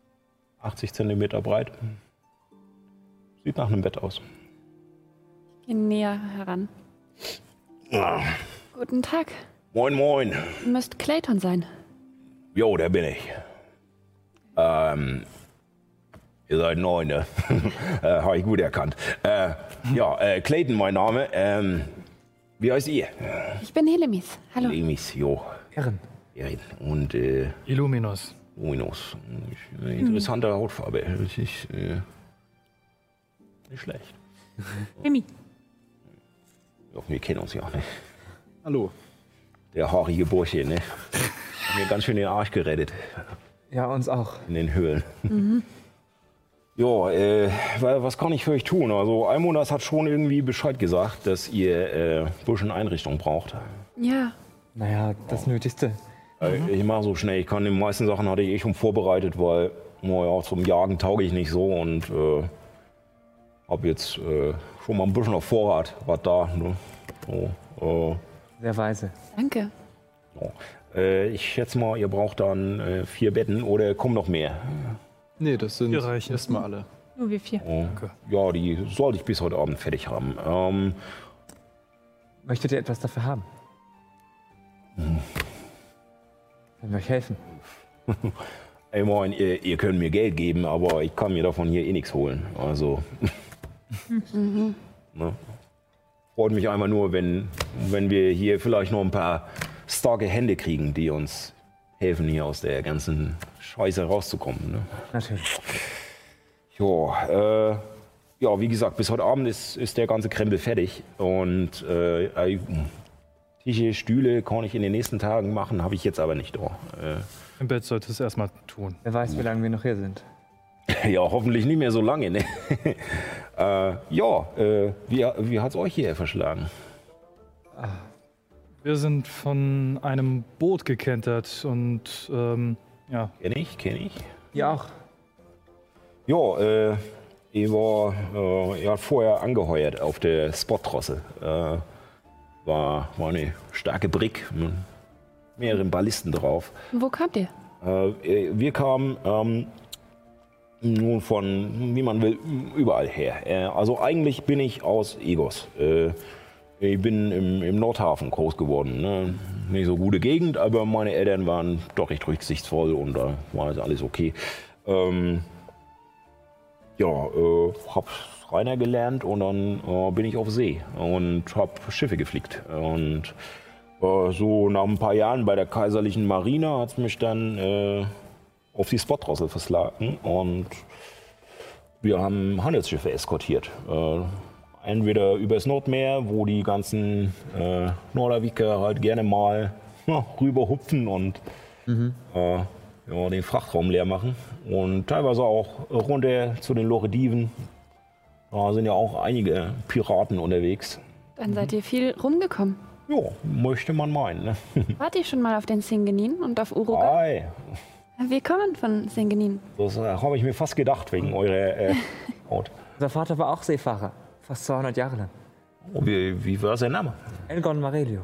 achtzig Zentimeter breit. Sieht nach einem Bett aus. Ich gehe näher heran. Ah, Guten Tag. moin, moin. Müsst Clayton sein. Jo, der bin ich. Ähm, ihr seid neu, ne? äh, Habe ich gut erkannt. Äh, ja, äh, Clayton mein Name. Ähm, wie heißt ihr? Ich bin Helemis. Hallo. Lemis, jo. Ehren. Erin. Und, äh, Illuminus. Luminus. Interessante Hautfarbe. Das ist, äh, nicht schlecht. Mimi. Ja, wir kennen uns ja, ne? Hallo. Der haarige Bursche, ne? Hat mir ganz schön den Arsch gerettet. Ja, uns auch. In den Höhlen. Mhm. Ja, äh, was kann ich für euch tun? Also, Almonas hat schon irgendwie Bescheid gesagt, dass ihr äh, bisschen Einrichtung braucht. Ja. Naja, das Nötigste. Äh, ich mache so schnell. Ich kann die meisten Sachen hatte ich eh schon vorbereitet, weil naja, zum Jagen tauge ich nicht so und äh, hab jetzt äh, schon mal ein bisschen auf Vorrat was da. Ne? So, äh, Sehr weise. Danke. ja. äh, ich schätze mal, ihr braucht dann äh, vier Betten oder kommen noch mehr. Nee, das sind Wir reichen. erstmal alle. Nur wir vier. Oh, ja, die sollte ich bis heute Abend fertig haben. Ähm, Möchtet ihr etwas dafür haben? Können wir euch helfen? ich meine, ihr, ihr könnt mir Geld geben, aber ich kann mir davon hier eh nichts holen. Also, ne? Freut mich einfach nur, wenn, wenn wir hier vielleicht noch ein paar starke Hände kriegen, die uns helfen, hier aus der ganzen Scheiße rauszukommen. Ne? Natürlich. Ja, äh, ja, wie gesagt, bis heute Abend ist, ist der ganze Krempel fertig. Und äh, äh, Tische, Stühle kann ich in den nächsten Tagen machen, habe ich jetzt aber nicht da. Äh, Im Bett sollte es erstmal tun. Wer weiß, wie lange wir noch hier sind. ja, hoffentlich nicht mehr so lange. Ne? äh, ja, äh, wie, wie hat es euch hier verschlagen? Wir sind von einem Boot gekentert und ähm, ja, Kenn ich, kenn ich. Ihr auch? Ja, äh, ich war äh, ja, vorher angeheuert auf der Spot-Trosse. Äh, war, war eine starke Brick mit mehreren Ballisten drauf. Wo kamt ihr? Äh, wir kamen ähm, nun von, wie man will, überall her. Äh, also eigentlich bin ich aus Egos. Äh, ich bin im, im Nordhafen groß geworden. Ne? Nicht so gute Gegend, aber meine Eltern waren doch recht rücksichtsvoll und da war also alles okay. Ähm, ja, äh, hab Reiner gelernt und dann äh, bin ich auf See und hab Schiffe geflickt. Und äh, so nach ein paar Jahren bei der Kaiserlichen Marine hat es mich dann äh, auf die Spot-Drossel verschlagen und wir haben Handelsschiffe eskortiert. Äh, entweder übers Nordmeer, wo die ganzen äh, Norderwicker halt gerne mal ja, rüberhupfen und mhm. äh, ja, den Frachtraum leer machen. Und teilweise auch runter zu den Lorediven. Da sind ja auch einige Piraten unterwegs. Dann seid ihr viel rumgekommen. Ja, möchte man meinen. Ne? Wart ihr schon mal auf den Singenin und auf Uruga? Ei, Wir kommen von Singenin. das äh, habe ich mir fast gedacht wegen eurer äh, Haut. Unser Vater war auch Seefahrer. Fast zweihundert Jahre lang. Oh, wie, wie war sein Name? Elgon Marelio.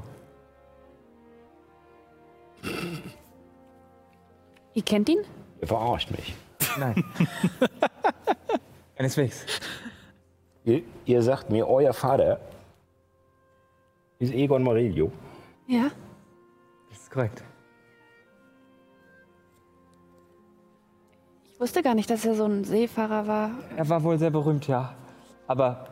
Ihr kennt ihn? Er verarscht mich. Nein. Keineswegs. Ihr, ihr sagt mir, euer Vater ist Egon Marelio. Ja. Das ist korrekt. Ich wusste gar nicht, dass er so ein Seefahrer war. Er war wohl sehr berühmt, ja. Aber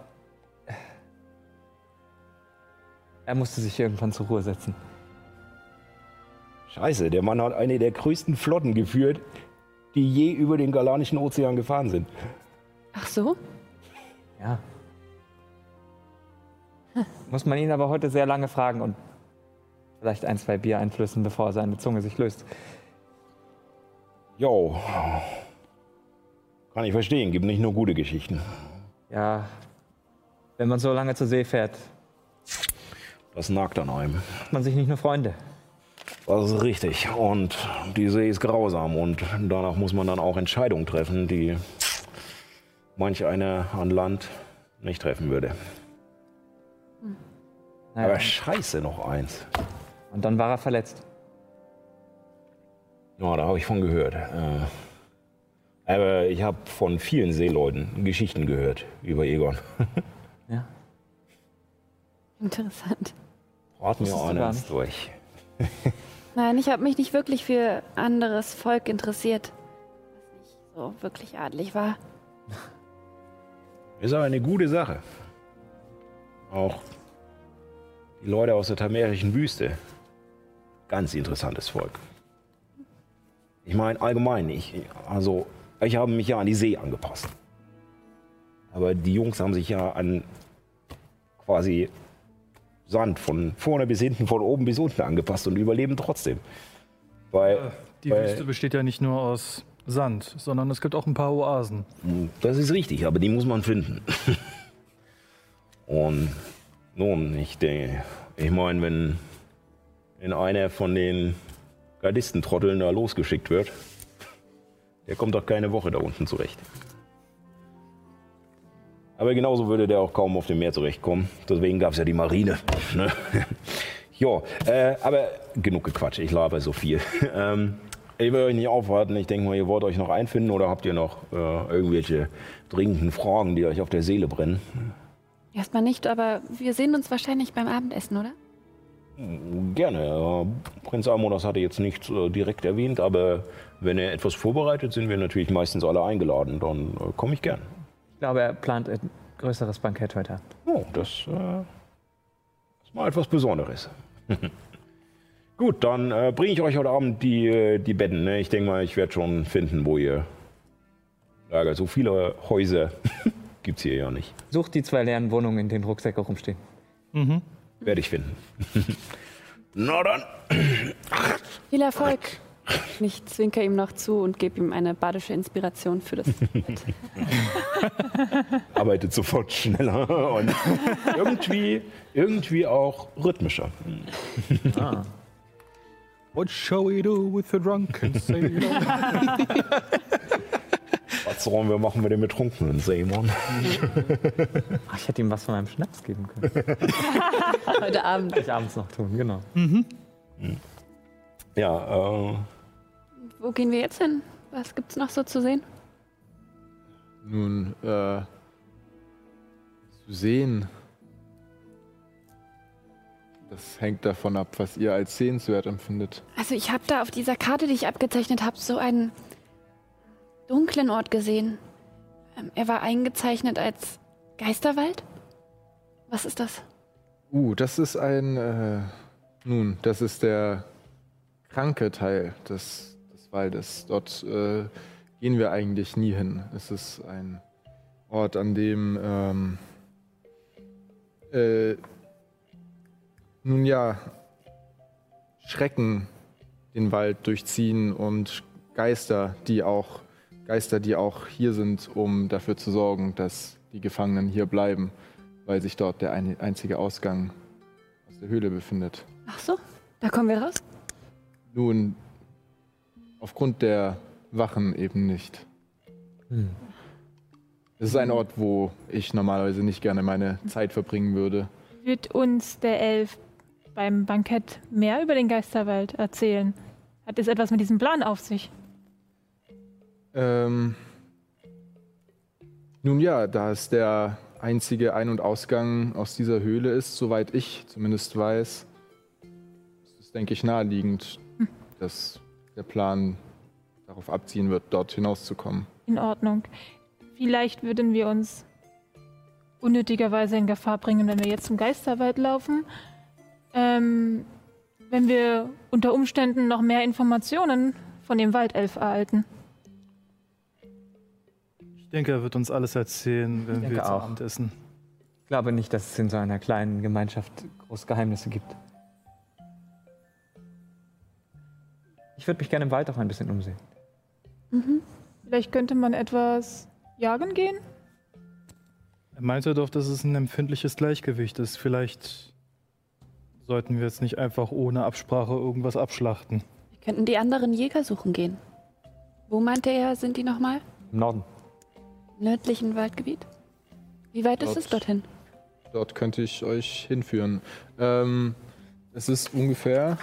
er musste sich irgendwann zur Ruhe setzen. Scheiße, der Mann hat eine der größten Flotten geführt, die je über den Galanischen Ozean gefahren sind. Ach so? Ja. Muss man ihn aber heute sehr lange fragen und vielleicht ein, zwei Bier einflößen, bevor seine Zunge sich löst. Jo, kann ich verstehen, gibt nicht nur gute Geschichten. Ja, wenn man so lange zur See fährt, Das nagt an einem. hat man sich nicht nur Freunde. Das ist richtig. Und die See ist grausam und danach muss man dann auch Entscheidungen treffen, die manch einer an Land nicht treffen würde. Naja, Aber scheiße, noch eins. und dann war er verletzt. Ja, da habe ich von gehört. Äh, aber ich habe von vielen Seeleuten Geschichten gehört über Egon. Ja. Interessant. Raten wir Das ist auch gar eins nicht. durch. Nein, ich habe mich nicht wirklich für anderes Volk interessiert, was nicht so wirklich adlig war. Ist aber eine gute Sache. Auch die Leute aus der tamerischen Wüste. Ganz interessantes Volk. Ich meine, allgemein, ich, also, ich habe mich ja an die See angepasst. Aber die Jungs haben sich ja an quasi Sand von vorne bis hinten, von oben bis unten angepasst und überleben trotzdem. Weil, Die weil, Wüste besteht ja nicht nur aus Sand, sondern es gibt auch ein paar Oasen. Das ist richtig, aber die muss man finden. Und nun, ich denke, ich meine, wenn, wenn einer von den Gardistentrotteln da losgeschickt wird, der kommt doch keine Woche da unten zurecht. Aber genauso würde der auch kaum auf dem Meer zurechtkommen. Deswegen gab es ja die Marine. Ne? Ja, äh, aber genug gequatscht. Ich laber so viel. ähm, ich will euch nicht aufwarten. Ich denke mal, ihr wollt euch noch einfinden oder habt ihr noch äh, irgendwelche dringenden Fragen, die euch auf der Seele brennen? Erstmal nicht, aber wir sehen uns wahrscheinlich beim Abendessen, oder? Gerne. Äh, Prinz Amodas hatte jetzt nichts äh, direkt erwähnt, aber wenn er etwas vorbereitet, sind wir natürlich meistens alle eingeladen. Dann äh, komme ich gern. Ich glaube, er plant ein größeres Bankett heute Abend. Oh, das äh, ist mal etwas Besonderes. Gut, dann äh, bringe ich euch heute Abend die, äh, die Betten. Ne? Ich denke mal, ich werde schon finden, wo ihr lagert. So viele Häuser gibt es hier ja nicht. Sucht die zwei leeren Wohnungen, in denen Rucksäcke rumstehen. Mhm. Werde ich finden. Na dann. Viel Erfolg. Ich zwinker ihm noch zu und gebe ihm eine badische Inspiration für das Bett. Arbeitet sofort schneller und irgendwie, irgendwie auch rhythmischer. Ah. What shall we do with the drunken sailor? Was sollen wir machen mit dem betrunkenen Seemann? Ach, ich hätte ihm was von meinem Schnaps geben können. Heute Abend. Kann ich abends noch tun, genau. Ja, äh, Wo gehen wir jetzt hin? Was gibt's noch so zu sehen? Nun, äh, zu sehen, das hängt davon ab, was ihr als sehenswert empfindet. Also ich habe da auf dieser Karte, die ich abgezeichnet habe, so einen dunklen Ort gesehen. Ähm, er war eingezeichnet als Geisterwald. Was ist das? Uh, das ist ein, äh, nun, das ist der kranke Teil des, des Waldes. Dort äh, gehen wir eigentlich nie hin. Es ist ein Ort, an dem, ähm, äh, nun ja, Schrecken den Wald durchziehen und Geister, die auch Geister, die auch hier sind, um dafür zu sorgen, dass die Gefangenen hier bleiben, weil sich dort der ein, einzige Ausgang aus der Höhle befindet. Ach so, da kommen wir raus. Nun, aufgrund der Wachen eben nicht. Hm. Es ist ein Ort, wo ich normalerweise nicht gerne meine Zeit verbringen würde. Wird uns der Elf beim Bankett mehr über den Geisterwald erzählen? Hat es etwas mit diesem Plan auf sich? Ähm, nun ja, da es der einzige Ein- und Ausgang aus dieser Höhle ist, soweit ich zumindest weiß, ist es, denke ich, naheliegend, hm. dass der Plan darauf abziehen wird, dort hinauszukommen. In Ordnung. Vielleicht würden wir uns unnötigerweise in Gefahr bringen, wenn wir jetzt zum Geisterwald laufen. Ähm, wenn wir unter Umständen noch mehr Informationen von dem Waldelf erhalten. Ich denke, er wird uns alles erzählen, wenn Ich wir denke zum auch. Abendessen. Ich glaube nicht, dass es in so einer kleinen Gemeinschaft große Geheimnisse gibt. Ich würde mich gerne im Wald auch ein bisschen umsehen. Mhm. Vielleicht könnte man etwas jagen gehen? Er meinte doch, dass es ein empfindliches Gleichgewicht ist. Vielleicht sollten wir jetzt nicht einfach ohne Absprache irgendwas abschlachten. Wir könnten die anderen Jäger suchen gehen. Wo meinte er, sind die nochmal? Im Norden. Im nördlichen Waldgebiet? Wie weit ist Dort. es dorthin? Dort könnte ich euch hinführen. Ähm, es ist ungefähr...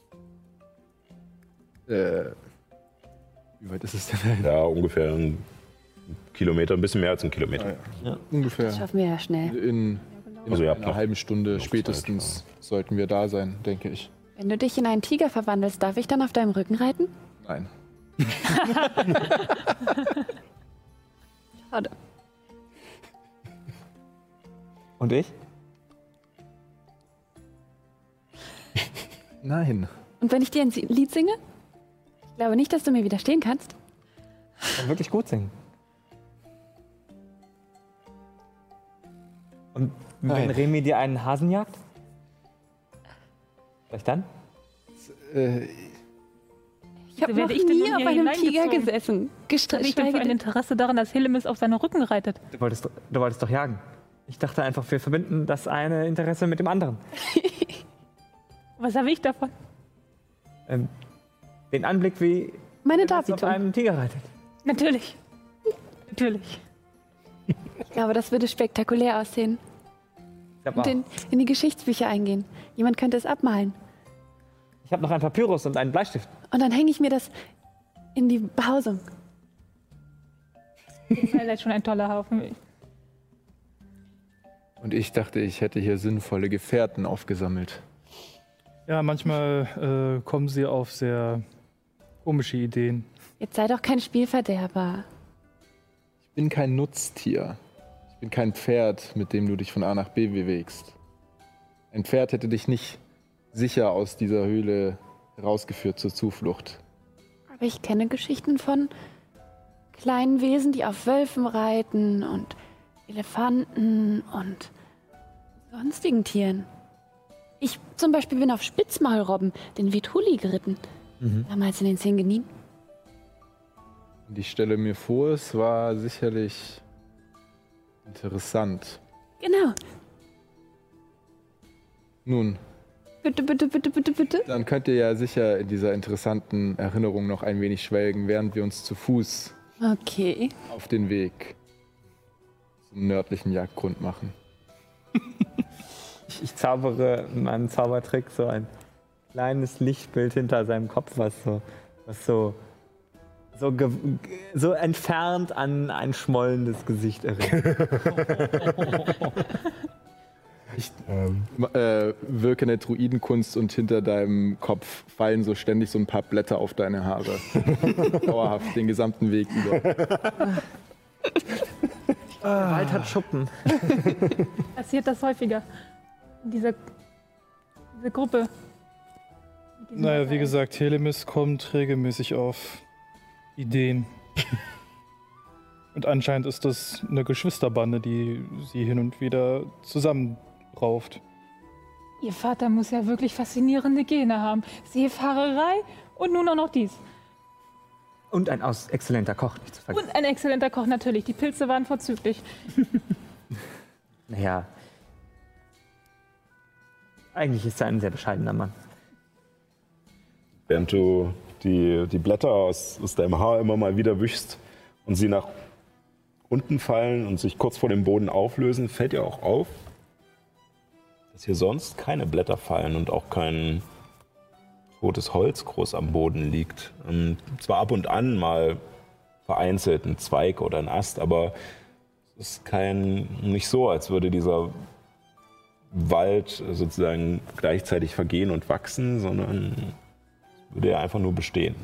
Äh, wie weit ist es denn? ja, ungefähr ein Kilometer, ein bisschen mehr als ein Kilometer. Ah, ja. Ungefähr. Das schaffen wir ja schnell. In In Also ihr habt einer noch- halben Stunde noch spätestens Zeit, sollten wir da sein, denke ich. Wenn du dich in einen Tiger verwandelst, darf ich dann auf deinem Rücken reiten? Nein. Schade. Und ich? Nein. Und wenn ich dir ein Si- Lied singe? Ich glaube nicht, dass du mir widerstehen kannst. Ich kann wirklich gut singen. Und wenn Nein. Remy dir einen Hasen jagt? Was dann? Äh, Ich habe Werde noch ich denn nie nun auf hier einem Tiger hineingezogen? gesessen. Was Gestre- habe ich denn für ein geschweige denn- Interesse daran, dass Helemis auf seinem Rücken reitet? Du wolltest, du wolltest doch jagen. Ich dachte einfach, wir verbinden das eine Interesse mit dem anderen. Was habe ich davon? Ähm, den Anblick, wie Meine Helemis auf Darbietung. einem Tiger reitet. Natürlich. Natürlich. Ich glaube, das würde spektakulär aussehen. Ich habe Und in, in die Geschichtsbücher eingehen. Jemand könnte es abmalen. hab noch einen Papyrus und einen Bleistift. Und dann hänge ich mir das in die Behausung. Ihr seid schon ein toller Haufen. und ich dachte, ich hätte hier sinnvolle Gefährten aufgesammelt. Ja, manchmal äh, kommen sie auf sehr komische Ideen. Jetzt sei doch kein Spielverderber. Ich bin kein Nutztier. Ich bin kein Pferd, mit dem du dich von A nach B bewegst. Ein Pferd hätte dich nicht sicher aus dieser Höhle herausgeführt zur Zuflucht. Aber ich kenne Geschichten von kleinen Wesen, die auf Wölfen reiten und Elefanten und sonstigen Tieren. Ich zum Beispiel bin auf Spitzmaulrobben, den Vituli, geritten. Damals in den Zingenin. Und ich stelle mir vor, es war sicherlich interessant. Genau. Nun, Bitte, bitte, bitte, bitte, bitte. dann könnt ihr ja sicher in dieser interessanten Erinnerung noch ein wenig schwelgen, während wir uns zu Fuß Okay. auf den Weg zum nördlichen Jagdgrund machen. Ich, ich zaubere in meinem Zaubertrick so ein kleines Lichtbild hinter seinem Kopf, was so, was so, so, ge, so entfernt an ein schmollendes Gesicht erinnert. Ich äh, wirke eine Druidenkunst und hinter deinem Kopf fallen so ständig so ein paar Blätter auf deine Haare. Dauerhaft den gesamten Weg über. Der Wald hat Schuppen. Passiert das häufiger? In dieser, dieser Gruppe? Mit diesen Naja, wie Parteien? gesagt, Helemis kommt regelmäßig auf Ideen. Und anscheinend ist das eine Geschwisterbande, die sie hin und wieder zusammenrauft. Ihr Vater muss ja wirklich faszinierende Gene haben. Seefahrerei und nun auch noch dies. Und ein aus exzellenter Koch, nicht zu vergessen. Und ein exzellenter Koch natürlich. Die Pilze waren vorzüglich. Naja. Eigentlich ist er ein sehr bescheidener Mann. Während du die, die Blätter aus, aus deinem Haar immer mal wieder wischst und sie nach unten fallen und sich kurz vor dem Boden auflösen, fällt dir auch auf, dass hier sonst keine Blätter fallen und auch kein totes Holz groß am Boden liegt. Und zwar ab und an mal vereinzelt ein Zweig oder ein Ast, aber es ist kein, nicht so, als würde dieser Wald sozusagen gleichzeitig vergehen und wachsen, sondern es würde er einfach nur bestehen.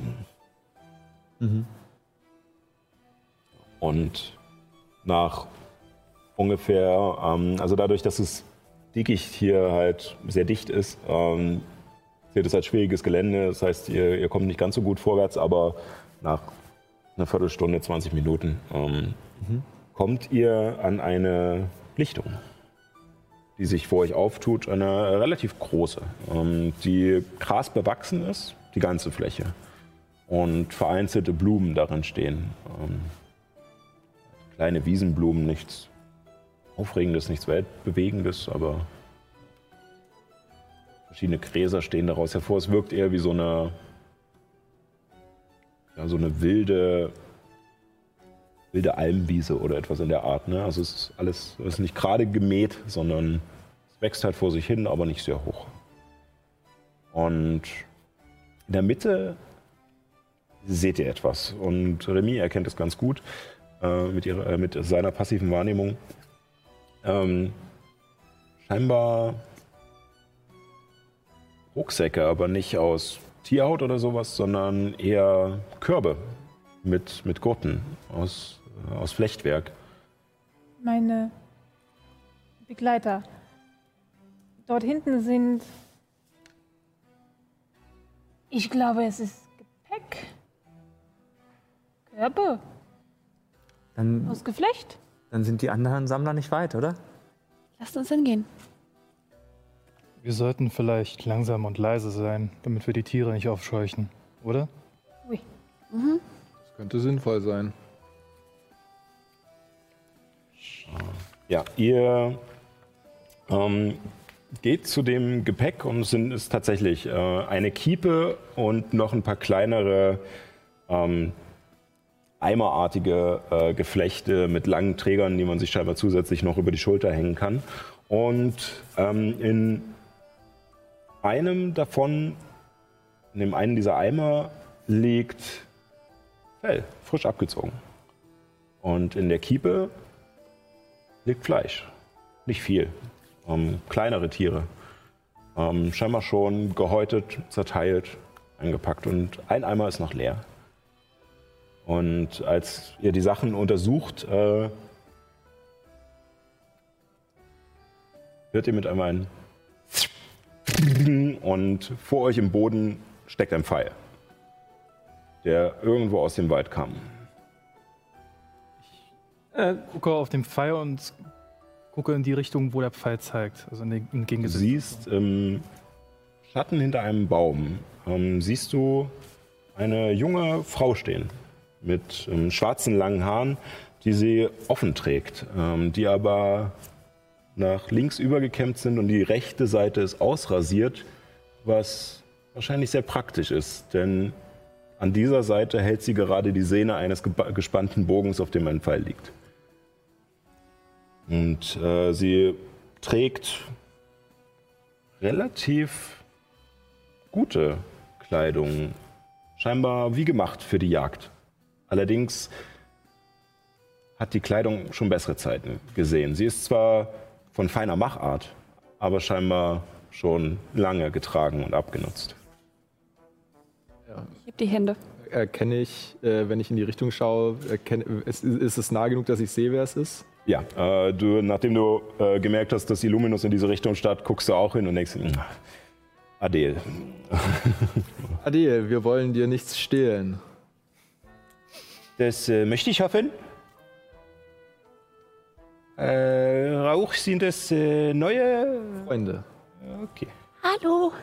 Und nach ungefähr, ähm, also dadurch, dass das Dickicht hier halt sehr dicht ist, ähm, zählt es als schwieriges Gelände. Das heißt, ihr, ihr kommt nicht ganz so gut vorwärts, aber nach einer Viertelstunde, zwanzig Minuten ähm, kommt ihr an eine Lichtung, die sich vor euch auftut, eine relativ große, ähm, die grasbewachsen ist, die ganze Fläche. Und vereinzelte Blumen darin stehen. Ähm, kleine Wiesenblumen, nichts Aufregendes, nichts Weltbewegendes, aber verschiedene Gräser stehen daraus hervor. Es wirkt eher wie so eine, ja, so eine wilde, wilde Almwiese oder etwas in der Art. Ne? Also es ist alles, es ist nicht gerade gemäht, sondern es wächst halt vor sich hin, aber nicht sehr hoch. Und in der Mitte seht ihr etwas. Und Remy erkennt es ganz gut äh, mit, ihrer, äh, mit seiner passiven Wahrnehmung. Ähm, scheinbar Rucksäcke, aber nicht aus Tierhaut oder sowas, sondern eher Körbe mit, mit Gurten aus, äh, aus Flechtwerk. Meine Begleiter. Dort hinten sind. Ich glaube, es ist Gepäck. Körbe Dann, aus Geflecht. dann sind die anderen Sammler nicht weit, oder? Lasst uns hingehen. Wir sollten vielleicht langsam und leise sein, damit wir die Tiere nicht aufscheuchen, oder? Ui. Das könnte sinnvoll sein. Ja, ihr ähm, geht zu dem Gepäck und es sind- ist tatsächlich äh, eine Kiepe und noch ein paar kleinere ähm, eimerartige äh, Geflechte mit langen Trägern, die man sich scheinbar zusätzlich noch über die Schulter hängen kann. Und ähm, in einem davon, in dem einen dieser Eimer, liegt Fell, frisch abgezogen. Und in der Kiepe liegt Fleisch. Nicht viel. Ähm, kleinere Tiere. Ähm, scheinbar schon gehäutet, zerteilt, eingepackt. Und ein Eimer ist noch leer. Und als ihr die Sachen untersucht, äh, hört ihr mit einmal ein und vor euch im Boden steckt ein Pfeil, der irgendwo aus dem Wald kam. Gucke auf den Pfeil und gucke in die Richtung, wo der Pfeil zeigt. Also in den Du entgegengesetzten. siehst im Schatten hinter einem Baum, ähm, siehst du eine junge Frau stehen mit ähm, schwarzen langen Haaren, die sie offen trägt, ähm, die aber nach links übergekämmt sind und die rechte Seite ist ausrasiert, was wahrscheinlich sehr praktisch ist, denn an dieser Seite hält sie gerade die Sehne eines geba- gespannten Bogens, auf dem ein Pfeil liegt. Und äh, sie trägt relativ gute Kleidung, scheinbar wie gemacht für die Jagd. Allerdings hat die Kleidung schon bessere Zeiten gesehen. Sie ist zwar von feiner Machart, aber scheinbar schon lange getragen und abgenutzt. Ich heb die Hände. Erkenne ich, äh, wenn ich in die Richtung schaue, erkenne, ist, ist es nah genug, dass ich sehe, wer es ist? Ja, äh, du, nachdem du äh, gemerkt hast, dass die Luminus in diese Richtung starrt, guckst du auch hin und denkst, "Hm, Adel." Adel, wir wollen dir nichts stehlen. Das äh, möchte ich hoffen. Äh, Rauch, sind das äh, neue? Freunde. Okay. Hallo.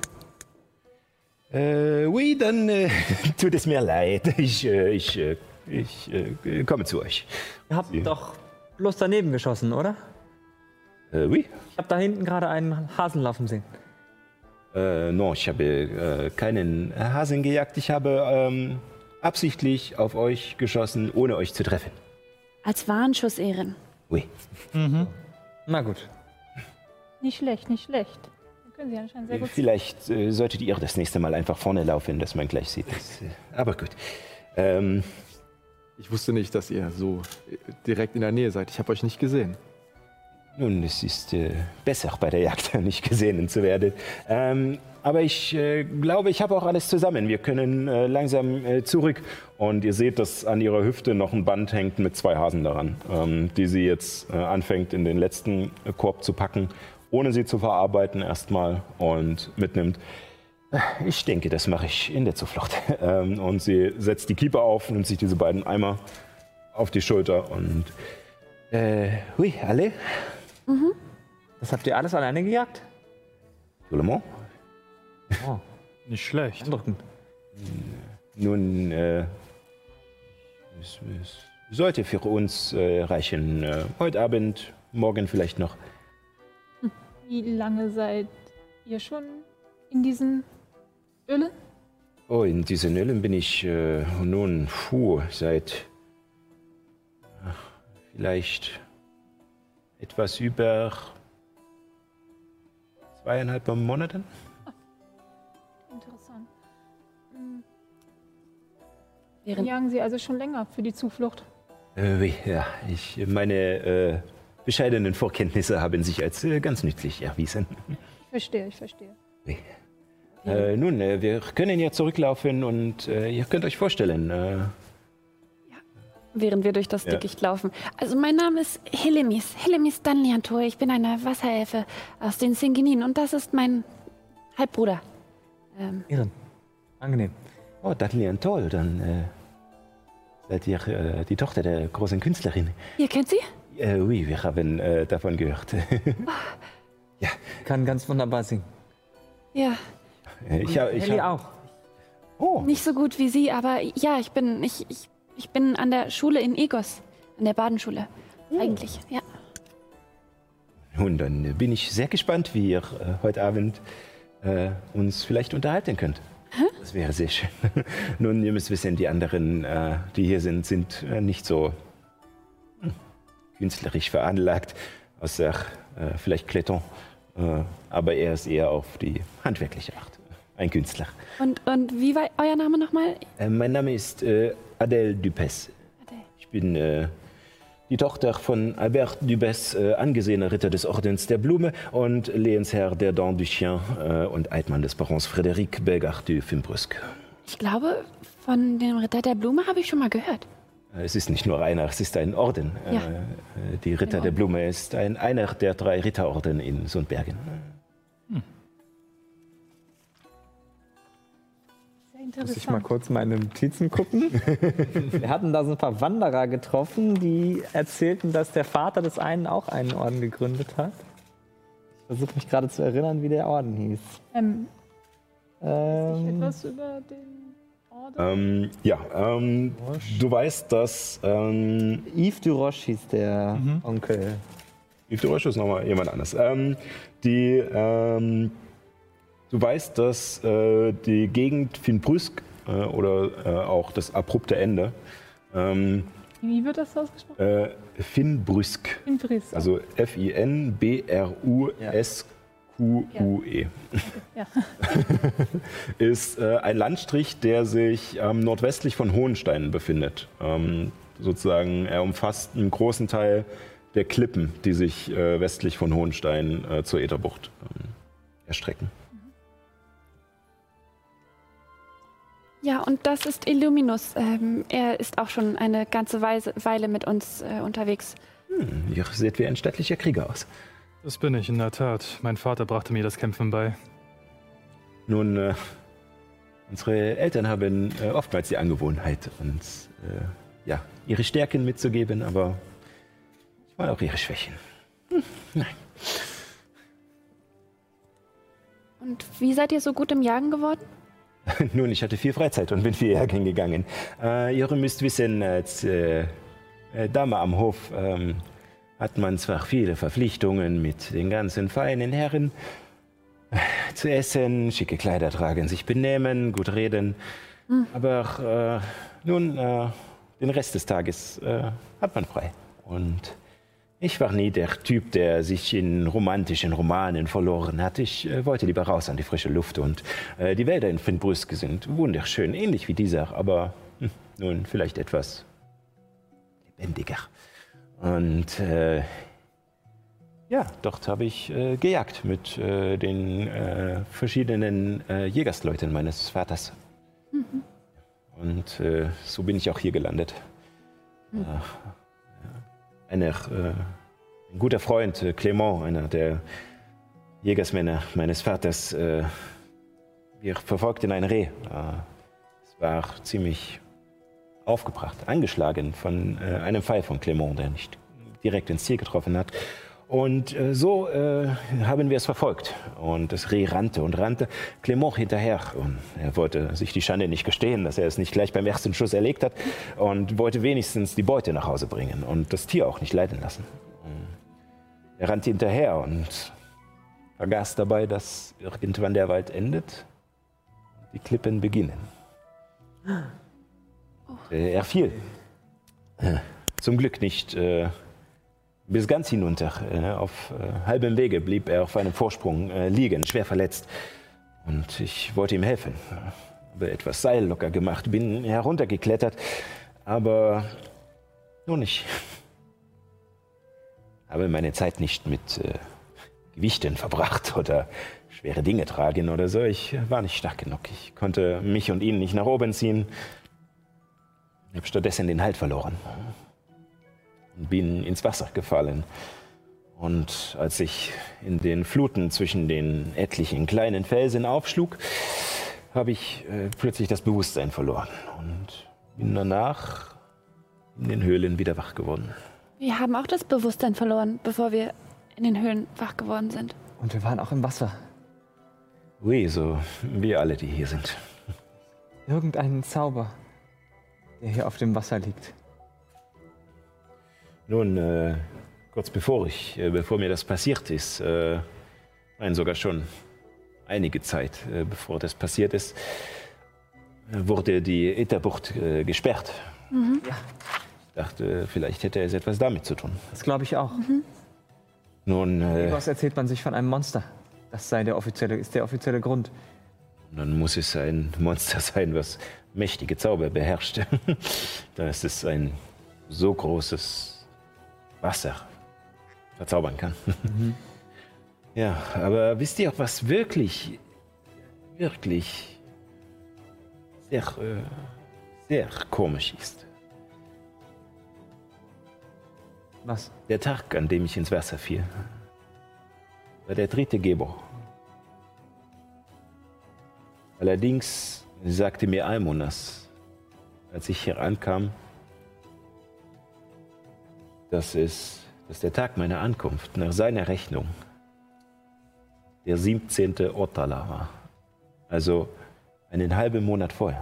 Äh, oui, dann äh, tut es mir leid. Ich, äh, ich, äh, ich äh, komme zu euch. Ihr habt Sie- doch bloß daneben geschossen, oder? Äh, oui. Ich habe da hinten gerade einen Hasen laufen sehen. Äh, no, ich habe äh, keinen Hasen gejagt. Ich habe ähm, absichtlich auf euch geschossen, ohne euch zu treffen. Als Warnschuss, Ehren. Oui. Na gut. Nicht schlecht, nicht schlecht. Dann können Sie anscheinend sehr gut. Vielleicht äh, solltet ihr das nächste Mal einfach vorne laufen, dass man gleich sieht. Das, äh, aber gut. Ähm, Ich wusste nicht, dass ihr so äh, direkt in der Nähe seid. Ich habe euch nicht gesehen. nun, es ist äh, besser bei der Jagd nicht gesehen zu werden. Ähm, aber ich äh, glaube, ich habe auch alles zusammen. Wir können äh, langsam äh, zurück. Und ihr seht, dass an ihrer Hüfte noch ein Band hängt mit zwei Hasen daran, ähm, die sie jetzt äh, anfängt, in den letzten äh, Korb zu packen, ohne sie zu verarbeiten erstmal und mitnimmt. Ich denke, das mache ich in der Zuflucht. Ähm, und sie setzt die Kiepe auf, nimmt sich diese beiden Eimer auf die Schulter und äh, hui, alle? Das habt ihr alles alleine gejagt? Solemon? Oh, Nicht schlecht. beeindruckend. Nun, äh, es, es sollte für uns äh, reichen. Äh, heute Abend, morgen vielleicht noch. Wie lange seid ihr schon in diesen Ölen? Oh, in diesen Ölen bin ich äh, nun, puh, seit ach, vielleicht etwas über zweieinhalb Monaten. Interessant. Hm, Ehren. Jagen Sie also schon länger für die Zuflucht? Äh, wie, ja, ich meine, äh, bescheidenen Vorkenntnisse haben sich als äh, ganz nützlich erwiesen. Ich verstehe, ich verstehe. Äh, nun, äh, wir können ja zurücklaufen und äh, ihr könnt euch vorstellen. Äh, Während wir durch das Ja. Dickicht laufen. Also mein Name ist Helemis, Helemis Danliantor. Ich bin eine Wasserelfe aus den Singeninen und das ist mein Halbbruder. Ähm, Iren. Angenehm. oh, Datlian, toll. Dann äh, seid ihr äh, die Tochter der großen Künstlerin. ihr kennt sie? Äh, oui, wir haben äh, davon gehört. Kann ganz wunderbar singen. Ja, Äh, ich hab, ich Ellie hab, auch. oh, nicht so gut wie sie, aber ja, ich bin, ich, ich, ich bin an der Schule in Egos, an der Badenschule. Eigentlich, ja. nun, dann äh, bin ich sehr gespannt, wie ihr äh, heute Abend äh, uns vielleicht unterhalten könnt. Das wäre sehr schön. Nun, ihr müsst wissen, die anderen, äh, die hier sind, sind äh, nicht so hm, künstlerisch veranlagt, außer äh, vielleicht Clayton. Äh, aber er ist eher auf die handwerkliche Art. Ein Künstler. Und, und wie war euer Name nochmal? Äh, mein Name ist äh, Adèle Dupes. Adèle. Ich bin äh, die Tochter von Albert Dupes, äh, angesehener Ritter des Ordens der Blume und Lehensherr der Dents du Chien äh, und Eidmann des Barons Frédéric Bellegarde du Fimbrusque. Ich glaube, von dem Ritter der Blume habe ich schon mal gehört. Äh, Es ist nicht nur einer, es ist ein Orden. Ja. Äh, die Ritter der Blume ist ein, einer der drei Ritterorden in Sundbergen. Sehr Muss ich mal interessant. kurz meine Notizen gucken? Wir hatten da so ein paar Wanderer getroffen, die erzählten, dass der Vater des einen auch einen Orden gegründet hat. Ich versuche mich gerade zu erinnern, wie der Orden hieß. Ähm, Ähm, etwas über den Orden? Ähm, ja, ähm, du weißt, dass ähm, Yves du Roche hieß der Onkel. Yves de Roche ist nochmal jemand anderes. Ähm, die, ähm, du weißt, dass äh, die Gegend Finbrusque äh, oder äh, auch das abrupte Ende ähm, Wie wird das ausgesprochen? äh, Finbrusque, In Fries. also F I N B R U S Q U E, Ja. ist äh, ein Landstrich, der sich ähm, nordwestlich von Hohenstein befindet. Ähm, sozusagen, er umfasst einen großen Teil der Klippen, die sich äh, westlich von Hohenstein äh, zur Ätherbucht ähm, erstrecken. Ja, und das ist Illuminus. Ähm, er ist auch schon eine ganze Weise, Weile mit uns äh, unterwegs. Hm, ihr seht wie ein stattlicher Krieger aus. Das bin ich, in der Tat. Mein Vater brachte mir das Kämpfen bei. Nun, äh, unsere Eltern haben äh, oftmals die Angewohnheit, uns äh, ja, ihre Stärken mitzugeben, aber manchmal auch ihre Schwächen. Hm, nein. Und wie seid ihr so gut im Jagen geworden? Nun, ich hatte viel Freizeit und bin viel jagen gegangen. Äh, ihr müsst wissen, als äh, äh, Dame am Hof ähm, hat man zwar viele Verpflichtungen mit den ganzen feinen Herren. Äh, zu essen, schicke Kleider tragen, sich benehmen, gut reden. Hm. Aber äh, nun, äh, den Rest des Tages äh, hat man frei. Und ich war nie der Typ, der sich in romantischen Romanen verloren hat. Ich äh, wollte lieber raus an die frische Luft. Und äh, die Wälder in Finbrusque sind wunderschön, ähnlich wie dieser, aber hm, nun vielleicht etwas lebendiger. Und äh, ja, dort habe ich äh, gejagt mit äh, den äh, verschiedenen äh, Jägersleuten meines Vaters. Mhm. Und äh, so bin ich auch hier gelandet. Mhm. Äh, Einer, äh, ein guter Freund, äh, Clément, einer der Jägersmänner meines Vaters, äh, wir verfolgten ein Reh. Äh, es war ziemlich aufgebracht, angeschlagen von äh, einem Pfeil von Clément, der nicht direkt ins Ziel getroffen hat. Und äh, so äh, haben wir es verfolgt. Und das Reh rannte und rannte. Clément hinterher. Und er wollte sich die Schande nicht gestehen, dass er es nicht gleich beim ersten Schuss erlegt hat. Und wollte wenigstens die Beute nach Hause bringen und das Tier auch nicht leiden lassen. Und er rannte hinterher und vergaß dabei, dass irgendwann der Wald endet und die Klippen beginnen. Äh, er fiel. Äh, zum Glück nicht äh, bis ganz hinunter. Äh, auf äh, halbem Wege blieb er auf einem Vorsprung äh, liegen, schwer verletzt. Und ich wollte ihm helfen. Habe etwas Seil locker gemacht, bin heruntergeklettert. Aber nun, ich habe meine Zeit nicht mit äh, Gewichten verbracht oder schwere Dinge tragen oder so. Ich war nicht stark genug. Ich konnte mich und ihn nicht nach oben ziehen. Ich habe stattdessen den Halt verloren und bin ins Wasser gefallen. Und als ich in den Fluten zwischen den etlichen kleinen Felsen aufschlug, habe ich äh, plötzlich das Bewusstsein verloren und bin danach in den Höhlen wieder wach geworden. Wir haben auch das Bewusstsein verloren, bevor wir in den Höhlen wach geworden sind. Und wir waren auch im Wasser. Ui, so wie alle, die hier sind. Irgendeinen Zauber, der hier auf dem Wasser liegt. Nun, äh, kurz bevor ich, äh, bevor mir das passiert ist, äh, nein, sogar schon einige Zeit, äh, bevor das passiert ist, äh, wurde die Ätherbucht äh, gesperrt. Mhm. Ja. Ich dachte, vielleicht hätte es etwas damit zu tun. Das glaube ich auch. Mhm. Nun, äh, Was erzählt man sich von einem Monster? Das sei der offizielle, ist der offizielle Grund. dann muss es ein Monster sein, was mächtige Zauber beherrscht. Da ist es ein so großes Wasser verzaubern kann. Mhm. Ja, aber wisst ihr auch, was wirklich, wirklich sehr, äh, sehr komisch ist? Was? Der Tag, an dem ich ins Wasser fiel, war der dritte Gebor. Allerdings sagte mir Almonas, als ich hier ankam, dass es, dass der Tag meiner Ankunft nach seiner Rechnung der siebzehnte Ortala war. Also einen halben Monat vorher.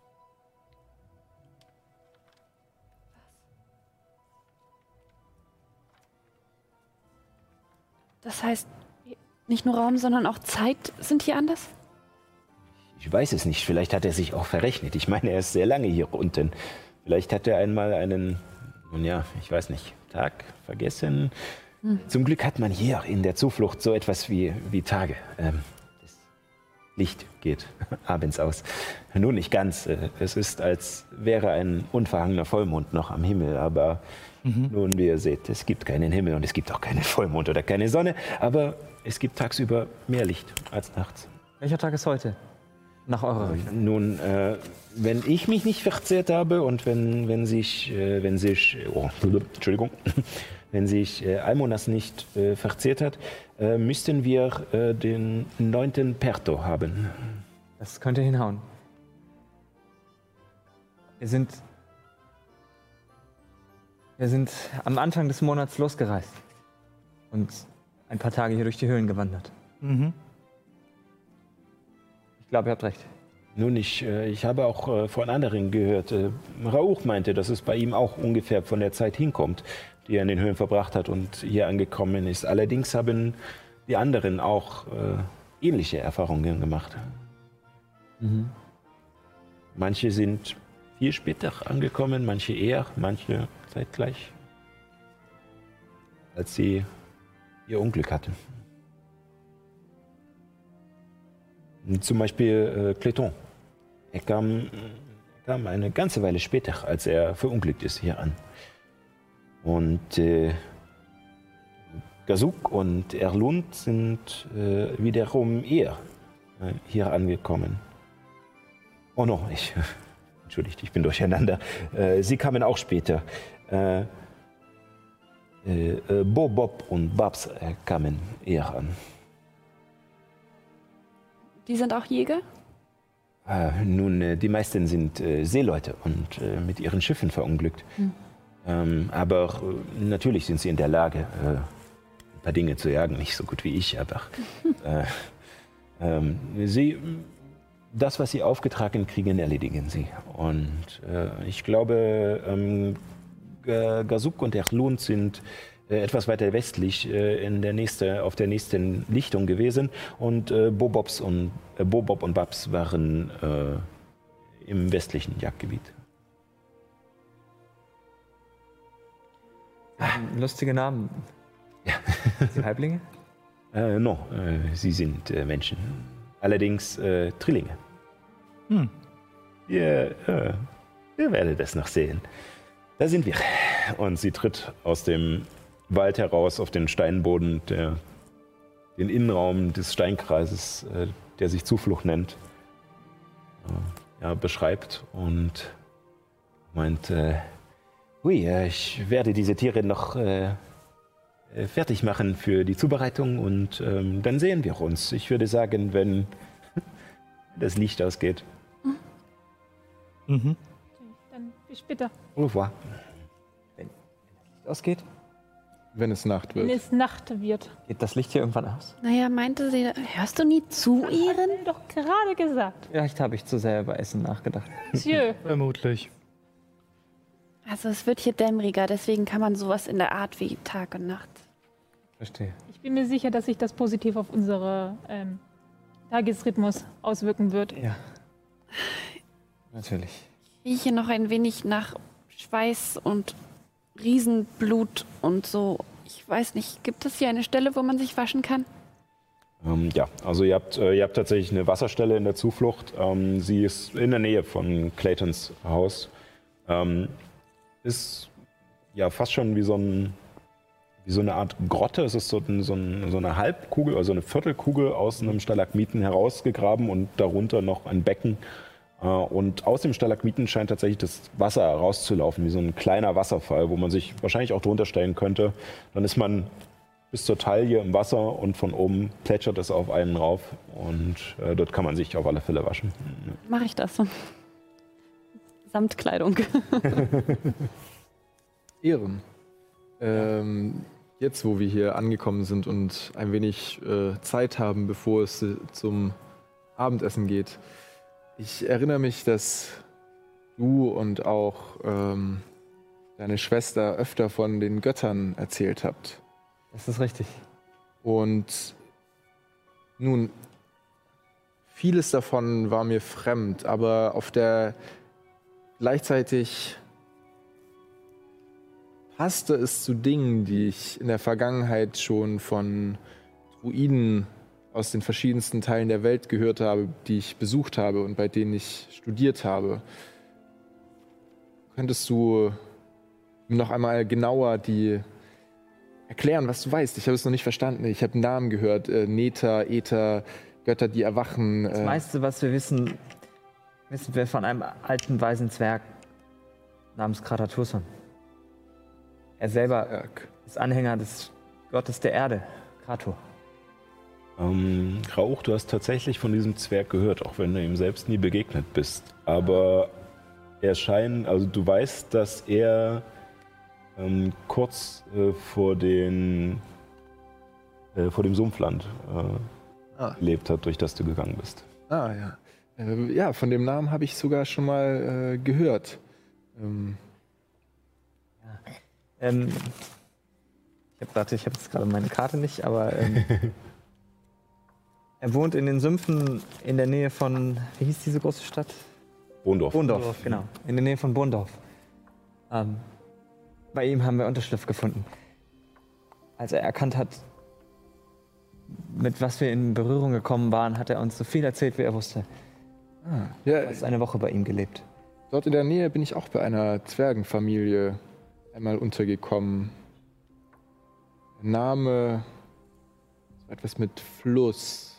Das heißt, nicht nur Raum, sondern auch Zeit sind hier anders? Ich weiß es nicht, vielleicht hat er sich auch verrechnet. Ich meine, er ist sehr lange hier unten. Vielleicht hat er einmal einen, nun ja, ich weiß nicht, Tag vergessen. Hm. Zum Glück hat man hier in der Zuflucht so etwas wie, wie Tage. Ähm, das Licht geht abends aus. Nun nicht ganz. Es ist, als wäre ein unverhangener Vollmond noch am Himmel. Aber mhm. nun, wie ihr seht, es gibt keinen Himmel und es gibt auch keinen Vollmond oder keine Sonne. Aber es gibt tagsüber mehr Licht als nachts. Welcher Tag ist heute? Nach eurer Rechnung. Nun, äh, wenn ich mich nicht verzehrt habe und wenn, wenn sich, äh, wenn sich, oh, Entschuldigung, wenn sich äh, Almonas nicht äh, verzehrt hat, äh, müssten wir äh, den neunten Perto haben. Das könnte hinhauen. Wir sind, wir sind am Anfang des Monats losgereist und ein paar Tage hier durch die Höhlen gewandert. Mhm. Ich glaube, ihr habt recht. Nun, ich, äh, ich habe auch äh, von anderen gehört. Äh, Rauch meinte, dass es bei ihm auch ungefähr von der Zeit hinkommt, die er in den Höhlen verbracht hat und hier angekommen ist. Allerdings haben die anderen auch äh, ähnliche Erfahrungen gemacht. Mhm. Manche sind viel später angekommen, manche eher, manche zeitgleich, als sie ihr Unglück hatten. Zum Beispiel äh, Cleton. Er kam, er kam eine ganze Weile später, als er verunglückt ist, hier an. Und äh, Gazuk und Erlund sind äh, wiederum eher äh, hier angekommen. Oh no, ich, entschuldigt, ich bin durcheinander. Äh, sie kamen auch später. Äh, äh, Bob und Babs äh, kamen eher an. Die sind auch Jäger? Äh, nun, äh, die meisten sind äh, Seeleute und äh, mit ihren Schiffen verunglückt. Hm. Ähm, aber äh, natürlich sind sie in der Lage, äh, ein paar Dinge zu jagen. Nicht so gut wie ich, aber äh, ähm, sie, das, was sie aufgetragen kriegen, erledigen sie. Und äh, ich glaube, ähm, Gazuk und Erlund sind äh, etwas weiter westlich äh, in der nächste, auf der nächsten Lichtung gewesen. Und äh, Bobobs und, äh, Bobob und Babs waren äh, im westlichen Jagdgebiet. Lustige Namen. Ja. Sind Sie Halblinge? Äh, no, äh, sie sind äh, Menschen. Allerdings äh, Trillinge. Hm. Ihr, äh, ihr werdet es noch sehen. Da sind wir. Und sie tritt aus dem Wald heraus auf den Steinboden, der den Innenraum des Steinkreises, äh, der sich Zuflucht nennt, äh, ja, beschreibt und meint, äh, hui, äh, ich werde diese Tiere noch äh, äh, fertig machen für die Zubereitung und ähm, dann sehen wir uns. Ich würde sagen, wenn das Licht ausgeht. Mhm. Dann bis später. Au revoir. Wenn das Licht ausgeht, Wenn es Nacht Wenn wird. es Nacht wird. geht das Licht hier irgendwann aus. Naja, meinte sie, hörst du nie zu ihren? Hat er doch gerade gesagt. Vielleicht habe ich zu sehr über Essen nachgedacht. Monsieur. Vermutlich. Also es wird hier dämmeriger, deswegen kann man sowas in der Art wie Tag und Nacht. Verstehe. Ich bin mir sicher, dass sich das positiv auf unsere ähm, Tagesrhythmus auswirken wird. Ja. Natürlich. Ich rieche noch ein wenig nach Schweiß und Riesenblut und so. Ich weiß nicht, gibt es hier eine Stelle, wo man sich waschen kann? Ähm, ja, also ihr habt, äh, ihr habt tatsächlich eine Wasserstelle in der Zuflucht. Ähm, sie ist in der Nähe von Claytons Haus. Ähm, ist ja fast schon wie so, ein, wie so eine Art Grotte. Es ist so, ein, so, ein, so eine Halbkugel, also eine Viertelkugel aus einem Stalagmiten herausgegraben und darunter noch ein Becken. Äh, und aus dem Stalagmiten scheint tatsächlich das Wasser herauszulaufen, wie so ein kleiner Wasserfall, wo man sich wahrscheinlich auch drunter stellen könnte. Dann ist man bis zur Taille im Wasser und von oben plätschert es auf einen rauf. Und äh, dort kann man sich auf alle Fälle waschen. Mache ich das. Samt Kleidung. Ehren. Ähm, jetzt, wo wir hier angekommen sind und ein wenig äh, Zeit haben, bevor es äh, zum Abendessen geht. Ich erinnere mich, dass du und auch ähm, deine Schwester öfter von den Göttern erzählt habt. Das ist richtig. Und nun, vieles davon war mir fremd, aber auf der gleichzeitig passte es zu Dingen, die ich in der Vergangenheit schon von Druiden aus den verschiedensten Teilen der Welt gehört habe, die ich besucht habe und bei denen ich studiert habe. Könntest du noch einmal genauer die erklären, was du weißt? Ich habe es noch nicht verstanden. Ich habe Namen gehört. Äh, Neta, Äther, Götter, die erwachen. Das Äh, meiste, was wir wissen, wissen wir von einem alten, weisen Zwerg namens Krataturson. Er selber Zwerg. ist Anhänger des Gottes der Erde, Krator. Ähm, Rauch, du hast tatsächlich von diesem Zwerg gehört, auch wenn du ihm selbst nie begegnet bist. Aber er scheint, also du weißt, dass er ähm, kurz äh, vor, den, äh, vor dem Sumpfland äh, Ah. gelebt hat, durch das du gegangen bist. Ah, ja. Äh, ja, von dem Namen habe ich sogar schon mal äh, gehört. Ähm, Ähm, ich habe warte, ich habe jetzt gerade meine Karte nicht, aber ähm, er wohnt in den Sümpfen in der Nähe von, wie hieß diese große Stadt? Bohndorf. Bohndorf, genau. In der Nähe von Bohndorf. Ähm, bei ihm haben wir Unterschlupf gefunden. Als er erkannt hat, mit was wir in Berührung gekommen waren, hat er uns so viel erzählt, wie er wusste. ah, ja, Er ist eine Woche bei ihm gelebt. dort in der Nähe bin ich auch bei einer Zwergenfamilie einmal untergekommen. Der Name so etwas mit Fluss.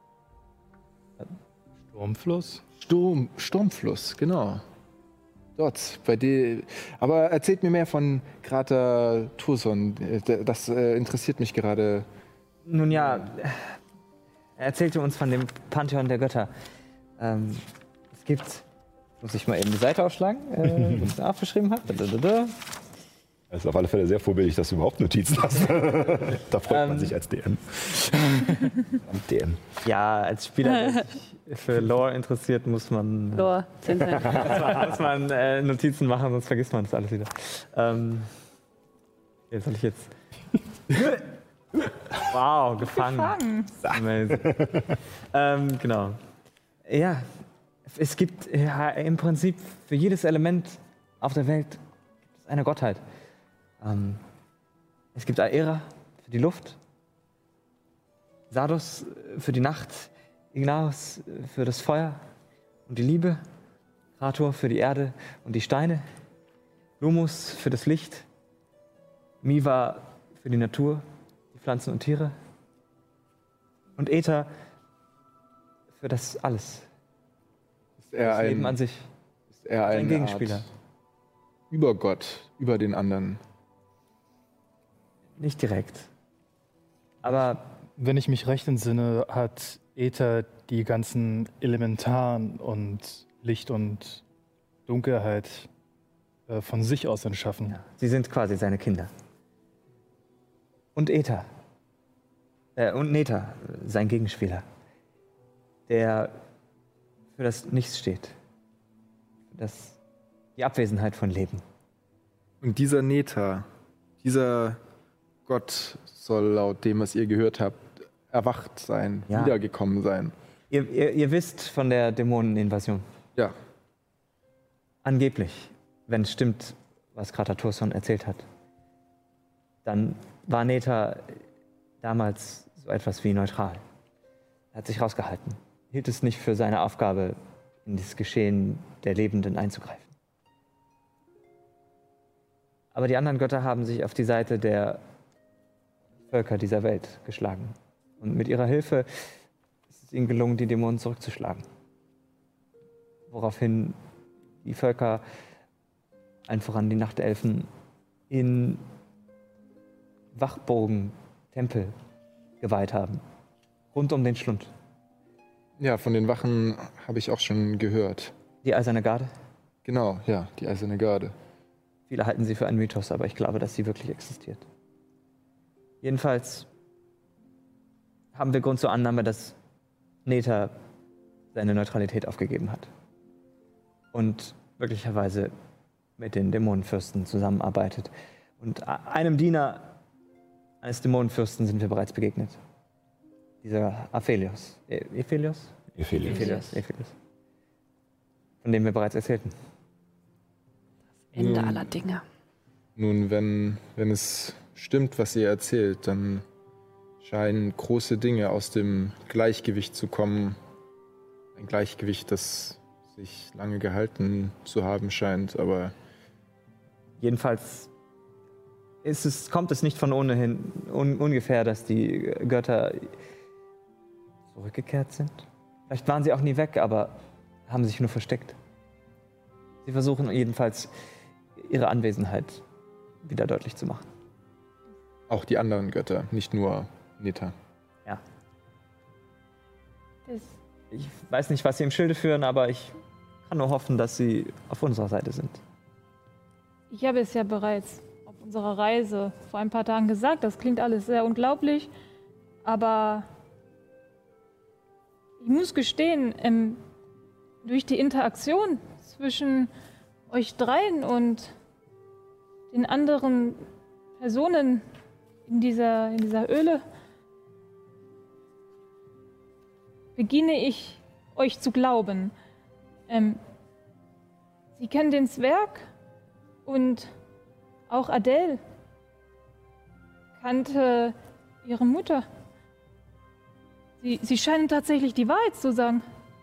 Sturmfluss? Sturm, Sturmfluss, genau. Dort, bei dir. Aber erzählt mir mehr von Krater Turson. Das äh, interessiert mich gerade. Nun ja, er erzählte uns von dem Pantheon der Götter. Ähm, es gibt, muss ich mal eben die Seite aufschlagen, äh, was ich da aufgeschrieben habe. Es ist auf alle Fälle sehr vorbildlich, dass du überhaupt Notizen hast. Da freut man Ähm. sich als D M. Am D M. Ja, als Spieler, der sich für Lore interessiert, muss man, Lore, zehn Teile. muss man äh, Notizen machen, sonst vergisst man das alles wieder. Ähm, jetzt soll ich jetzt. Wow, gefangen. Fangen. Amazing. ähm, genau. Ja, es gibt ja, im Prinzip für jedes Element auf der Welt gibt es eine Gottheit. Ähm, es gibt Aera für die Luft, Sardus für die Nacht, Ignaus für das Feuer und die Liebe, Krator für die Erde und die Steine, Lumus für das Licht, Miva für die Natur, die Pflanzen und Tiere. Und Äther für das alles. Ist er Das ein, Leben an sich. ist er Ein ein Gegenspieler. Art Übergott, über den anderen? Nicht direkt. Aber Wenn ich mich recht entsinne, hat Äther die ganzen Elementaren und Licht und Dunkelheit äh, von sich aus entschaffen. ja, sie sind quasi seine Kinder. Und Äther. Äh, und Nether, sein Gegenspieler. Der für das Nichts steht. Für das, die Abwesenheit von Leben. Und dieser Nether, dieser Gott soll laut dem, was ihr gehört habt, erwacht sein, Ja. wiedergekommen sein. Ihr, ihr, ihr wisst von der Dämoneninvasion. Ja, Angeblich, wenn es stimmt, was Krater Turson erzählt hat, dann war Nether damals so etwas wie neutral. Er hat sich rausgehalten, hielt es nicht für seine Aufgabe, in das Geschehen der Lebenden einzugreifen. Aber die anderen Götter haben sich auf die Seite der Völker dieser Welt geschlagen. Und mit ihrer Hilfe ist es ihnen gelungen, die Dämonen zurückzuschlagen. Woraufhin die Völker, allen voran die Nachtelfen, in Wachburgen, Tempel geweiht haben. Rund um den Schlund. ja, von den Wachen habe ich auch schon gehört. Die Eiserne Garde. Genau, ja, die Eiserne Garde. Viele halten sie für einen Mythos, aber ich glaube, dass sie wirklich existiert. Jedenfalls haben wir Grund zur Annahme, dass Nether seine Neutralität aufgegeben hat. Und möglicherweise mit den Dämonenfürsten zusammenarbeitet. Und a- einem Diener eines Dämonenfürsten sind wir bereits begegnet. Dieser Aphelios. E Ephelios? Ephelios. Ephelios. Ephelios. Von dem wir bereits erzählten. Ende Nun- aller Dinge. Nun, wenn, wenn es stimmt, was ihr erzählt, dann scheinen große Dinge aus dem Gleichgewicht zu kommen. Ein Gleichgewicht, das sich lange gehalten zu haben scheint, aber Jedenfalls ist es, kommt es nicht von ohnehin un, ungefähr, dass die Götter zurückgekehrt sind. Vielleicht waren sie auch nie weg, aber haben sich nur versteckt. Sie versuchen jedenfalls, ihre Anwesenheit wieder deutlich zu machen. auch die anderen Götter, nicht nur Neta. Ja. Das, Ich weiß nicht, was sie im Schilde führen, aber ich kann nur hoffen, dass sie auf unserer Seite sind. ich habe es ja bereits auf unserer Reise vor ein paar Tagen gesagt. Das klingt alles sehr unglaublich, aber ich muss gestehen, ähm, durch die Interaktion zwischen euch dreien und den anderen Personen in dieser, in dieser Höhle beginne ich euch zu glauben. Ähm, Sie kennen den Zwerg und auch Adele kannte ihre Mutter. Sie, sie scheinen tatsächlich die Wahrheit zu sagen.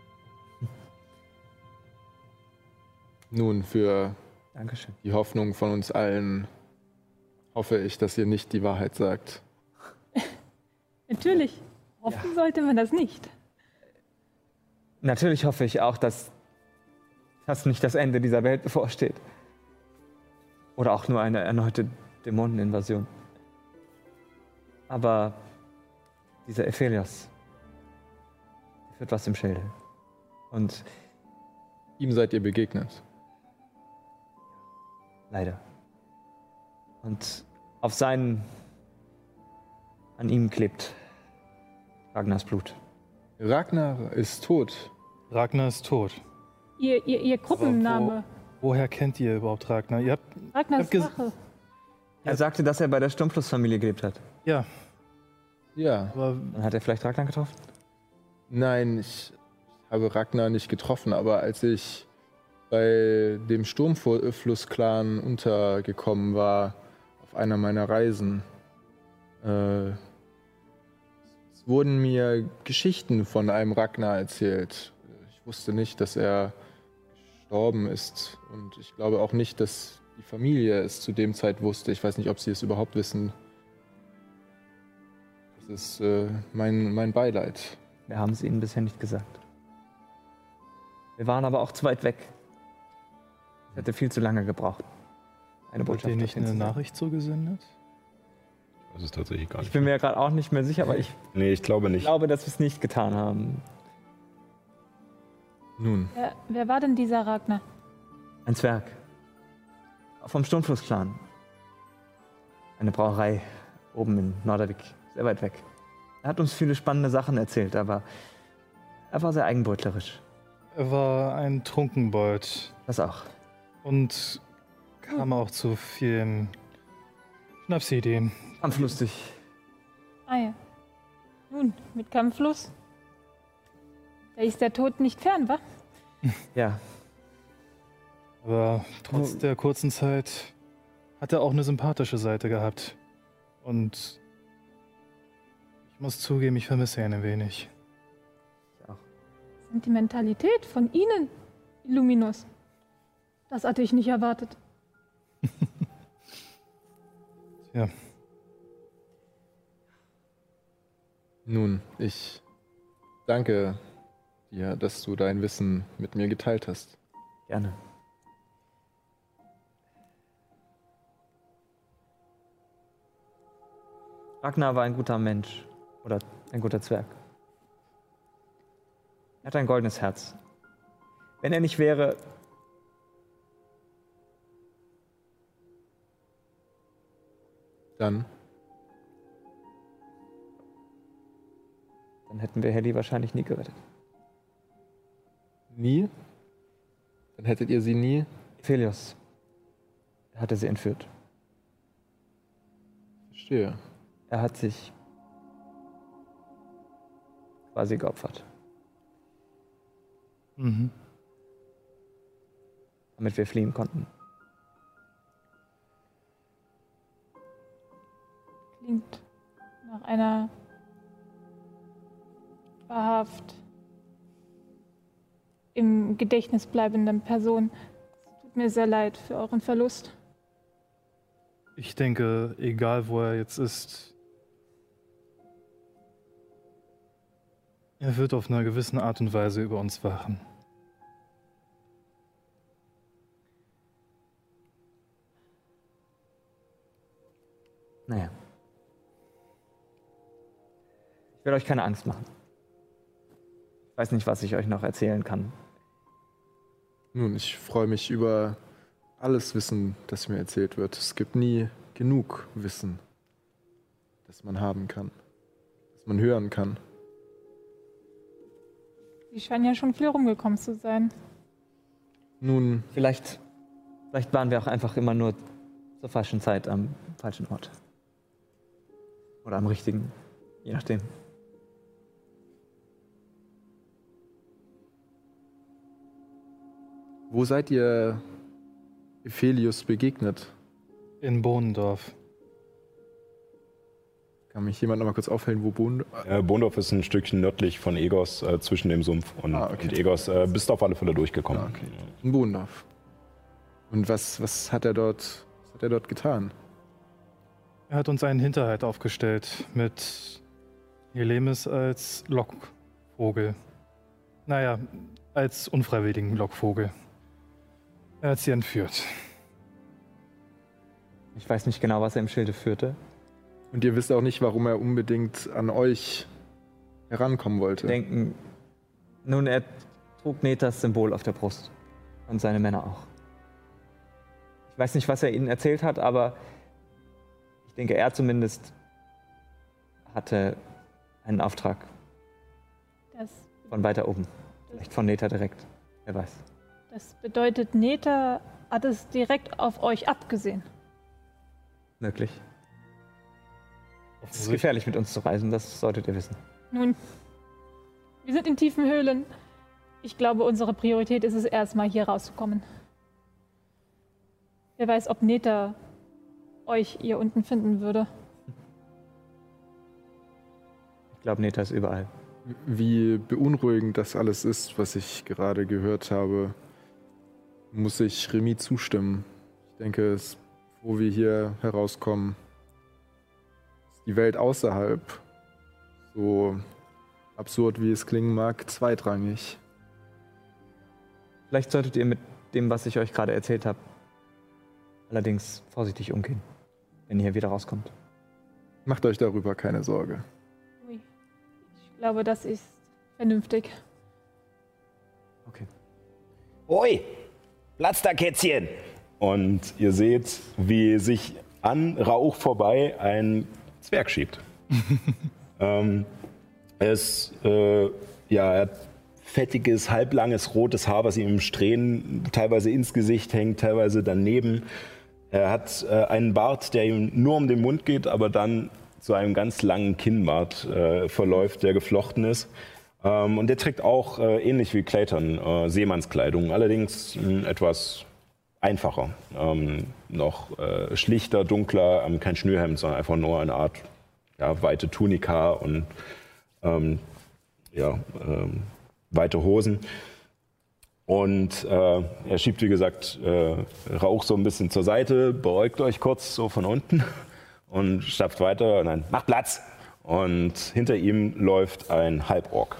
Nun, für Dankeschön. die Hoffnung von uns allen hoffe ich, dass ihr nicht die Wahrheit sagt. Natürlich. Hoffen sollte man das nicht. Natürlich hoffe ich auch, dass das nicht das Ende dieser Welt bevorsteht. Oder auch nur eine erneute Dämoneninvasion. Aber dieser Ephelios der führt was im Schilde. Und Ihm seid ihr begegnet. leider. Und auf seinen, an ihm klebt Ragnars Blut. Ragnar ist tot. Ragnar ist tot. Ihr, ihr, ihr Gruppenname. Woher kennt ihr überhaupt Ragnar? Ihr habt, Ragnars Ich hab ges- Rache. Er sagte, dass er bei der Sturmflussfamilie gelebt hat. ja, Ja, aber Dann hat er vielleicht Ragnar getroffen? nein, ich habe Ragnar nicht getroffen, aber als ich bei dem Sturmfluss-Clan untergekommen war, auf einer meiner Reisen, äh, es wurden mir Geschichten von einem Ragnar erzählt. Ich wusste nicht, dass er gestorben ist und ich glaube auch nicht, dass die Familie es zu dem Zeit wusste. Ich weiß nicht, ob sie es überhaupt wissen. Das ist äh, mein, mein Beileid. Wir haben es ihnen bisher nicht gesagt. Wir waren aber auch zu weit weg. Es hätte viel zu lange gebraucht. Eine Hat Botschaft dir nicht dorthin eine zu senden. Nachricht zugesendet? Das ist tatsächlich gar Ich nicht. bin mir gerade auch nicht mehr sicher, aber ich Nee, ich glaube nicht. glaube, dass wir es nicht getan haben. Nun, Wer, wer war denn dieser Ragnar? Ein Zwerg. Vom Sturmfluss-Clan. Eine Brauerei oben in Nordervik, sehr weit weg. Er hat uns viele spannende Sachen erzählt, aber er war sehr eigenbrötlerisch. Er war ein Trunkenbold Das auch. und kam auch zu vielen Schnapsideen. Kampflustig. Ah ja. Nun, mit Kampffluss. Da ist der Tod nicht fern, wa? Ja, Aber trotz der kurzen Zeit hat er auch eine sympathische Seite gehabt. Und ich muss zugeben, ich vermisse ihn ein wenig. Sentimentalität von Ihnen, Illuminus. Das hatte ich nicht erwartet. Ja, nun, ich danke dir, dass du dein Wissen mit mir geteilt hast. gerne. Ragnar war ein guter Mensch. Oder ein guter Zwerg. Er hat ein goldenes Herz. Wenn er nicht wäre, Dann, dann hätten wir Helly wahrscheinlich nie gerettet. nie? Dann hättet ihr sie nie? Phelios hatte sie entführt. Verstehe. Er hat sich quasi geopfert, mhm. damit wir fliehen konnten. Klingt nach einer wahrhaft im Gedächtnis bleibenden Person. Es tut mir sehr leid für euren Verlust. Ich denke, egal wo er jetzt ist, er wird auf einer gewissen Art und Weise über uns wachen. Naja. Ich will euch keine Angst machen. Ich weiß nicht, was ich euch noch erzählen kann. Nun, ich freue mich über alles Wissen, das mir erzählt wird. Es gibt nie genug Wissen, das man haben kann, das man hören kann. Sie scheinen ja schon viel rumgekommen zu sein. Nun, Vielleicht, vielleicht waren wir auch einfach immer nur zur falschen Zeit am falschen Ort. Oder am richtigen, je nachdem. wo seid ihr Ephelius begegnet? In Bohnendorf. Kann mich jemand noch mal kurz aufhellen, wo Bohn... Äh, Bohndorf ist ein Stückchen nördlich von Egos, äh, zwischen dem Sumpf und, Ah, okay. und Egos. Äh, bist auf alle Fälle durchgekommen. Ah, okay. In Bohndorf. Und was, was hat er dort, was hat er dort getan? Er hat uns einen Hinterhalt aufgestellt mit Helemis als Lockvogel. Naja, als unfreiwilligen Lockvogel. Er hat sie entführt. Ich weiß nicht genau, was er im Schilde führte. Und ihr wisst auch nicht, warum er unbedingt an euch herankommen wollte. Denken, nun, er trug Netas Symbol auf der Brust. Und seine Männer auch. Ich weiß nicht, was er ihnen erzählt hat, aber ich denke, er zumindest hatte einen Auftrag Das, von weiter oben. Vielleicht von Neta direkt. Wer weiß. das bedeutet, Neta hat es direkt auf euch abgesehen. Möglich. Es ist gefährlich, mit uns zu reisen, das solltet ihr wissen. Nun, wir sind in tiefen Höhlen. Ich glaube, unsere Priorität ist es erstmal, hier rauszukommen. Wer weiß, ob Neta euch hier unten finden würde. Ich glaube, Neta ist überall. Wie beunruhigend das alles ist, was ich gerade gehört habe, muss ich Remy zustimmen. Ich denke, es, wo wir hier herauskommen, ist die Welt außerhalb so absurd wie es klingen mag, zweitrangig. Vielleicht solltet ihr mit dem, was ich euch gerade erzählt habe, allerdings vorsichtig umgehen, wenn ihr hier wieder rauskommt. Macht euch darüber keine Sorge. Ui. Ich glaube, das ist vernünftig. Okay. Ui, Platz da, Kätzchen! Und ihr seht, wie sich an Rauch vorbei ein Zwerg schiebt. ähm, es, äh, ja, er hat fettiges, halblanges, rotes Haar, was ihm im Strähnen teilweise ins Gesicht hängt, teilweise daneben. Er hat äh, einen Bart, der ihm nur um den Mund geht, aber dann zu einem ganz langen Kinnbart äh, verläuft, der geflochten ist. Ähm, und der trägt auch, äh, ähnlich wie Clayton, äh, Seemannskleidung, allerdings äh, etwas einfacher. Ähm, noch äh, schlichter, dunkler, ähm, kein Schnürhemd, sondern einfach nur eine Art ja, weite Tunika und ähm, ja, ähm, weite Hosen. Und äh, er schiebt, wie gesagt, äh, Rauch so ein bisschen zur Seite, beäugt euch kurz so von unten und stapft weiter und dann macht Platz. Und hinter ihm läuft ein Halborg.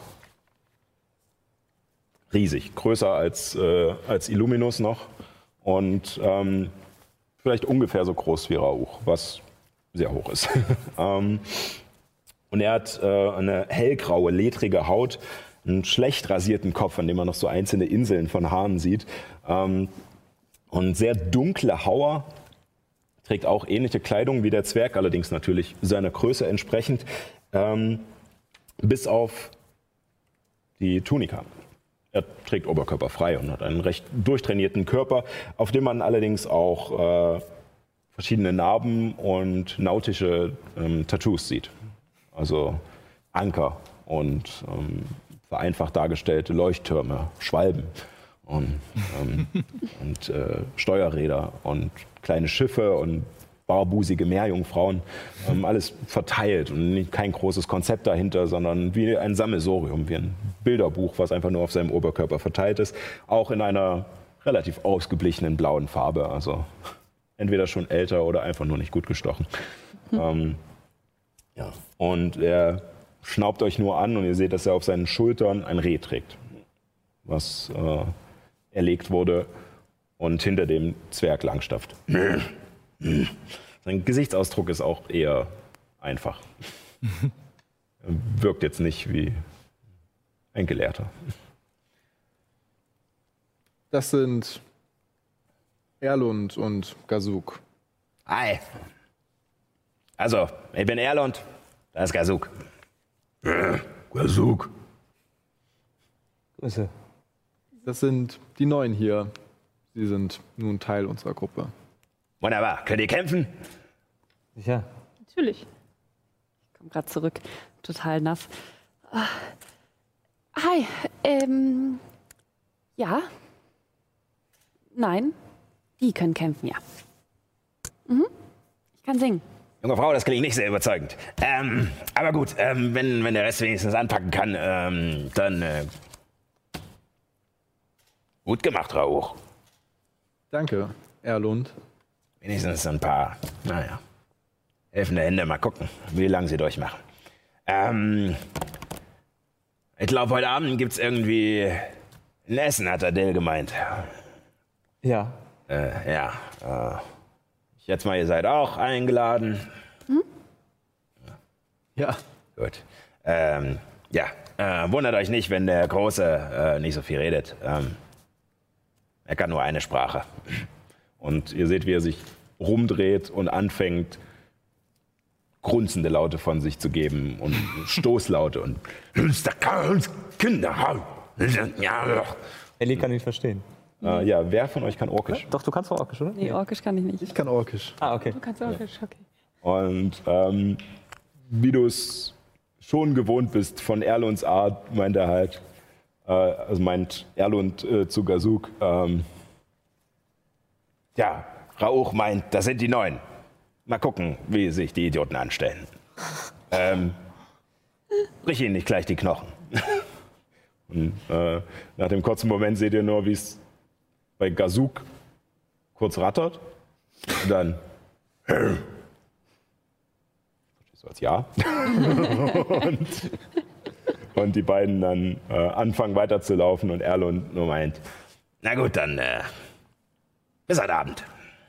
Riesig, größer als, äh, als Illuminus noch und ähm, vielleicht ungefähr so groß wie Rauch, was sehr hoch ist. ähm, und er hat äh, eine hellgraue, ledrige Haut, einen schlecht rasierten Kopf, an dem man noch so einzelne Inseln von Haaren sieht. Ähm, und sehr dunkle Hauer, trägt auch ähnliche Kleidung wie der Zwerg, allerdings natürlich seiner Größe entsprechend, ähm, bis auf die Tunika. Er trägt oberkörperfrei und hat einen recht durchtrainierten Körper, auf dem man allerdings auch äh, verschiedene Narben und nautische ähm, Tattoos sieht. Also Anker und ähm, vereinfacht dargestellte Leuchttürme, Schwalben und, ähm, und äh, Steuerräder und kleine Schiffe und barbusige Meerjungfrauen. Ähm, alles verteilt und nicht, kein großes Konzept dahinter, sondern wie ein Sammelsurium, wie ein Bilderbuch, was einfach nur auf seinem Oberkörper verteilt ist. Auch in einer relativ ausgeblichenen blauen Farbe. Also entweder schon älter oder einfach nur nicht gut gestochen. Mhm. Ähm, ja. Und er schnaubt euch nur an und ihr seht, dass er auf seinen Schultern ein Reh trägt, was äh, erlegt wurde und hinter dem Zwerg langstafft. Sein Gesichtsausdruck ist auch eher einfach. Er wirkt jetzt nicht wie ein Gelehrter. Das sind Erlund und Gazuk. Hi. Also, ich bin Erlund, das ist Gazuk. Äh, Gazuk. Grüße. Das sind die Neuen hier. Sie sind nun Teil unserer Gruppe. Wunderbar. Könnt ihr kämpfen? Sicher. Natürlich. Ich komme gerade zurück. Total nass. Ah. Hi. Ähm. Ja. Nein. Die können kämpfen, ja. Mhm. Ich kann singen. Junge Frau, das klingt nicht sehr überzeugend. Ähm, aber gut, ähm, wenn, wenn der Rest wenigstens anpacken kann, ähm, dann äh, gut gemacht, Rauch. Danke, Erlund. Wenigstens ein paar, naja, helfende Hände. Mal gucken, wie lange sie durchmachen. Ähm, ich glaube, heute Abend gibt es irgendwie ein Essen, hat Adele gemeint. Ja. Äh, ja, äh, ich schätze mal, ihr seid auch eingeladen. Hm? Ja. Gut. Ähm, ja, äh, wundert euch nicht, wenn der Große äh, nicht so viel redet. Ähm, er kann nur eine Sprache. Und ihr seht, wie er sich rumdreht und anfängt, grunzende Laute von sich zu geben und Stoßlaute und Kinder. Ellie kann ihn verstehen. Äh, ja, wer von euch kann Orkisch? Doch, du kannst doch Orkisch, oder? Nee, Orkisch kann ich nicht. Ich kann Orkisch. Ah, okay. Du kannst Orkisch, okay. Und ähm, wie du es schon gewohnt bist von Erlunds Art, meint er halt, äh, also meint Erlund äh, zu Gazuk, ähm, Ja, Rauch meint, das sind die Neuen. Mal gucken, wie sich die Idioten anstellen. Ähm, brich ihnen nicht gleich die Knochen. und äh, nach dem kurzen Moment seht ihr nur, wie es bei Gazuk kurz rattert und dann So als ja. und, und die beiden dann äh, anfangen weiterzulaufen und Erlund nur meint, na gut, dann äh, bis heute Abend.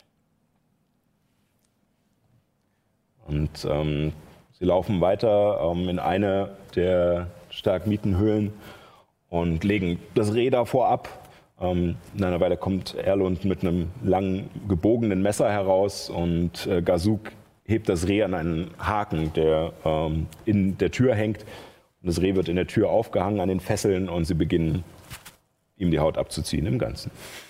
Und ähm, sie laufen weiter ähm, in eine der Starkmietenhöhlen und legen das Reh davor ab. Ähm, in einer Weile kommt Erlund mit einem langen, gebogenen Messer heraus und äh, Gazuk hebt das Reh an einen Haken, der ähm, in der Tür hängt. Und das Reh wird in der Tür aufgehangen an den Fesseln und sie beginnen, ihm die Haut abzuziehen im Ganzen.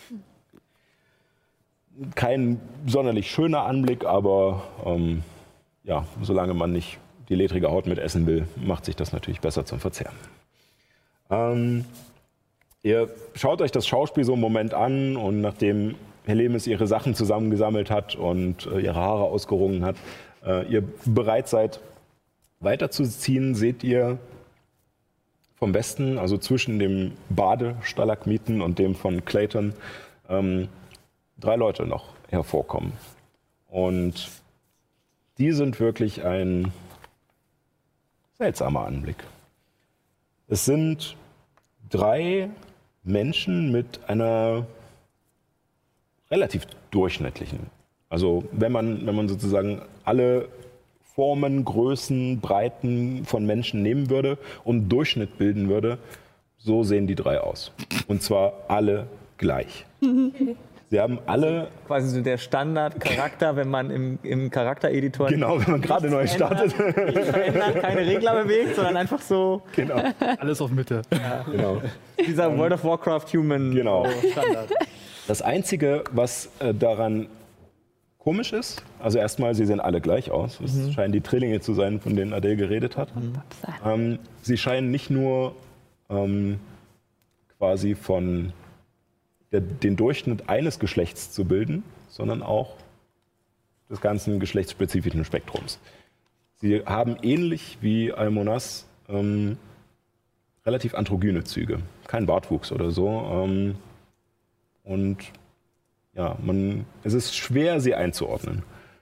Kein sonderlich schöner Anblick, aber ähm, ja, solange man nicht die ledrige Haut mit essen will, macht sich das natürlich besser zum Verzehren. Ähm, ihr schaut euch das Schauspiel so einen Moment an und nachdem Helemis ihre Sachen zusammengesammelt hat und äh, ihre Haare ausgerungen hat, äh, ihr bereit seid weiterzuziehen, seht ihr vom Westen, also zwischen dem Badestalagmiten und dem von Clayton, ähm, drei Leute noch hervorkommen. Und die sind wirklich ein seltsamer Anblick. Es sind drei Menschen mit einer relativ durchschnittlichen, also wenn man, wenn man sozusagen alle Formen, Größen, Breiten von Menschen nehmen würde und Durchschnitt bilden würde, so sehen die drei aus. Und zwar alle gleich. Sie haben alle... Quasi so der Standardcharakter, wenn man im, im Charaktereditor... Genau, wenn man gerade neu startet. Nichts verändert, keine Regler bewegt, sondern einfach so... Genau. Alles auf Mitte. Ja. Genau. Dieser World of Warcraft Human Genau. Standard. Das Einzige, was äh, daran komisch ist, also erstmal, sie sehen alle gleich aus. Es mhm. scheinen die Trillinge zu sein, von denen Adele geredet hat. Mhm. Ähm, sie scheinen nicht nur ähm, quasi von der, den Durchschnitt eines Geschlechts zu bilden, sondern auch des ganzen geschlechtsspezifischen Spektrums. Sie haben ähnlich wie Almonas ähm, relativ androgyne Züge. Kein Bartwuchs oder so. Ähm, und ja, man, es ist schwer, sie einzuordnen.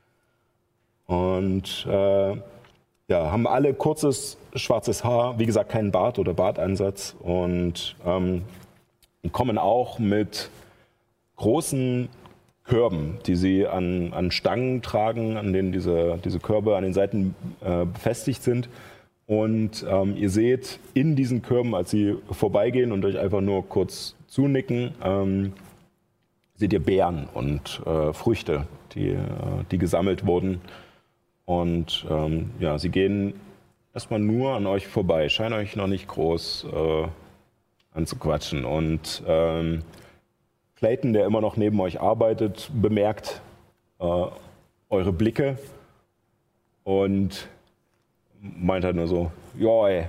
Und äh, ja, haben alle kurzes, schwarzes Haar, wie gesagt, keinen Bart oder Bartansatz und ähm, kommen auch mit großen Körben, die sie an, an Stangen tragen, an denen diese, diese Körbe an den Seiten äh, befestigt sind. Und ähm, ihr seht in diesen Körben, als sie vorbeigehen und euch einfach nur kurz zunicken, ähm, seht ihr Beeren und äh, Früchte, die, äh, die gesammelt wurden. Und ähm, ja, sie gehen erstmal nur an euch vorbei, scheinen euch noch nicht groß äh, anzuquatschen. Und ähm, Clayton, der immer noch neben euch arbeitet, bemerkt äh, eure Blicke und meint halt nur so, ja, ey,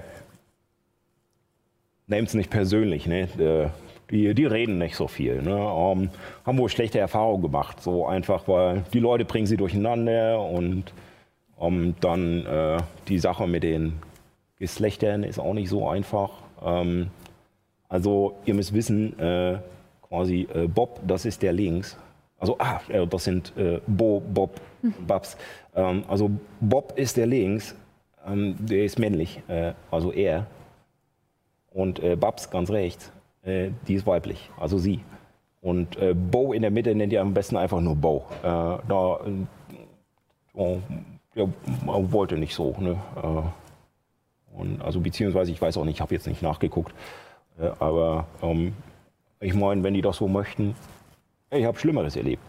nehmt's nicht persönlich, ne? Die, die reden nicht so viel, ne? Um, haben wohl schlechte Erfahrungen gemacht, so einfach, weil die Leute bringen sie durcheinander und um, dann äh, die Sache mit den Geschlechtern ist auch nicht so einfach. Ähm, also ihr müsst wissen, äh, quasi äh, Bob, das ist der links. Also, ah, äh, das sind äh, Bo, Bob, mhm. Babs. Ähm, also Bob ist der links, ähm, der ist männlich, äh, also er. Und äh, Babs ganz rechts, äh, die ist weiblich, also sie. Und äh, Bo in der Mitte nennt ihr am besten einfach nur Bo. Äh, da äh, ja, wollte nicht so. Ne? Äh, und also beziehungsweise, ich weiß auch nicht, ich habe jetzt nicht nachgeguckt. Äh, aber ähm, ich meine, wenn die das so möchten, ich habe Schlimmeres erlebt.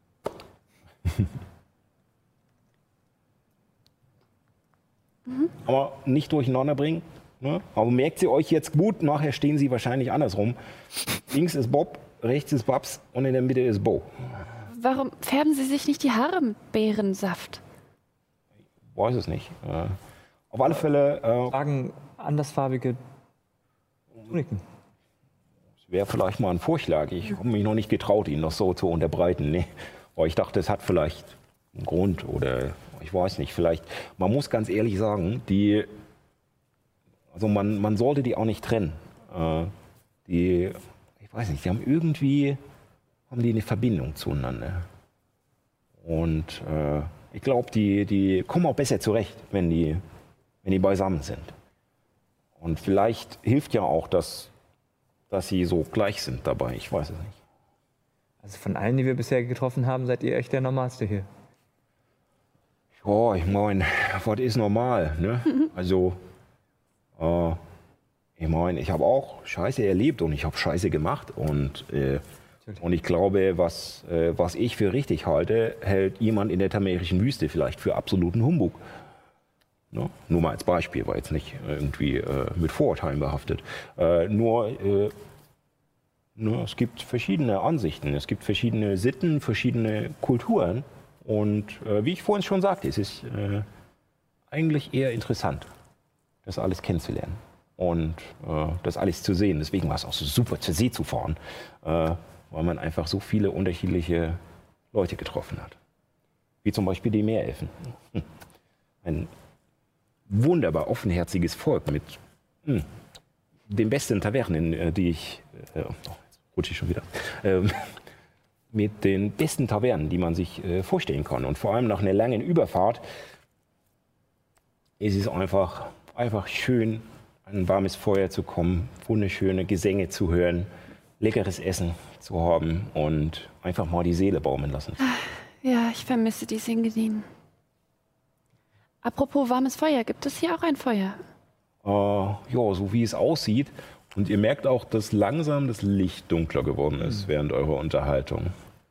mhm. Aber nicht durcheinander bringen. Ne? Aber merkt sie euch jetzt gut, nachher stehen sie wahrscheinlich andersrum. Links ist Bob, rechts ist Babs und in der Mitte ist Bo. Warum färben Sie sich nicht die Haare mit Beerensaft? Ich weiß es nicht. Äh, auf alle Fälle... Äh, Tragen andersfarbige Tuniken. Das wäre vielleicht mal ein Vorschlag. Ich habe mich noch nicht getraut, ihn noch so zu unterbreiten. Nee. Aber ich dachte, es hat vielleicht einen Grund oder ich weiß nicht. Vielleicht, man muss ganz ehrlich sagen, die... Also man, man sollte die auch nicht trennen. Äh, die, ich weiß nicht, die haben irgendwie haben die eine Verbindung zueinander. Und äh, ich glaube, die, die kommen auch besser zurecht, wenn die, wenn die beisammen sind. Und vielleicht hilft ja auch, dass, dass sie so gleich sind dabei. Ich weiß es nicht. Also von allen, die wir bisher getroffen haben, seid ihr echt der Normalste hier. Ja, ich meine, was ist normal, ne? Also, äh, ich meine, ich habe auch Scheiße erlebt und ich habe Scheiße gemacht. Und, äh, und ich glaube, was, äh, was ich für richtig halte, hält jemand in der tamerischen Wüste vielleicht für absoluten Humbug. Ne? Nur mal als Beispiel, war jetzt nicht irgendwie äh, mit Vorurteilen behaftet. Äh, nur, äh, nur, es gibt verschiedene Ansichten, es gibt verschiedene Sitten, verschiedene Kulturen. Und äh, wie ich vorhin schon sagte, es ist äh, eigentlich eher interessant, das alles kennenzulernen und äh, das alles zu sehen. Deswegen war es auch so super, zur See zu fahren, äh, weil man einfach so viele unterschiedliche Leute getroffen hat. Wie zum Beispiel die Meerelfen. Ein wunderbar offenherziges Volk mit mh, den besten Tavernen, die ich, äh, oh, jetzt rutsche ich schon wieder, äh, mit den besten Tavernen, die man sich äh, vorstellen kann. Und vor allem nach einer langen Überfahrt ist es einfach, einfach schön, an ein warmes Feuer zu kommen, wunderschöne Gesänge zu hören, leckeres Essen zu haben und einfach mal die Seele baumeln lassen. Ja, ich vermisse die Singelin. Apropos warmes Feuer, gibt es hier auch ein Feuer? Äh, ja, so wie es aussieht. Und ihr merkt auch, dass langsam das Licht dunkler geworden ist mhm. während eurer Unterhaltung.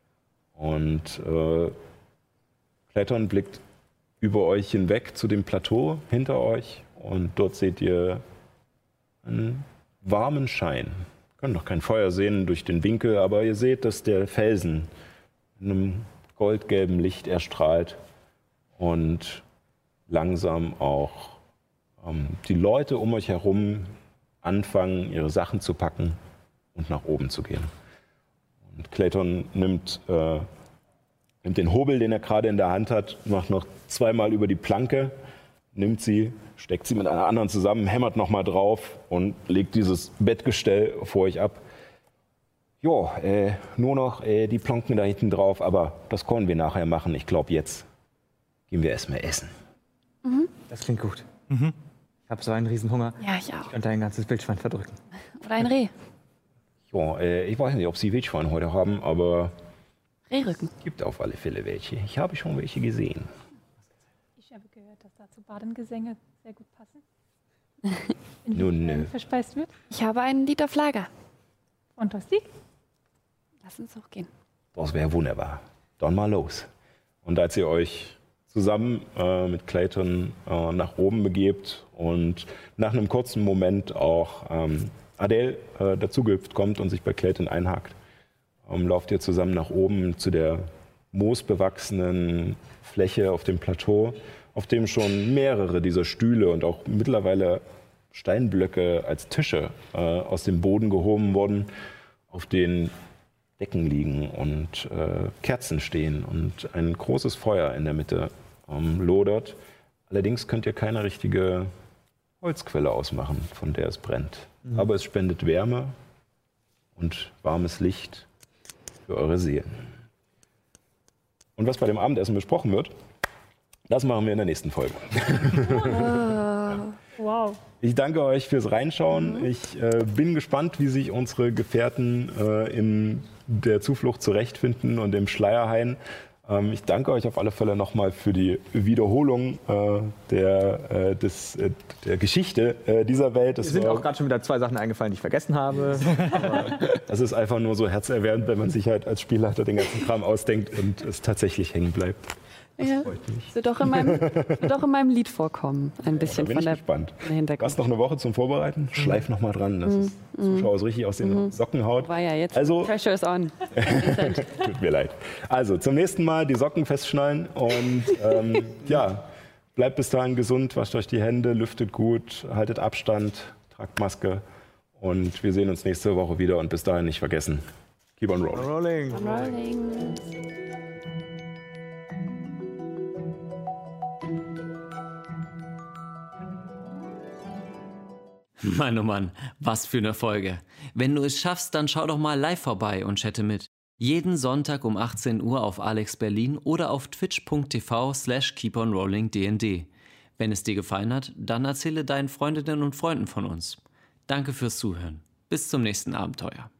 Und äh, Klettern blickt über euch hinweg zu dem Plateau hinter euch. Und dort seht ihr einen warmen Schein. Ihr könnt noch kein Feuer sehen durch den Winkel, aber ihr seht, dass der Felsen in einem goldgelben Licht erstrahlt. Und langsam auch ähm, die Leute um euch herum anfangen, ihre Sachen zu packen und nach oben zu gehen. Und Clayton nimmt, äh, nimmt den Hobel, den er gerade in der Hand hat, macht noch zweimal über die Planke, nimmt sie, steckt sie mit einer anderen zusammen, hämmert nochmal drauf und legt dieses Bettgestell vor euch ab. Ja, äh, nur noch äh, die Planken da hinten drauf, aber das können wir nachher machen. Ich glaube, jetzt gehen wir erstmal essen. Mhm. Das klingt gut. Mhm. Ich habe so einen Riesenhunger. Ja, ich auch. Ich könnte ein ganzes Wildschwein verdrücken. Oder ein Reh. Ja, äh, ich weiß nicht, ob Sie Wildschwein heute haben, aber Rehrücken. Es gibt auf alle Fälle welche. Ich habe schon welche gesehen. Ich habe gehört, dass dazu Badengesänge sehr gut passen. Nun, äh, verspeist wird. Ich habe einen Lied auf Lager. Fantastik. Lass uns hochgehen. Das wäre wunderbar. Dann mal los. Und als ihr euch zusammen äh, mit Clayton äh, nach oben begebt und nach einem kurzen Moment auch ähm, Adele äh, dazugehüpft kommt und sich bei Clayton einhakt, ähm, lauft ihr zusammen nach oben zu der moosbewachsenen Fläche auf dem Plateau, auf dem schon mehrere dieser Stühle und auch mittlerweile Steinblöcke als Tische äh, aus dem Boden gehoben wurden, auf denen Decken liegen und äh, Kerzen stehen und ein großes Feuer in der Mitte ähm, lodert. Allerdings könnt ihr keine richtige Holzquelle ausmachen, von der es brennt. Mhm. Aber es spendet Wärme und warmes Licht für eure Seelen. Und was bei dem Abendessen besprochen wird, das machen wir in der nächsten Folge. Wow. Ich danke euch fürs Reinschauen. Mhm. Ich äh, bin gespannt, wie sich unsere Gefährten äh, in der Zuflucht zurechtfinden und im Schleierhain. Ähm, ich danke euch auf alle Fälle nochmal für die Wiederholung äh, der, äh, des, äh, der Geschichte äh, dieser Welt. Mir sind auch gerade schon wieder zwei Sachen eingefallen, die ich vergessen habe. Das ist einfach nur so herzerwärmend, wenn man sich halt als Spielleiter den ganzen Kram ausdenkt und es tatsächlich hängen bleibt. Das ja. freut mich. Wird doch in meinem, wird doch in meinem Lied vorkommen. Ein bisschen ja, von der gespannt. Hintergrund. Hast noch eine Woche zum Vorbereiten? Schleif noch mal dran, dass mm, es Zuschauer so richtig aus den mm. Socken haut. War ja jetzt. Also, Pressure is on. Tut mir leid. Also zum nächsten Mal die Socken festschnallen und ähm, ja, bleibt bis dahin gesund, wascht euch die Hände, lüftet gut, haltet Abstand, tragt Maske und wir sehen uns nächste Woche wieder und bis dahin nicht vergessen, keep on rolling. Rolling. I'm rolling. Mann, oh Mann, was für eine Folge. Wenn du es schaffst, dann schau doch mal live vorbei und chatte mit. Jeden Sonntag um achtzehn Uhr auf Alex Berlin oder auf twitch.tv slash keeponrollingdnd. Wenn es dir gefallen hat, dann erzähle deinen Freundinnen und Freunden von uns. Danke fürs Zuhören. Bis zum nächsten Abenteuer.